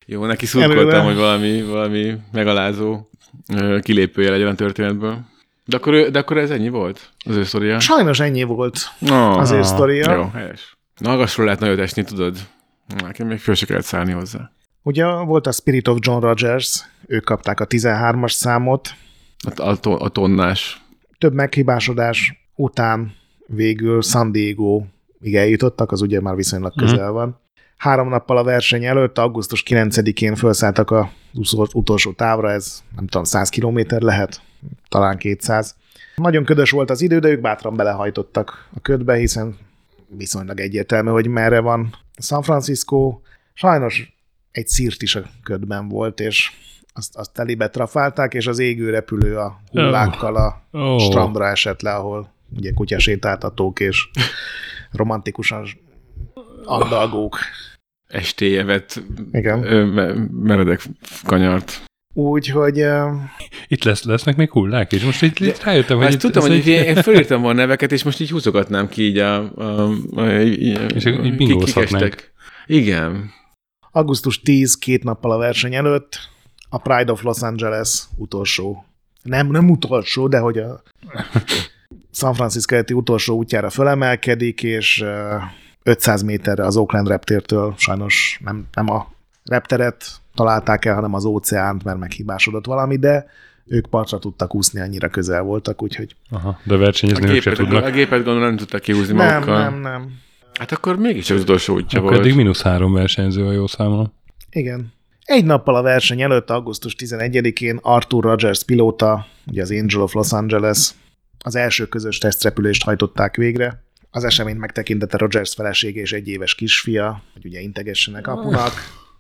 Jó, neki szurkoltam, hogy valami, valami megalázó kilépője legyen a történetből. De akkor, de akkor ez ennyi volt? Az ő sztoria? Sajnos ennyi volt oh, az ő sztoria. Jó, helyes. Na, magasról lehet nagyot esni, tudod? Nekem még föl se kellett szállni hozzá. Ugye volt a Spirit of John Rogers, ők kapták a tizenhármas számot. A, a, to, a tonnás. Több meghibásodás után végül San Diego-ig eljutottak, az ugye már viszonylag közel mm-hmm. van. Három nappal a verseny előtt, augusztus kilencedikén felszálltak a utolsó távra, ez nem tudom, száz kilométer lehet, talán kétszáz. Nagyon ködös volt az idő, de ők bátran belehajtottak a ködbe, hiszen viszonylag egyértelmű, hogy merre van San Francisco. Sajnos egy szírt is a ködben volt, és azt, azt telibe trafálták, és az égő repülő a hullákkal a oh. strandra esett le, ahol ugye kutyasétáltatók és romantikusan andalgók. Estéje vett Igen. meredek kanyart. Úgyhogy... Uh... Itt lesz, lesznek még hullák, és most itt, itt rájöttem, hogy... Azt tudtam, hogy egy... én fölírtam volna neveket, és most így húzogatnám ki így a... a, a, a és így bingózhatnánk. Igen. augusztus tíz, két nappal a verseny előtt, a Pride of Los Angeles utolsó. Nem, nem utolsó, de hogy a San Francisco utolsó útjára fölemelkedik, és ötszáz méterre az Oakland reptértől sajnos nem, nem a repteret találták el, hanem az óceánt, mert meghibásodott valami, de ők partra tudtak úszni, annyira közel voltak, úgyhogy... Aha, de versenyezni ők se tudnak. A gépet gondolom nem tudtak kihúzni nem, magukkal. Nem, nem, Hát akkor mégis az utolsó útja akkor volt. eddig mínusz három versenyző, a jó számolom. Igen. Egy nappal a verseny előtt, augusztus tizenegyedikén Arthur Rogers pilóta, ugye az Angel of Los Angeles, az első közös tesztrepülést hajtották végre. Az eseményt megtekintette Rogers felesége és egy éves kisfia, hogy ugye integessenek apunak.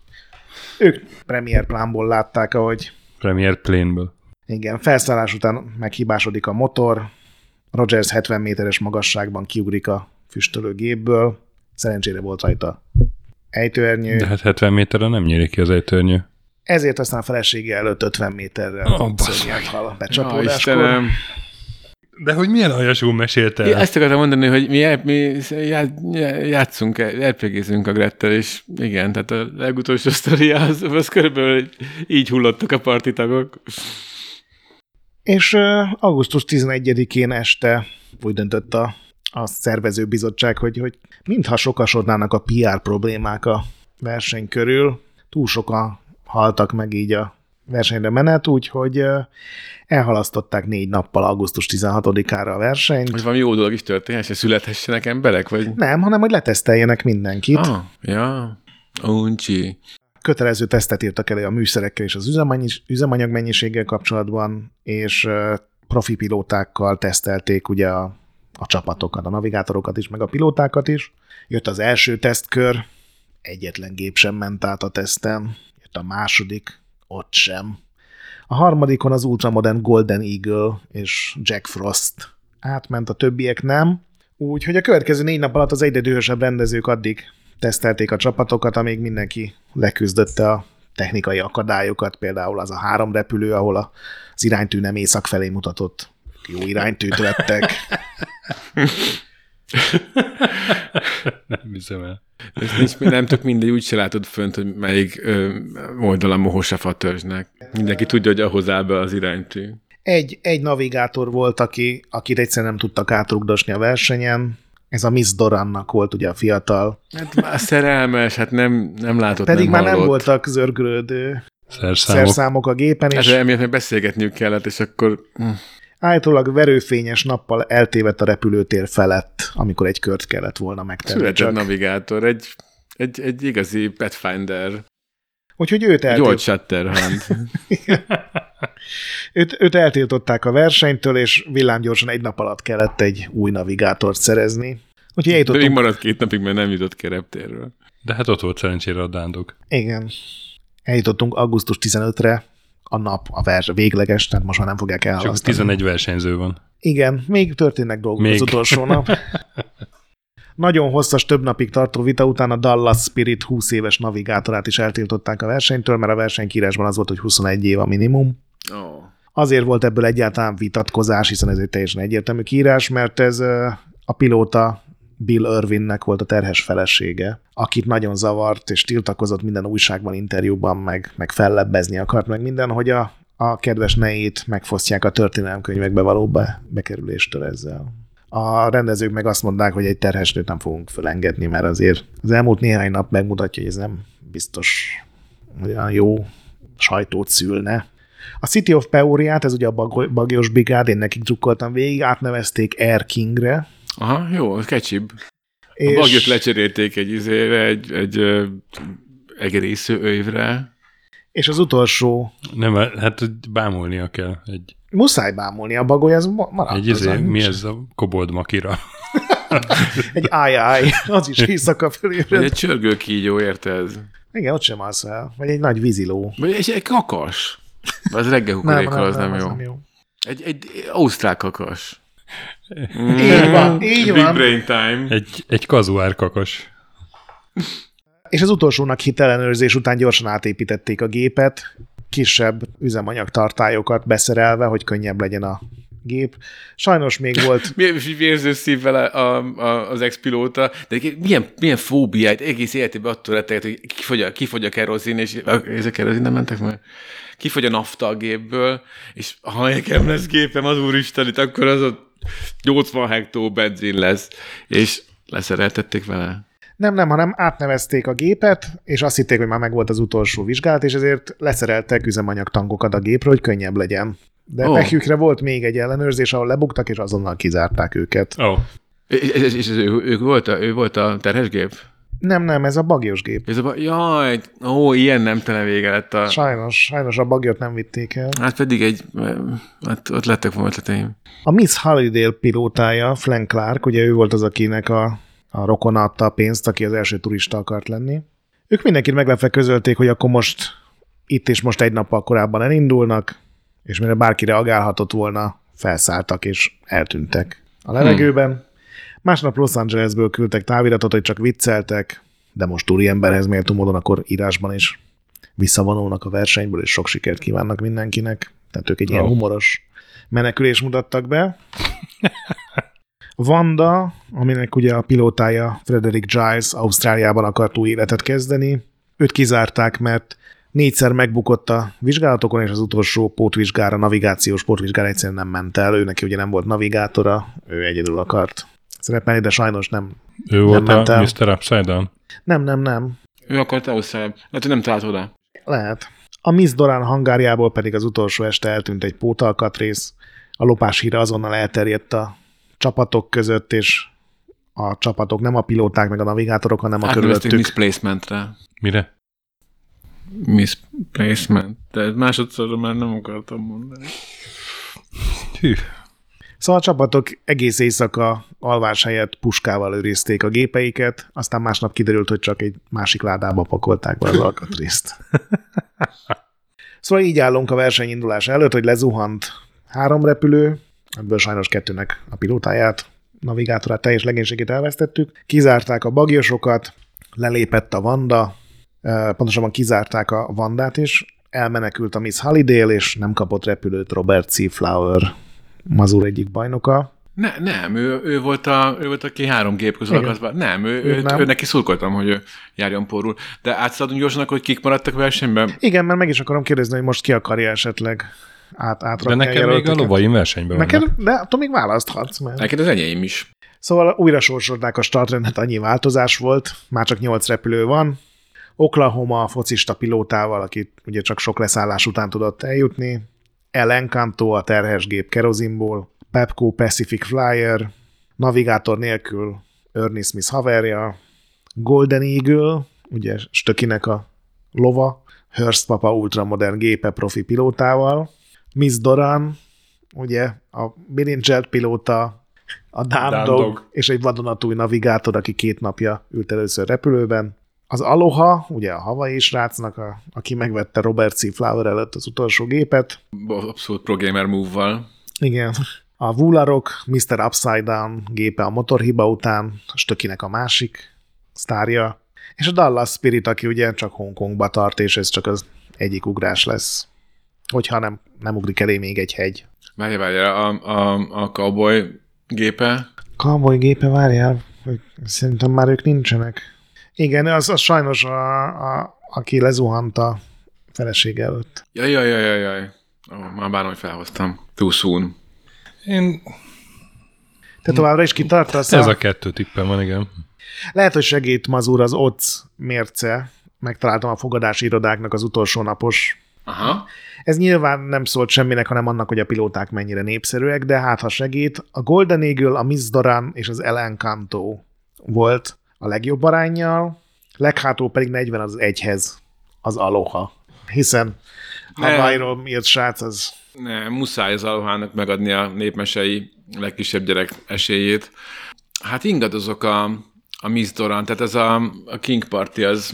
Ők premier plánból látták, ahogy... Premier plane-ből. Igen, felszállás után meghibásodik a motor, Rogers hetven méteres magasságban kiugrik a füstölő gépből, szerencsére volt rajta ejtőernyő. De hát hetven méterre nem nyílik ki az ejtőernyő. Ezért aztán a felesége előtt ötven méterrel oh, szörnyet hal a becsapódáskor. Oh, de hogy milyen aljasul mesélte el? Ezt akartam mondani, hogy mi, mi játszunk, er pé gézünk a Grettel, és igen, tehát a legutolsó sztoria az, az körülbelül így hullottak a partitagok. És uh, augusztus tizenegyedikén este úgy döntött a, a szervezőbizottság, hogy, hogy mintha sokasodnának a pé er problémák a verseny körül, túl sokan haltak meg így a versenyre menet, úgyhogy uh, elhalasztották négy nappal augusztus tizenhatodikára a versenyt. Hogy valami jó dolog is történhet, hogy születhessenek emberek? Vagy? Nem, hanem hogy leteszteljenek mindenkit. Ah, ja, uncsi. Kötelező tesztet írtak elő a műszerekkel és az üzemanyag mennyiséggel kapcsolatban, és uh, profi pilótákkal tesztelték ugye a, a csapatokat, a navigátorokat is, meg a pilótákat is. Jött az első tesztkör, egyetlen gép sem ment át a teszten, jött a második, ott sem. A harmadikon az ultramodern Golden Eagle és Jack Frost átment, a többiek nem. Úgyhogy a következő négy nap alatt az egyre dühösebb rendezők addig tesztelték a csapatokat, amíg mindenki leküzdötte a technikai akadályokat, például az a három repülő, ahol az iránytű nem észak felé mutatott. Jó iránytűt vettek. Nem hiszem el. Nincs, nem tök mindegy, úgy se látod fönt, hogy melyik ö, oldalon mohos a törzsnek. Mindenki tudja, hogy ahhoz áll be az iránytű. Egy, egy navigátor volt, aki, akit egyszerűen nem tudtak átrugdosni a versenyen. Ez a Miss Dorannak volt ugye a fiatal. Hát már szerelmes, hát nem, nem látott, Pedig nem már hallott. nem voltak zörgölődő szerszámok, szerszámok a gépen. Hát és emiatt meg beszélgetniük kellett, és akkor... állítólag verőfényes nappal eltévedt a repülőtér felett, amikor egy kört kellett volna megtenni. Született csak. navigátor, egy, egy, egy igazi Pathfinder. Úgyhogy őt, Egy eltilt... old Shatterhand. őt, őt eltiltották a versenytől, és villámgyorsan egy nap alatt kellett egy új navigátort szerezni. Úgyhogy De még eljutottunk... maradt két napig, mert nem jutott ki a reptérről. De hát ott volt szerencsére a dándok. Igen. Eljutottunk augusztus tizenötödire, a nap, a vers, végleges, tehát most már nem fogják elhalasztani. Csak tizenegy versenyző van. Igen, még történnek dolgok még. az utolsó nap. Nagyon hosszas, több napig tartó vita után a Dallas Spirit húsz éves navigátorát is eltiltották a versenytől, mert a versenykírásban az volt, hogy huszonegy év a minimum. Oh. Azért volt ebből egyáltalán vitatkozás, hiszen ez egy teljesen egyértelmű kiírás, mert ez a pilóta Bill Irwinnek volt a terhes felesége, akit nagyon zavart, és tiltakozott minden újságban, interjúban, meg, meg fellebbezni akart, meg minden, hogy a, a kedves nejét megfosztják a történelemkönyvekbe való be, bekerüléstől ezzel. A rendezők meg azt mondták, hogy egy terhes nőt nem fogunk fölengedni, mert azért az elmúlt néhány nap megmutatja, hogy ez nem biztos olyan jó sajtót szülne. A City of Peoriát, ez ugye a bag- bagyos brigád, én nekik drukkoltam végig, átnevezték Air Kingre. Aha, jó, kecsibb. És... A bagyot lecserélték egy izére, egy, egy ö, egerésző övre. És az utolsó... Nem, hát bámulnia kell. Egy, muszáj bámulni, a bagoly, az maradt. egy izé, mi ez a kobold makira? Egy áj-áj, az is éjszaka fölébred. Vagy egy csörgőkígyó, érted? Igen, ott sem alsz el. Vagy egy nagy víziló. Vagy egy, egy kakas. Az reggel kukorékkal, az nem, nem, jó. nem jó. Egy, egy ausztrál kakas. Így van, így Big van. brain time. Egy, egy kazuár kakas. És az utolsónak hitellenőrzés után gyorsan átépítették a gépet, kisebb üzemanyagtartályokat beszerelve, hogy könnyebb legyen a gép. Sajnos még volt... Milyen érző szívvel a, a, az ex-pilóta, de milyen, milyen fóbiáit egész életében attól retteget, hogy kifogy a, kifogy a kerozin, és ez a kerozin nem mentek meg? Kifogy a nafta a gépből, és ha nekem lesz gépem, az úristen, itt akkor az ott nyolcvan hektó benzin lesz, és leszereltették vele. Nem, nem, hanem átnevezték a gépet, és azt hitték, hogy már megvolt az utolsó vizsgálat, és ezért leszereltek üzemanyagtankokat a gépről, hogy könnyebb legyen. De oh. pekjükre volt még egy ellenőrzés, ahol lebuktak, és azonnal kizárták őket. Oh. És, és, és ő, ő, volt a, ő volt a terhes gép? Nem, nem, ez a bagyos gép. Ez a ba- Jaj, ó, ilyen nemtelen vége lett a... Sajnos, sajnos a bagyot nem vitték el. Hát pedig egy... Hát ott lettek volna ötleteim. A Miss Halliday pilótája, Flank Clark, ugye ő volt az, akinek a, a rokona adta a pénzt, aki az első turista akart lenni. Ők mindenkit meglepve közölték, hogy akkor most itt és most egy nappal korábban elindulnak, és mire bárki reagálhatott volna, felszálltak és eltűntek a levegőben. Hmm. Másnap Los Angelesből küldtek táviratot, hogy csak vicceltek, de most úriemberhez méltó módon akkor írásban is visszavonulnak a versenyből, és sok sikert kívánnak mindenkinek. Tehát ők egy oh. ilyen humoros menekülés mutattak be. Wanda, aminek ugye a pilótája Frederick Giles Ausztráliában akart új életet kezdeni, őt kizárták, mert négyszer megbukott a vizsgálatokon, és az utolsó pótvizsgára, navigációs pótvizsgára egyszerűen nem ment el. Ő neki ugye nem volt navigátora, ő egyedül akart szerepelni, de sajnos nem Ő nem volt ment a el. miszter Upside Down? Nem, nem, nem. Ő akart Ausztráliában. Lehet, hogy nem talált oda. Lehet. A Miss Doran Hungáriából pedig az utolsó este eltűnt egy pótalkatrész. A lopás híre azonnal elterjedt a csapatok között, és a csapatok nem a pilóták meg a navigátorok, hanem a körülöttük. Misplacementre. Mire? Misplacement. De másodszor már nem akartam mondani. Hű. Szóval a csapatok egész éjszaka alvás helyett puskával őrizték a gépeiket, aztán másnap kiderült, hogy csak egy másik ládába pakolták be az alkatrészt. Szóval így állunk a versenyindulás előtt, hogy lezuhant három repülő, ebből sajnos kettőnek a pilótáját, navigátorát, teljes legénységét elvesztettük. Kizárták a bagyosokat, lelépett a Wanda, pontosabban kizárták a Wandát is, elmenekült a Miss Halliday, és nem kapott repülőt Robert C. Flower, Mazur egyik bajnoka. Ne, nem, ő, ő, volt a, ő volt, aki három gép közül akart. Nem, ő, ő, nem. ő neki szurkoltam, hogy ő járjon porul. De átszaladunk gyorsan, hogy kik maradtak versenyben? Igen, mert meg is akarom kérdezni, hogy most ki akarja esetleg át, átrakni. De nekem még a lovaim versenyben Neked, vannak. de attól még választhatsz. Mert... Neked az enyém is. Szóval újra sorsolták a startrendet, annyi változás volt, már csak nyolc repülő van. Oklahoma a focista pilótával, aki ugye csak sok leszállás után tudott eljutni. El Encanto a terhes gép kerozinból. Pepco Pacific Flyer, navigátor nélkül Ernie Smith haverja, Golden Eagle, ugye Stökinek a lova, Hearst papa ultramodern gépe profi pilótával, Miss Doran, ugye a Birincsert pilóta, a Dumb Dog, és egy vadonatúj navigátor, aki két napja ült először repülőben. Az Aloha, ugye a havai srácnak, a, aki megvette Robert C. Flower előtt az utolsó gépet. Abszolút pro gamer move-val. Igen. A Vularok, miszter Upside Down gépe a motorhiba után, Stökinek a másik sztárja, és a Dallas Spirit, aki ugye csak Hongkongba tart, és ez csak az egyik ugrás lesz. Hogyha nem, nem ugrik elé még egy hegy. Várjál, várjál, a, a, a Cowboy gépe? Cowboy gépe, várjál, Szerintem már ők nincsenek. Igen, az, az sajnos, a, a, aki lezuhant a felesége előtt. Jaj, jaj, jaj, jaj, jaj. Oh, már bánom, hogy felhoztam. Too soon. Én... Te továbbra is kitartasz? Ez a kettő tippem van, igen. Lehet, hogy segít Mazur az O C mérce. Megtaláltam a fogadási irodáknak az utolsó napos. Aha. Ez nyilván nem szólt semminek, hanem annak, hogy a pilóták mennyire népszerűek, de hát ha segít, a Golden Eagle, a Miss Doran és az El Encanto volt a legjobb aránnyal, leghátul pedig negyven az egyhez az Aloha. Hiszen Hawaii-ról írt srác az... Ne, muszáj az Alohának megadni a népmesei legkisebb gyerek esélyét. Hát ingadozok a, a Miss Doran, tehát ez a, a King Party az...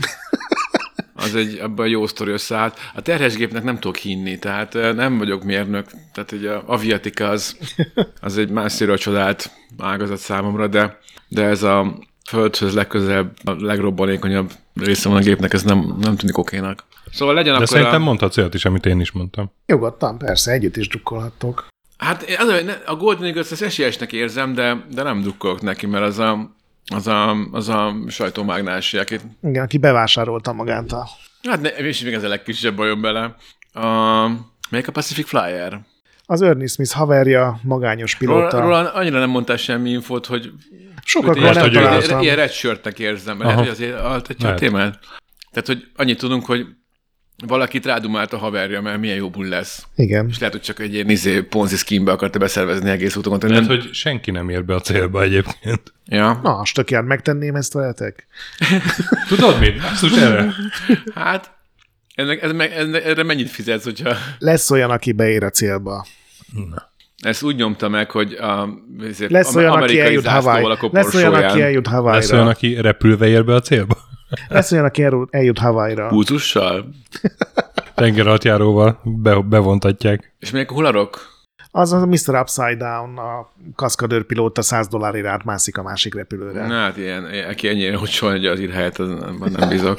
az egy abban jó sztori összeállt. A terhesgépnek nem tudok hinni, tehát nem vagyok mérnök, tehát ugye a aviatika az, az egy másszerű csodált ágazat számomra, de, de ez a földhöz legközelebb, a legrobbanékonyabb része van a gépnek, ez nem, nem tűnik okénak. Szóval legyen de akkor szerintem a... mondhatsz olyat is, amit én is mondtam. Nyugodtan, persze, együtt is drukkolhattok. Hát az, a Golden Eagles ezt esélyesnek érzem, de, de nem drukkolok neki, mert az a Az a, az a sajtómágnási, akit... Igen, aki bevásárolta magát a... Hát ne, és még ez a legkisebb bajom bele. A, melyik a Pacific Flyer? Az Ernie Smith haverja, magányos pilóta. Róla, róla annyira nem mondtál semmi infót, hogy... Sokakról nem találtam. Ilyen redshirtnek érzem. Lehet, hogy azért altatja a témát. Tehát, hogy annyit tudunk, hogy valakit rádumált a haverja, mert milyen jó bull lesz. Igen. És lehet, hogy csak egy ilyen izé, Ponzi scheme-be akarta beszervezni egész úton. Lehet, nem... hogy senki nem ér be a célba egyébként. Ja. Na, stökján megtenném ezt veletek. Tudod mit? Basszus erre. Hát, ennek, ennek, ennek, erre mennyit fizetsz, hogyha... Lesz olyan, aki beér a célba. Na. Ezt úgy nyomta meg, hogy a, ezért lesz olyan, aki eljut Hawaii. Lesz olyan, aki eljut Hawaii-ra. Lesz olyan, aki repülve ér be a célba. Lesz olyan, aki eljut Hawaii-ra. Búzussal? Tengeralattjáróval be, bevontatják. És melyek a hularok? Az a miszter Upside Down, a kaszkadőrpilóta száz dollárért átmászik a másik repülőre. Na hát ilyen, aki ennyire hogy az ír helyet, az nem, nem bízok.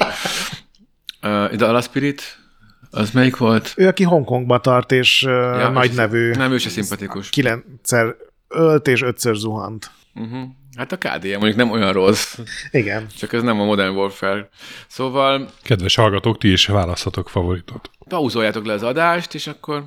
Uh, de a Spirit, az melyik volt? Ő, aki Hongkongba tart, és uh, ja, nagy nevű. Nem, ő se szimpatikus. Kilencszer ölt és ötször zuhant. Uh-huh. Hát a ká dé em mondjuk nem olyan rossz. Igen. Csak ez nem a Modern Warfare. Szóval... Kedves hallgatók, ti is választhatok favoritot. Pauzoljátok le az adást, és akkor...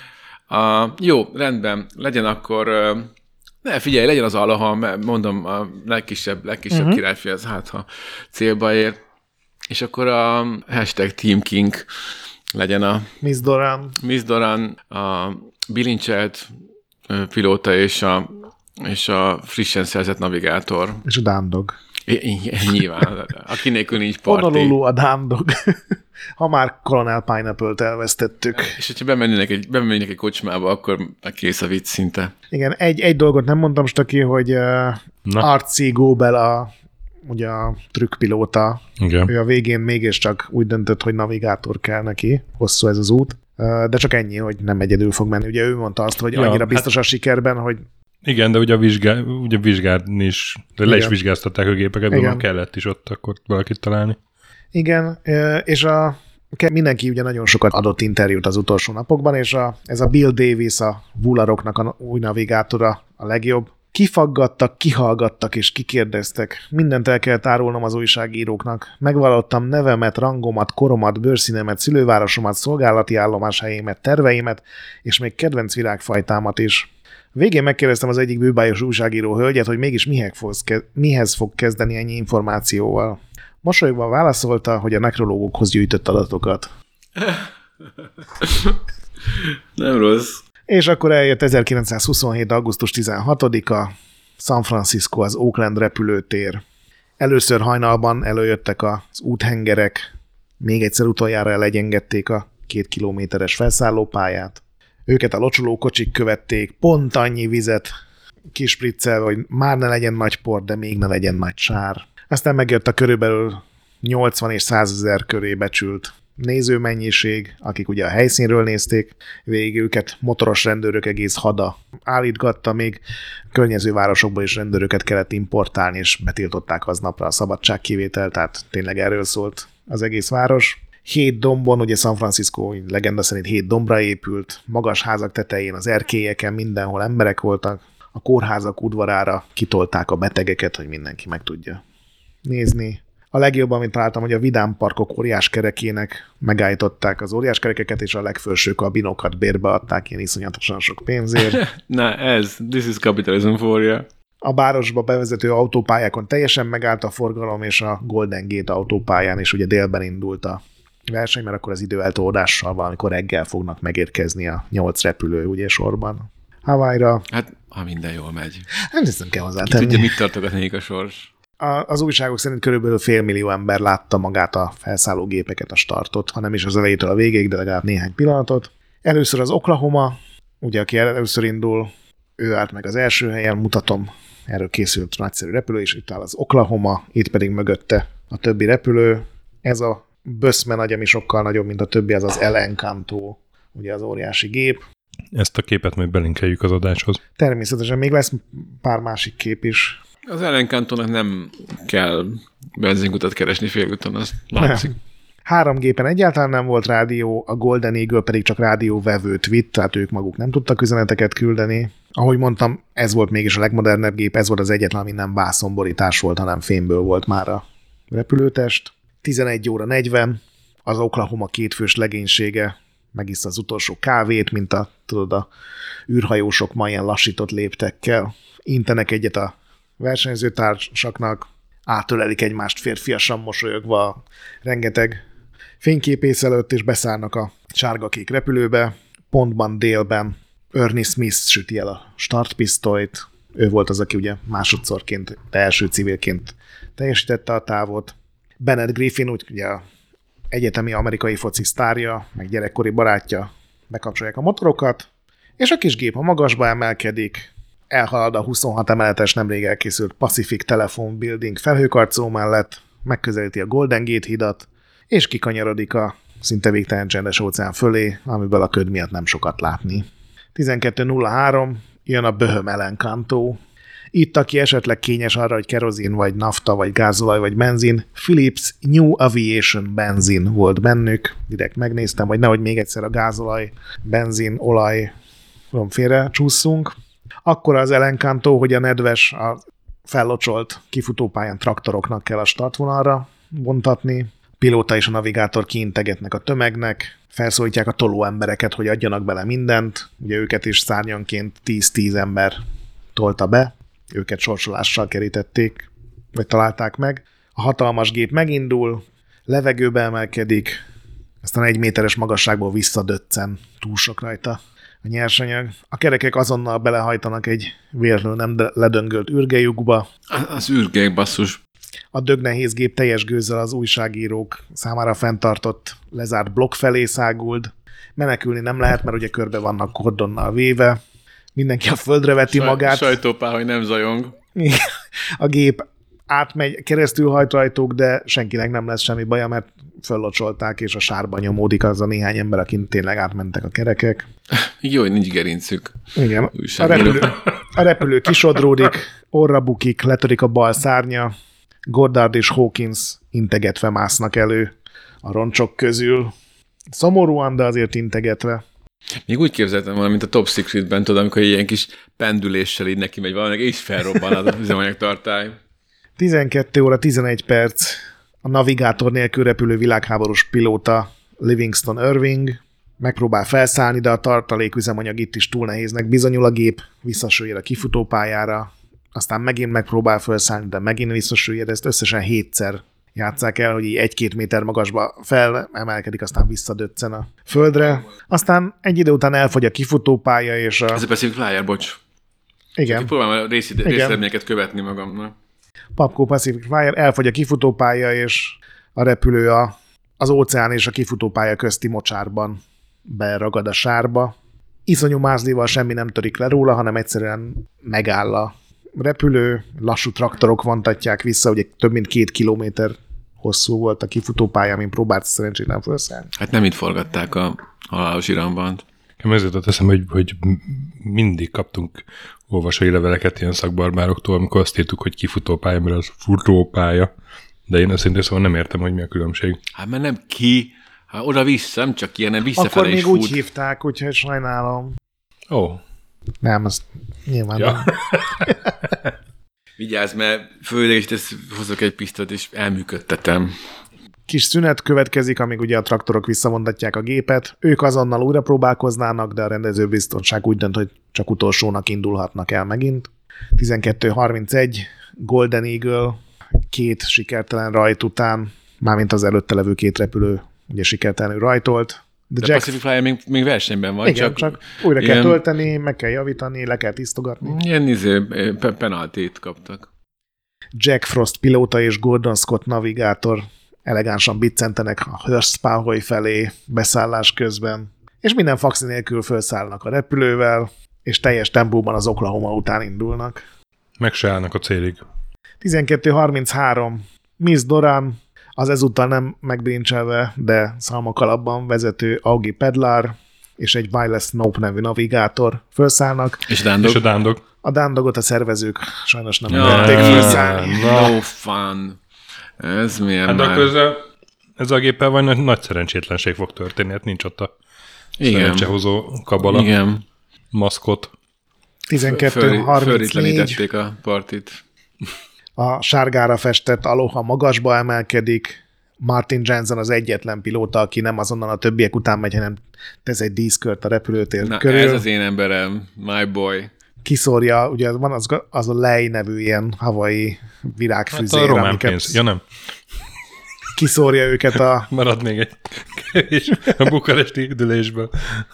Uh, jó, rendben, legyen akkor... Uh, ne, figyelj, legyen az Aloha, mondom, a legkisebb, legkisebb uh-huh. királyfi, az hát, ha célba ér. És akkor a hashtag Team King legyen a... Miss Doran. Miss Doran, a bilincselt pilóta és a, és a frissen szerzett navigátor. És a Dándog. Nyilván, aki nélkül nincs parti. Honolulu a Dándog. Ha már Colonel Pineapple-t elvesztettük. És hogyha bemennének egy, bemennének egy kocsmába, akkor kész a vicc szinte. Igen, egy, egy dolgot nem mondtam, Staki, hogy uh, Archie Gobel a, ugye a trükkpilóta. Igen. Ő a végén mégiscsak úgy döntött, hogy navigátor kell neki. Hosszú ez az út. Uh, de csak ennyi, hogy nem egyedül fog menni. Ugye ő mondta azt, hogy ja, annyira biztos hát... a sikerben, hogy igen, de ugye, a vizsgá, ugye vizsgálni is, de le is vizsgáztatták a gépeket, gondolom kellett is ott akkor valakit találni. Igen, és a, mindenki ugye nagyon sokat adott interjút az utolsó napokban, és a, ez a Bill Davis, a Vularoknak a új navigátora a legjobb. Kifaggattak, kihallgattak és kikérdeztek. Mindent el kell tárolnom az újságíróknak. Megvallottam nevemet, rangomat, koromat, bőrszínemet, szülővárosomat, szolgálati állomáshelyémet, terveimet, és még kedvenc virágfajtámat is. Végén megkérdeztem az egyik bőbájos újságíró hölgyet, hogy mégis mihez fog kezdeni ennyi információval. Mosolyogva válaszolta, hogy a nekrológokhoz gyűjtött adatokat. Nem rossz. És akkor eljött ezerkilencszázhuszonhét. augusztus tizenhatodika, San Francisco, az Oakland repülőtér. Először hajnalban előjöttek az úthengerek, még egyszer utoljára elegyengedték a két kilométeres felszállópályát. Őket a locsolókocsik követték, pont annyi vizet kispriccelve, hogy már ne legyen nagy por, de még ne legyen nagy sár. Aztán megjött a körülbelül nyolcvan és százezer köré becsült nézőmennyiség, akik ugye a helyszínről nézték, végig őket motoros rendőrök egész hada állítgatta, még környező városokból is rendőröket kellett importálni, és betiltották aznapra a szabadságkivételt, tehát tényleg erről szólt az egész város. Hét dombon, ugye San Francisco legenda szerint hét dombra épült, magas házak tetején, az erkélyeken, mindenhol emberek voltak. a kórházak udvarára kitolták a betegeket, hogy mindenki meg tudja nézni. A legjobb, amit találtam, hogy a Vidám Parkok óriáskerekének megállították az óriáskerekeket, és a legfelső kabinokat bérbeadták ilyen iszonyatosan sok pénzért. Na ez, this is capitalism for you. A városba bevezető autópályákon teljesen megállt a forgalom, és a Golden Gate autópályán is ugye délben indult a verseny, mert akkor az időeltolódással valamikor reggel fognak megérkezni a nyolc repülő ugye sorban Hawaii-ra. Hát, ha minden jól megy. Nem hiszem kell hozzátenni. Ki tudja, mit tartogatnék a sors. A, az újságok szerint körülbelül félmillió ember látta magát a felszállógépeket, a startot, hanem is az elejétől a végéig, de legalább néhány pillanatot. Először az Oklahoma, ugye aki először indul, ő állt meg az első helyen, mutatom, erről készült nagyszerű repülő, és itt áll az Oklahoma, itt pedig mögötte a többi repülő. Ez a Böszme nagy, ami sokkal nagyobb, mint a többi, az az El Encanto, ugye az óriási gép. Ezt a képet majd belinkeljük az adáshoz. Természetesen még lesz pár másik kép is. Az El Encantónak nem kell benzinkutat keresni félúton, az látszik. Három gépen egyáltalán nem volt rádió, a Golden Eagle pedig csak rádióvevőt vitt, tehát ők maguk nem tudtak üzeneteket küldeni. Ahogy mondtam, ez volt mégis a legmodernebb gép, ez volt az egyetlen, ami nem vászonborítás volt, hanem fémből volt már a repülőtest. tizenegy óra negyven, az Oklahoma kétfős legénysége megiszta az utolsó kávét, mint a, tudod, a űrhajósok ma ilyen lassított léptekkel. Intenek egyet a versenyzőtársaknak, átölelik egymást férfiasan mosolyogva, rengeteg fényképész előtt, és beszállnak a sárga-kék repülőbe. Pontban délben Ernie Smith süti el a startpisztolyt. Ő volt az, aki ugye másodszorként, de első civilként teljesítette a távot. Bennett Griffin, úgy ugye a egyetemi amerikai foci sztárja, meg gyerekkori barátja, bekapcsolják a motorokat, és a kis gép a magasba emelkedik, elhalad a huszonhat emeletes nemrég elkészült Pacific Telephone Building felhőkarcoló mellett, megközelíti a Golden Gate hidat, és kikanyarodik a szinte végtelen csendes óceán fölé, amiből a köd miatt nem sokat látni. tizenkettő nulla három jön a Boehm El Encanto. Itt, aki esetleg kényes arra, hogy kerozin, vagy nafta, vagy gázolaj, vagy benzin, Philips New Aviation benzin volt bennük. Direkt megnéztem, hogy nehogy még egyszer a gázolaj, benzin, olaj félre csúszunk. Akkor az El Encanto, hogy a nedves, a fellocsolt kifutópályán traktoroknak kell a startvonalra vontatni. A pilóta és a navigátor kiintegetnek a tömegnek, felszólítják a toló embereket, hogy adjanak bele mindent. Ugye őket is szárnyanként tíz-tíz ember tolta be, őket sorsolással kerítették, vagy találták meg. A hatalmas gép megindul, levegőbe emelkedik, aztán egy méteres magasságból visszadöccen, túl sok rajta a nyersanyag. A kerekek azonnal belehajtanak egy véletlenül nem ledöngölt űrgelyukba. Az űrgelyek, basszus. A dögnehéz gép teljes gőzzel az újságírók számára fenntartott lezárt blokk felé száguld. Menekülni nem lehet, mert ugye körbe vannak kordonnal véve. Mindenki a földre veti Saj, magát. Sajtópál, hogy nem zajong. A gép átmegy, keresztül hajt rajtuk, de senkinek nem lesz semmi baja, mert föllocsolták, és a sárba nyomódik az a néhány ember, akin tényleg átmentek a kerekek. Jó, hogy nincs gerincük. Igen. A repülő, a repülő kisodródik, orra bukik, letörik a bal szárnya, Goddard és Hawkins integetve másznak elő a roncsok közül. Szomorúan, de azért integetve. Még úgy képzeltem volna, mint a Top Secret-ben, tudod, amikor ilyen kis pendüléssel így neki megy valaminek, és felrobban az üzemanyagtartály. tizenkettő óra tizenegy perc. A navigátor nélkül repülő világháborús pilóta Livingston Irving megpróbál felszállni, de a tartaléküzemanyag itt is túl nehéznek bizonyul, a gép visszasüllyed a kifutópályára, aztán megint megpróbál felszállni, de megint visszasüllyed, ezt összesen hétszer játsszák el, hogy így egy-két méter magasba felemelkedik, aztán visszadöccen a földre. Aztán egy idő után elfogy a kifutópálya, és a... Ez a Pacific Flyer, bocs. Igen. Csak próbálom a részeredményeket követni magamnak. Papco Pacific Flyer, elfogy a kifutópálya, és a repülő a, az óceán és a kifutópálya közti mocsárban beragad a sárba. Iszonyú mázlival semmi nem törik le róla, hanem egyszerűen megáll a repülő, lassú traktorok vontatják vissza, ugye több mint két kilométer hosszú volt a kifutópálya, amin próbált szerencsétlen felszállni. Hát nem itt forgatták a halálos iramban. Nekem ez jutott eszembe, hogy, hogy mindig kaptunk olvasói leveleket ilyen szakbarbároktól, amikor azt írtuk, hogy kifutópálya, mert az futópálya. De én szintén szóval nem értem, hogy mi a különbség. Hát mert nem ki, hát oda-vissza, nem csak ilyen, nem visszafele Akkor is még fut. úgy hívták, úgyhogy sajnálom. Ó. Oh. Nem, azt Nyilván Ja. nem. Vigyázz, mert földégést hozok egy pisztolyt, és elműködtetem. Kis szünet következik, amíg ugye a traktorok visszamondatják a gépet. Ők azonnal újra próbálkoznának, de a rendezőbiztonság úgy dönt, hogy csak utolsónak indulhatnak el megint. tizenkettő harmincegy, Golden Eagle, két sikertelen rajt után, mármint az előtte levő két repülő ugye sikertelenül rajtolt. De, de Jack... Pacific Flyer még, még versenyben van. Igen, csak, csak újra ilyen... kell tölteni, meg kell javítani, le kell tisztogatni. Ilyen izé, penaltét kaptak. Jack Frost pilóta és Gordon Scott navigátor elegánsan biccentenek a Hurst-Pauhoy felé beszállás közben, és minden faxi nélkül felszállnak a repülővel, és teljes tempóban az Oklahoma után indulnak. Meg se állnak a célig. tizenkettő harminchárom, Miss Doran, az ezúttal nem megbrincselve, de szalmakalapban vezető Augie Pedlar és egy Wireless Snope nevű navigátor felszállnak. És dándog. És a dándog. A dándogot a szervezők sajnos nem Ja, merték felszállni. No fun. Ez milyen Hát már... akkor ezzel, ez a géppel vagy nagy, nagy szerencsétlenség fog történni, hát nincs ott a Igen. szerencsehozó kabala, Igen. maszkot. tizenkettő harmincnégy, Fölítlenítették a partit. a sárgára festett Aloha magasba emelkedik, Martin Jensen az egyetlen pilóta, aki nem azonnal a többiek után megy, hanem tesz egy díszkört a repülőtér Na, körül. ez az én emberem, my boy. Kiszórja, ugye van az, az a Lei nevű ilyen havai virágfüzér, Hát a román amiket pénz. Ja nem, kiszórja őket a, marad még egy kevés a bukaresti üdülésből.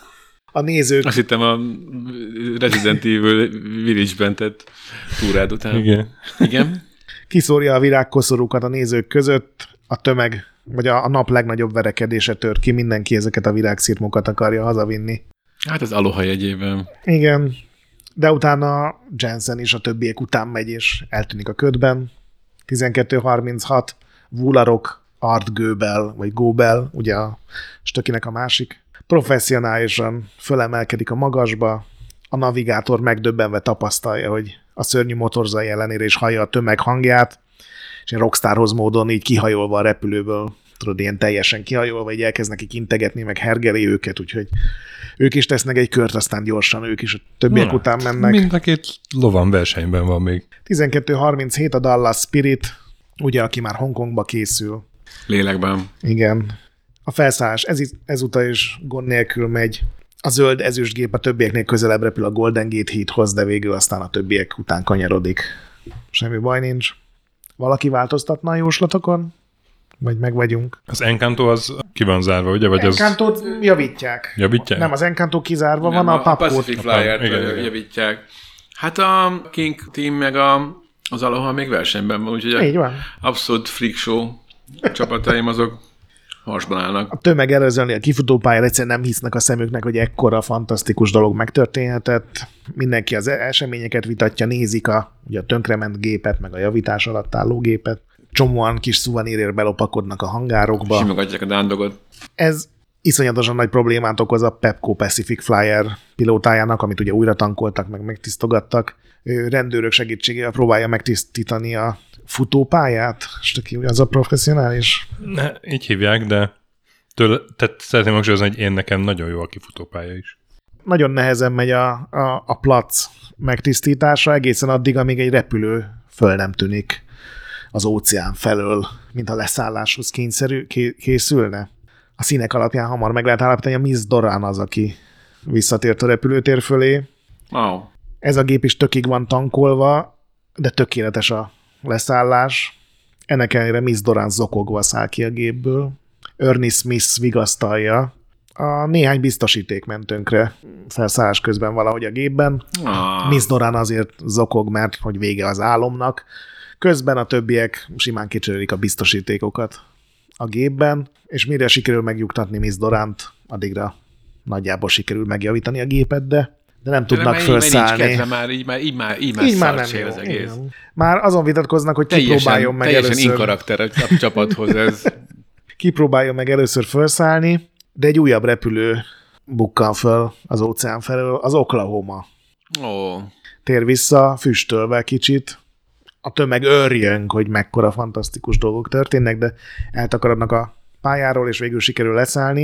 a nézők. Azt hittem a Resident Evil Village-ben tett túrád után. Igen. Igen? Kiszórja a virágkoszorúkat a nézők között, a tömeg, vagy a, a nap legnagyobb verekedése tört ki, mindenki ezeket a virágszirmokat akarja hazavinni. Hát az Aloha jegyében. Igen, de utána Jensen is a többiek után megy, és eltűnik a ködben. tizenkettő harminchat, Vularok, Art Göbel, vagy Góbel, ugye a stökinek a másik. Professzionálisan fölemelkedik a magasba, a navigátor megdöbbenve tapasztalja, hogy a szörnyű motorzai ellenére is hallja a tömeg hangját, és egy rockstarhoz módon így kihajolva a repülőből, tudod, ilyen teljesen kihajolva, így elkezd nekik integetni, meg hergeli őket, úgyhogy ők is tesznek egy kört, aztán gyorsan ők is a többiek Na, után mennek. Mind a két lovan versenyben van még. tizenkettő harminchét a Dallas Spirit, ugye, aki már Hongkongba készül. Lélekben. Igen. A felszállás ez, ezúttal is gond nélkül megy. A zöld ezüstgép a többieknél közelebb repül a Golden Gate hídhoz, de végül aztán a többiek után kanyarodik. Semmi baj nincs. Valaki változtatna a jóslatokon? Vagy meg vagyunk? Az Encanto az ki van zárva, ugye? Vagy az... Encantót javítják. Javítják? Nem, az Encanto kizárva Nem, van, a, a Papkót. Pacific Flyer-t igen, igen. javítják. Hát a King Team meg a, az Aloha még versenyben van, úgyhogy Így van. abszolút freak show csapataim azok marsban állnak. A tömeg előzölni a kifutópályán, egyszerűen nem hisznek a szemüknek, hogy ekkora fantasztikus dolog megtörténhetett. Mindenki az eseményeket vitatja, nézik a, ugye a tönkrement gépet, meg a javítás alatt álló gépet. Csomóan kis szuvanírért belopakodnak a hangárokba. Simogatják a dándogot. Ez iszonyatosan nagy problémát okoz a Pepco Pacific Flyer pilótájának, amit ugye újra tankoltak, meg megtisztogattak. Ő rendőrök segítségével próbálja megtisztítani a futópályát, és aki az a professzionális. Ne, így hívják, de tőle, tehát szeretném hangsúlyozni, hogy én nekem nagyon jó a kifutópálya is. Nagyon nehezen megy a, a, a plac megtisztítása, egészen addig, amíg egy repülő föl nem tűnik az óceán felől, mint a leszálláshoz kényszerű, készülne. A színek alapján hamar meg lehet állapítani, a Miss Doran az, aki visszatért a repülőtér fölé. Wow. Ez a gép is tökig van tankolva, de tökéletes a leszállás. Ennek ellenére Miss Doran zokogva száll ki a gépből. Ernie Smith vigasztalja. A néhány biztosíték ment tönkre felszállás közben valahogy a gépben. Ah. Miss Doran azért zokog, mert hogy vége az álomnak. Közben a többiek simán kicserélik a biztosítékokat a gépben, és mire sikerül megnyugtatni Miss Dorant, addigra nagyjából sikerül megjavítani a gépet, de, de nem tudnak már felszállni. Így, így, már, így már, így már, így már, Így már nem szart jó. az egész. Igen. Már azon vitatkoznak, hogy Teljesen, kipróbáljon meg teljesen először. inkarakter a csapathoz ez. Kipróbáljon meg először felszállni, de egy újabb repülő bukkan föl az óceán felől, az Oklahoma. Ó. Tér vissza, füstölve kicsit. A tömeg örjön, hogy mekkora fantasztikus dolgok történnek, de eltakarodnak a pályáról, és végül sikerül leszállni.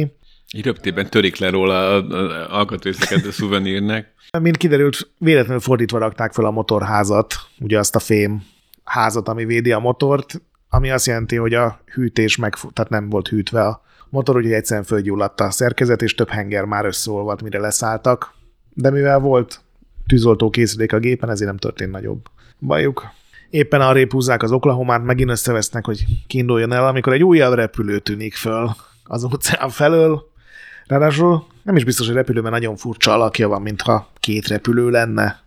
Így röptében törik le róla az alkatrészeket a szuvenírnek. Mint kiderült, véletlenül fordítva rakták fel a motorházat, ugye azt a fém házat, ami védi a motort, ami azt jelenti, hogy a hűtés meg, tehát nem volt hűtve a motor, úgyhogy egyszerűen fölgyulladt a szerkezet, és több henger már összeolvadt, mire leszálltak. De mivel volt tűzoltó készülék a gépen, ezért nem történt nagyobb bajuk. Éppen arrébb húzzák az Oklahomát, megint összevesznek, hogy kiinduljon el, amikor egy újabb repülő tűnik föl az óceán felől. Ráadásul nem is biztos, hogy repülőben nagyon furcsa alakja van, mintha két repülő lenne.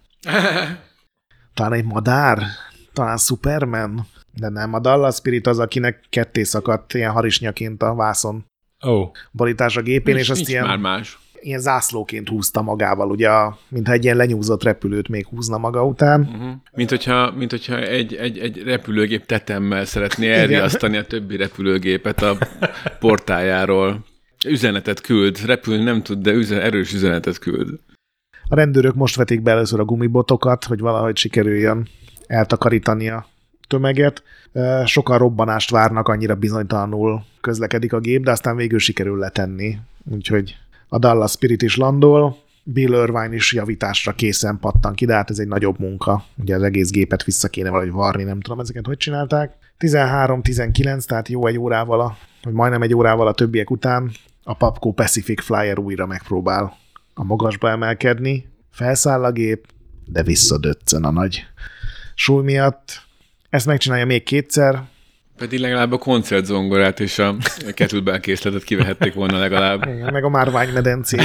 Talán egy madár? Talán Superman? De nem, a Dallas Spirit az, akinek ketté szakadt ilyen harisnyaként a vászon oh. borítás a gépén, nincs, és azt nincs ilyen, már más. ilyen zászlóként húzta magával, ugye, mintha egy ilyen lenyúzott repülőt még húzna maga után. Uh-huh. Mint hogyha, mint hogyha egy, egy, egy repülőgép tetemmel szeretné elriasztani a többi repülőgépet a portájáról. Üzenetet küld, repülni nem tud, de üzen, erős üzenetet küld. A rendőrök most vetik be először a gumibotokat, hogy valahogy sikerüljön eltakarítani a tömeget. Sokan robbanást várnak, annyira bizonytalanul közlekedik a gép, de aztán végül sikerül letenni. Úgyhogy a Dallas Spirit is landol, Bill Irvine is javításra készen pattan ki, de hát ez egy nagyobb munka. Ugye az egész gépet vissza kéne valahogy varni, nem tudom ezeket hogy csinálták. tizenhárom tizenkilenc, tehát jó egy órával, a, vagy majdnem egy órával a többiek után a Papco Pacific Flyer újra megpróbál a magasba emelkedni. Felszáll a gép, de visszadöccen a nagy súly miatt. Ezt megcsinálja még kétszer. Pedig legalább a koncertzongorát és a kettlebell készletet kivehették volna legalább. Igen, meg a márványmedencét.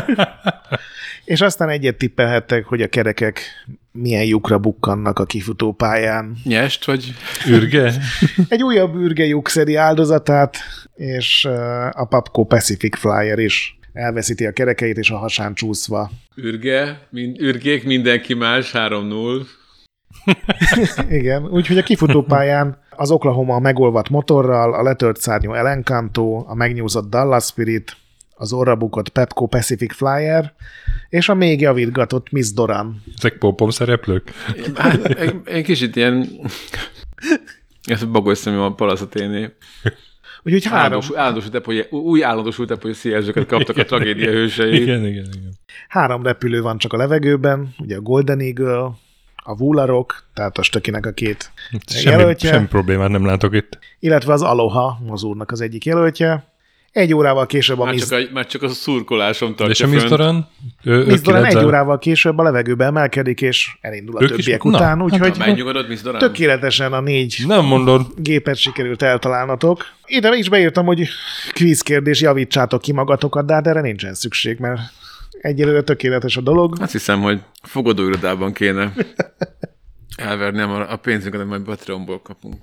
És aztán egyet tippelhettek, hogy a kerekek milyen lyukra bukkannak a kifutópályán. Nyest, vagy? Ürge? Egy újabb ürge lyuk szedi áldozatát, és a Papco Pacific Flyer is elveszíti a kerekeit, és a hasán csúszva. Ürge, mind, ürgék, mindenki más, három null. Igen, úgyhogy a kifutópályán az Oklahoma megolvadt motorral, a letört szárnyú El Encanto, a megnyúzott Dallas Spirit, az orra bukott Papco Pacific Flyer, és a még javítgatott Miss Doran. Ezek popom szereplők? Hát, egy, egy kicsit ilyen... Ez a bagoly szemű a Palazaténé. Úgyhogy három... Állandósult új állandósult epolyi jelzőket kaptak a tragédia hősei. Igen, igen, igen. Három repülő van csak a levegőben, ugye a Golden Eagle, a Vularok, tehát a Stökinek a két semmi, jelöltje. Semmi problémát nem látok itt. Illetve az Aloha, az úrnak az egyik jelöltje. Egy órával később a már, Miss... csak a, már csak a szurkolásom tartja. És a Miss Doran? Miss Doran egy órával később a levegőbe emelkedik, és elindul a ők többiek is... után, úgyhogy megnyugodott Miss Doran? Tökéletesen a négy nem mondod. Gépet sikerült eltalálnatok. Ide is beírtam, hogy kvíz kérdés, javítsátok ki magatokat, de hát erre nincsen szükség, mert egyelőre tökéletes a dolog. Azt hiszem, hogy fogadóirodában kéne elvernem a pénzünket, amit majd Patreonból kapunk.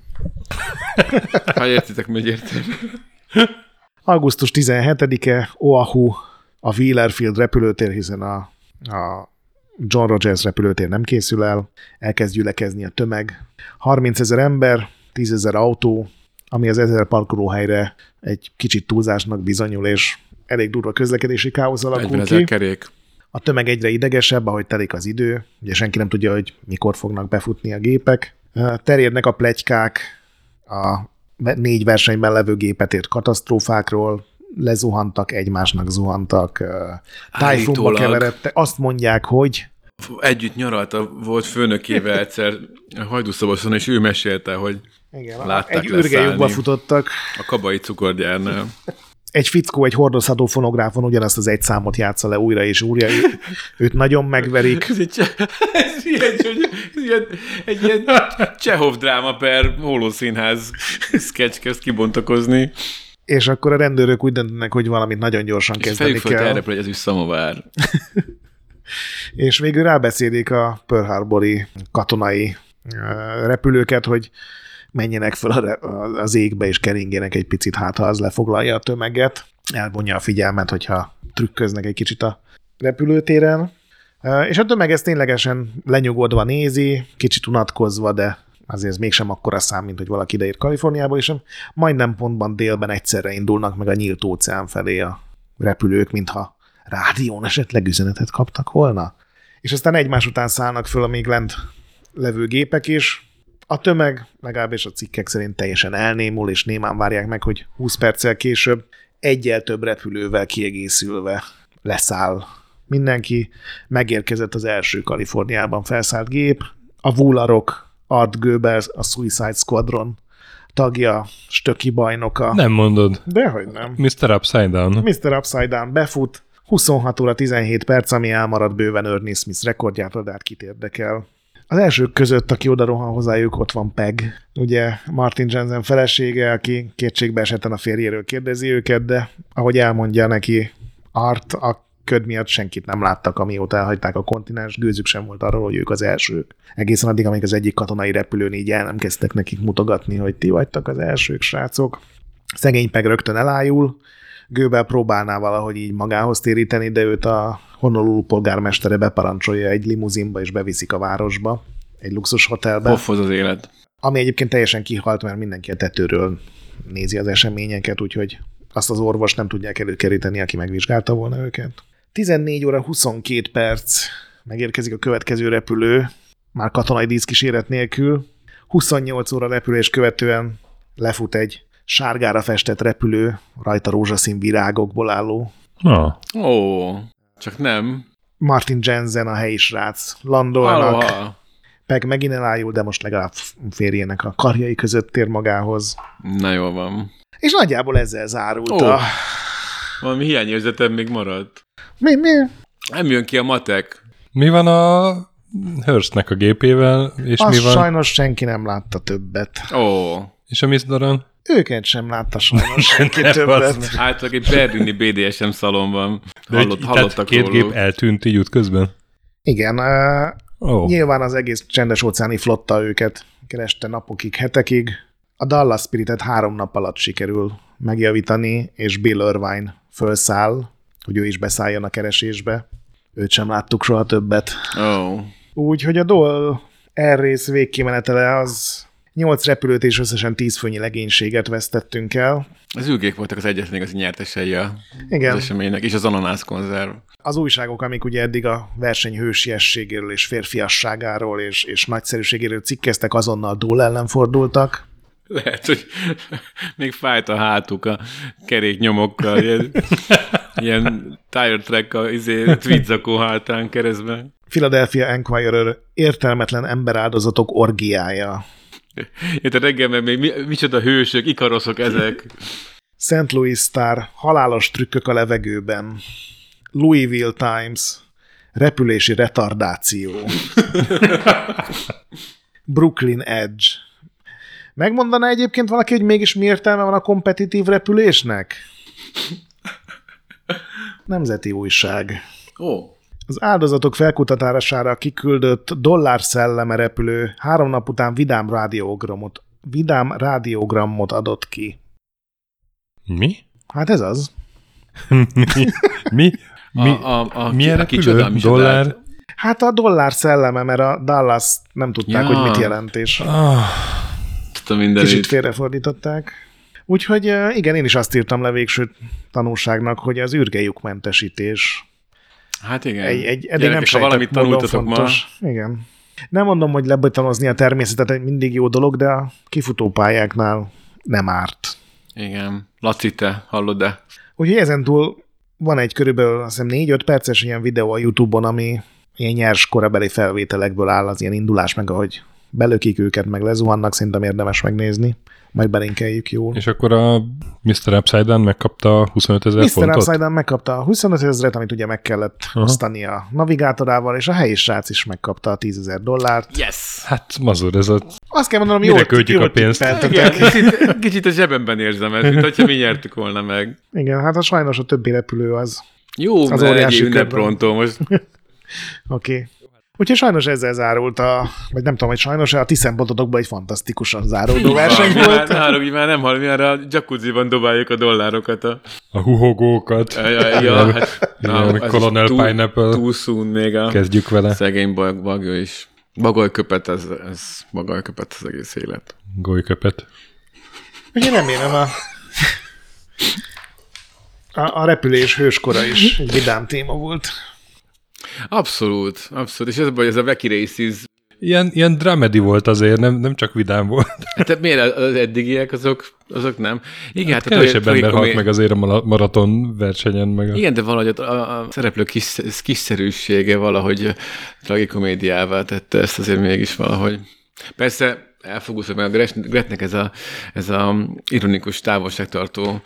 Ha értitek, hogy értem. augusztus tizenhetedike, Oahu, a Wheelerfield repülőtér, hiszen a, a John Rogers repülőtér nem készül el, elkezd gyülekezni a tömeg. harmincezer ember, tízezer autó, ami az ezer parkolóhelyre egy kicsit túlzásnak bizonyul, és elég durva közlekedési káosz alakul ki. kerék. A tömeg egyre idegesebb, ahogy telik az idő, ugye senki nem tudja, hogy mikor fognak befutni a gépek. Terjednek a pletykák, a négy versenyben levő gépet ért katasztrófákról, lezuhantak, egymásnak zuhantak, tájfunba keveredtek. Azt mondják, hogy... Együtt nyaralt a volt főnökével egyszer a Hajdúszoboszon, és ő mesélte, hogy igen, látták egy ürgelyükba futottak. A Kabai cukorgyárnál. Egy fickó egy hordozható fonográfon ugyanazt az egy számot játsza le újra és újra, ő, őt nagyon megverik. Ez egy, ez ilyen, ez ilyen, egy ilyen Csehov dráma per hólószínház sketch kezd kibontakozni. És akkor a rendőrök úgy döntenek, hogy valamit nagyon gyorsan és kezdeni kell. És fejük föl hogy ez is szamovár. És végül rábeszélik a Pearl Harbori katonai repülőket, hogy menjenek fel az égbe, és keringjenek egy picit, hát ha az lefoglalja a tömeget. Elvonja a figyelmet, hogyha trükköznek egy kicsit a repülőtéren. És a tömeg ezt ténylegesen lenyugodva nézi, kicsit unatkozva, de azért ez mégsem akkora szám, mint hogy valaki ideír Kaliforniából, és majdnem pontban délben egyszerre indulnak meg a nyílt óceán felé a repülők, mintha rádión esetleg üzenetet kaptak volna. És aztán egymás után szállnak föl a még lent levő gépek is. A tömeg, legalábbis a cikkek szerint teljesen elnémul, és némán várják meg, hogy húsz perccel később egyel több repülővel kiegészülve leszáll mindenki. Megérkezett az első Kaliforniában felszállt gép, a Vularok, Art Goebbels, a Suicide Squadron tagja, stöki bajnoka. Nem mondod. Dehogy nem. miszter Upside Down. miszter Upside Down befut, huszonhat óra tizenhét perc, ami elmaradt bőven Ernie Smith rekordjától, de hát kit érdekel. Az elsők között, aki oda rohan hozzájuk, ott van Peg, ugye Martin Jensen felesége, aki kétségbe esetten a férjéről kérdezi őket, de ahogy elmondja neki Art, a köd miatt senkit nem láttak, amióta elhagyták a kontinens, gőzük sem volt arról, hogy ők az elsők. Egészen addig, amíg az egyik katonai repülőn így el nem kezdtek nekik mutogatni, hogy ti vagytok az elsők, srácok. Szegény Peg rögtön elájul, Goebel próbálná valahogy így magához téríteni, de őt a Honolulu polgármestere beparancsolja egy limuzinba, és beviszik a városba, egy luxus hotelbe. Poffoz az élet. Ami egyébként teljesen kihalt, mert mindenki a tetőről nézi az eseményeket, úgyhogy azt az orvos nem tudják előkeríteni, aki megvizsgálta volna őket. tizennégy óra huszonkét perc, megérkezik a következő repülő, már katonai díszkíséret nélkül. huszonnyolc óra repülés követően lefut egy sárgára festett repülő, rajta rózsaszín virágokból álló. Ah. Ó, csak nem. Martin Jensen, a helyi srác, landolnak. Aloha. Peg megint elájul, de most legalább férjének a karjai között tér magához. Na jól van. És nagyjából ezzel zárult Ó, a... valami hiányérzetem még maradt. Mi, mi? Nem jön ki a matek. Mi van a Hearstnek a gépével, és Azt mi van? sajnos senki nem látta többet. Ó. És a Miss Daran? Őket sem látta sajnos senki Nem, többet. az- Általában egy berlini bé dé es em szalonban De hallott, egy- hallottak tehát két róluk. gép eltűnt így útközben? Igen, uh, Ó. nyilván az egész csendes óceáni flotta őket kereste napokig, hetekig. A Dallas Spiritet három nap alatt sikerül megjavítani, és Bill Irvine fölszáll, hogy ő is beszálljon a keresésbe. Őt sem láttuk soha többet. Ó. Úgyhogy a Dole Air Race végkimenetele az nyolc repülőt és összesen tíz főnyi legénységet vesztettünk el. Az ülgék voltak az egyetlen igazi nyertesei a- Igen. az eseménynek, és az ananász konzerv. Az újságok, amik ugye eddig a verseny hősiességéről és férfiasságáról és, és nagyszerűségéről cikkeztek, azonnal Dole ellen fordultak. Lehet, hogy még fájt a hátuk a keréknyomokkal, ilyen, ilyen tire track-a izé, tweedzakó hátán keresztben. Philadelphia Enquirer értelmetlen emberáldozatok orgiája. Érted, reggel meg még mi, micsoda hősök, ikaroszok ezek. Saint Louis Star, halálos trükkök a levegőben. Louisville Times, repülési retardáció. Brooklyn Edge. Megmondaná egyébként valaki, hogy mégis mi értelme van a kompetitív repülésnek? Nemzeti újság. Ó, Az áldozatok felkutatására kiküldött dollár szelleme repülő három nap után vidám rádiogramot, vidám rádiogramot adott ki. Mi? Hát ez az. Mi? Mi? Mi? a, a, a, Milyen a kicsoda, repülő? micsoda. Dollár? Hát a dollár szelleme, mert a Dallas nem tudták, Ja. hogy mit jelent, és Ah, Tudom mindenit. kicsit félrefordították. Úgyhogy eh, igen, én is azt írtam le végső tanulságnak, hogy az űrgelyukmentesítés Hát igen. egy, egy eddig Gyerekek, nem ha sejtett valamit módon tanultatok ma, fontos. Igen. Nem mondom, hogy lebetanozni a természetet egy mindig jó dolog, de a kifutópályáknál nem árt. igen. Laci, te hallod-e? Úgyhogy ezentúl van egy körülbelül azt hiszem négy-öt perces ilyen videó a YouTube-on, ami ilyen nyers korabeli felvételekből áll, az ilyen indulás, meg ahogy belökik őket, meg lezuhannak, szerintem érdemes megnézni. Majd belinkeljük jól. és akkor a miszter Upside Down megkapta huszonöt ezer miszter fontot? Upside Down megkapta a huszonöt ezret, amit ugye meg kellett Aha. osztani a navigátorával, és a helyi srác is megkapta a tízezer dollárt. Yes! Hát mazur, ez a... Azt kell mondanom, Mire jól, költjük jól a pénzt? tippeltetek. Igen, kicsit, kicsit a zsebemben érzem ezt, mint hogyha mi nyertük volna meg. Igen, hát a sajnos a többi repülő az. Jó, Az mert egy óriási ünneprontó most. Oké. Okay. Úgyhogy sajnos ezzel zárult a, vagy nem tudom, hogy sajnos a ti szempontotokban egy fantasztikusan záródó verseny Mi már, volt. nálunk mi már nem hall, mi már a jacuzziban dobáljuk a dollárokat. A, A huhogókat. ja, ja, ja, hát, Igen, ez Colonel túl, Pineapple. Túl soon még a Kezdjük vele. szegény bag, bagja is. Bagajköpet, ez, ez bagajköpet az egész élet. Golyköpet. Ugye remélem a, a, a repülés hőskora is egy vidám téma volt. Abszolút, abszolút. És ez a baj, ez a Wacky Races ilyen, ilyen dramedy volt azért, nem, nem csak vidám volt. Hát miért az eddigiek, azok, azok nem? Igen, hát hát kevesebb a, ember halt komé... meg azért a maraton versenyen. Meg a... Igen, de valahogy a, a, a szereplő kis, kiszerűsége valahogy tragikomédiává tette ezt azért mégis valahogy. Persze elfogulszok, mert a Gretnek ez a, ez a ironikus távolságtartó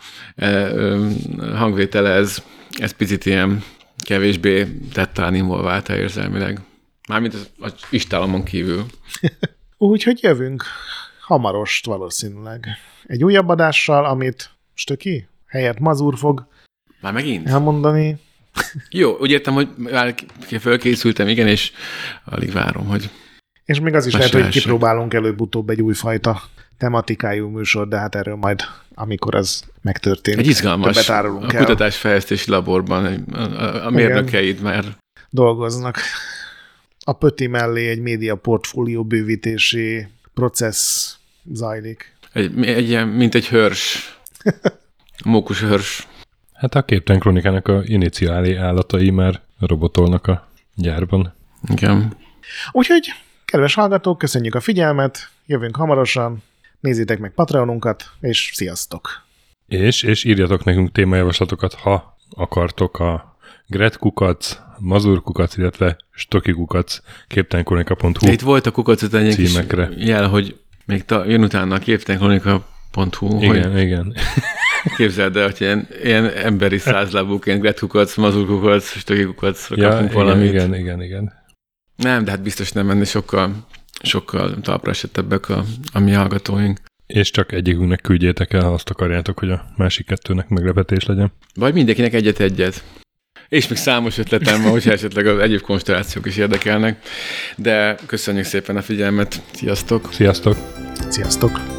hangvétele, ez, ez picit ilyen kevésbé tett talán involválta érzelmileg. Mármint az, az istálomon kívül. Úgyhogy jövünk hamarost valószínűleg. Egy újabb adással, amit Stöki helyett Mazur fog Már megint? elmondani. Jó, úgy értem, hogy már fölkészültem, igen, és alig várom, hogy És még az is lehet, hogy kipróbálunk előbb-utóbb egy újfajta tematikájú műsor, de hát erről majd, amikor az megtörténik. Egy izgalmas, a el. kutatásfejlesztési laborban a, a, a mérnökeid már dolgoznak. A Pöti mellé egy média portfólió bővítési processz zajlik. Egy, egy ilyen, mint egy hörs. Mókus hörs. Hát a Képtelen Krónikának a iniciáli állatai már robotolnak a gyárban. Igen. Úgyhogy, kedves hallgatók, köszönjük a figyelmet, jövünk hamarosan, nézzétek meg Patreonunkat, és sziasztok! És, és írjatok nekünk témajavaslatokat, ha akartok a Gretkukac, Mazurkukac, illetve Stokikukac, képtelenkronika pont hu itt volt a kukac után egy kis címekre. jel, hogy még ta, jön utána a képtelenkronika pont hu. Igen, hogy igen. Képzeld el, hogy ilyen, ilyen emberi százlábúként Gretkukac, Mazurkukac, Stokikukac Ja, kapunk igen, valamit. igen, igen, igen. Nem, de hát biztos nem menni, sokkal, sokkal talpra esettebbek a, a mi hallgatóink. És csak egyikünknek küldjétek el, ha azt akarjátok, hogy a másik kettőnek meglepetés legyen. Vagy mindenkinek egyet-egyet. És még számos ötletem van, hogyha esetleg az egyéb konstellációk is érdekelnek. De köszönjük szépen a figyelmet. Sziasztok! Sziasztok! Sziasztok!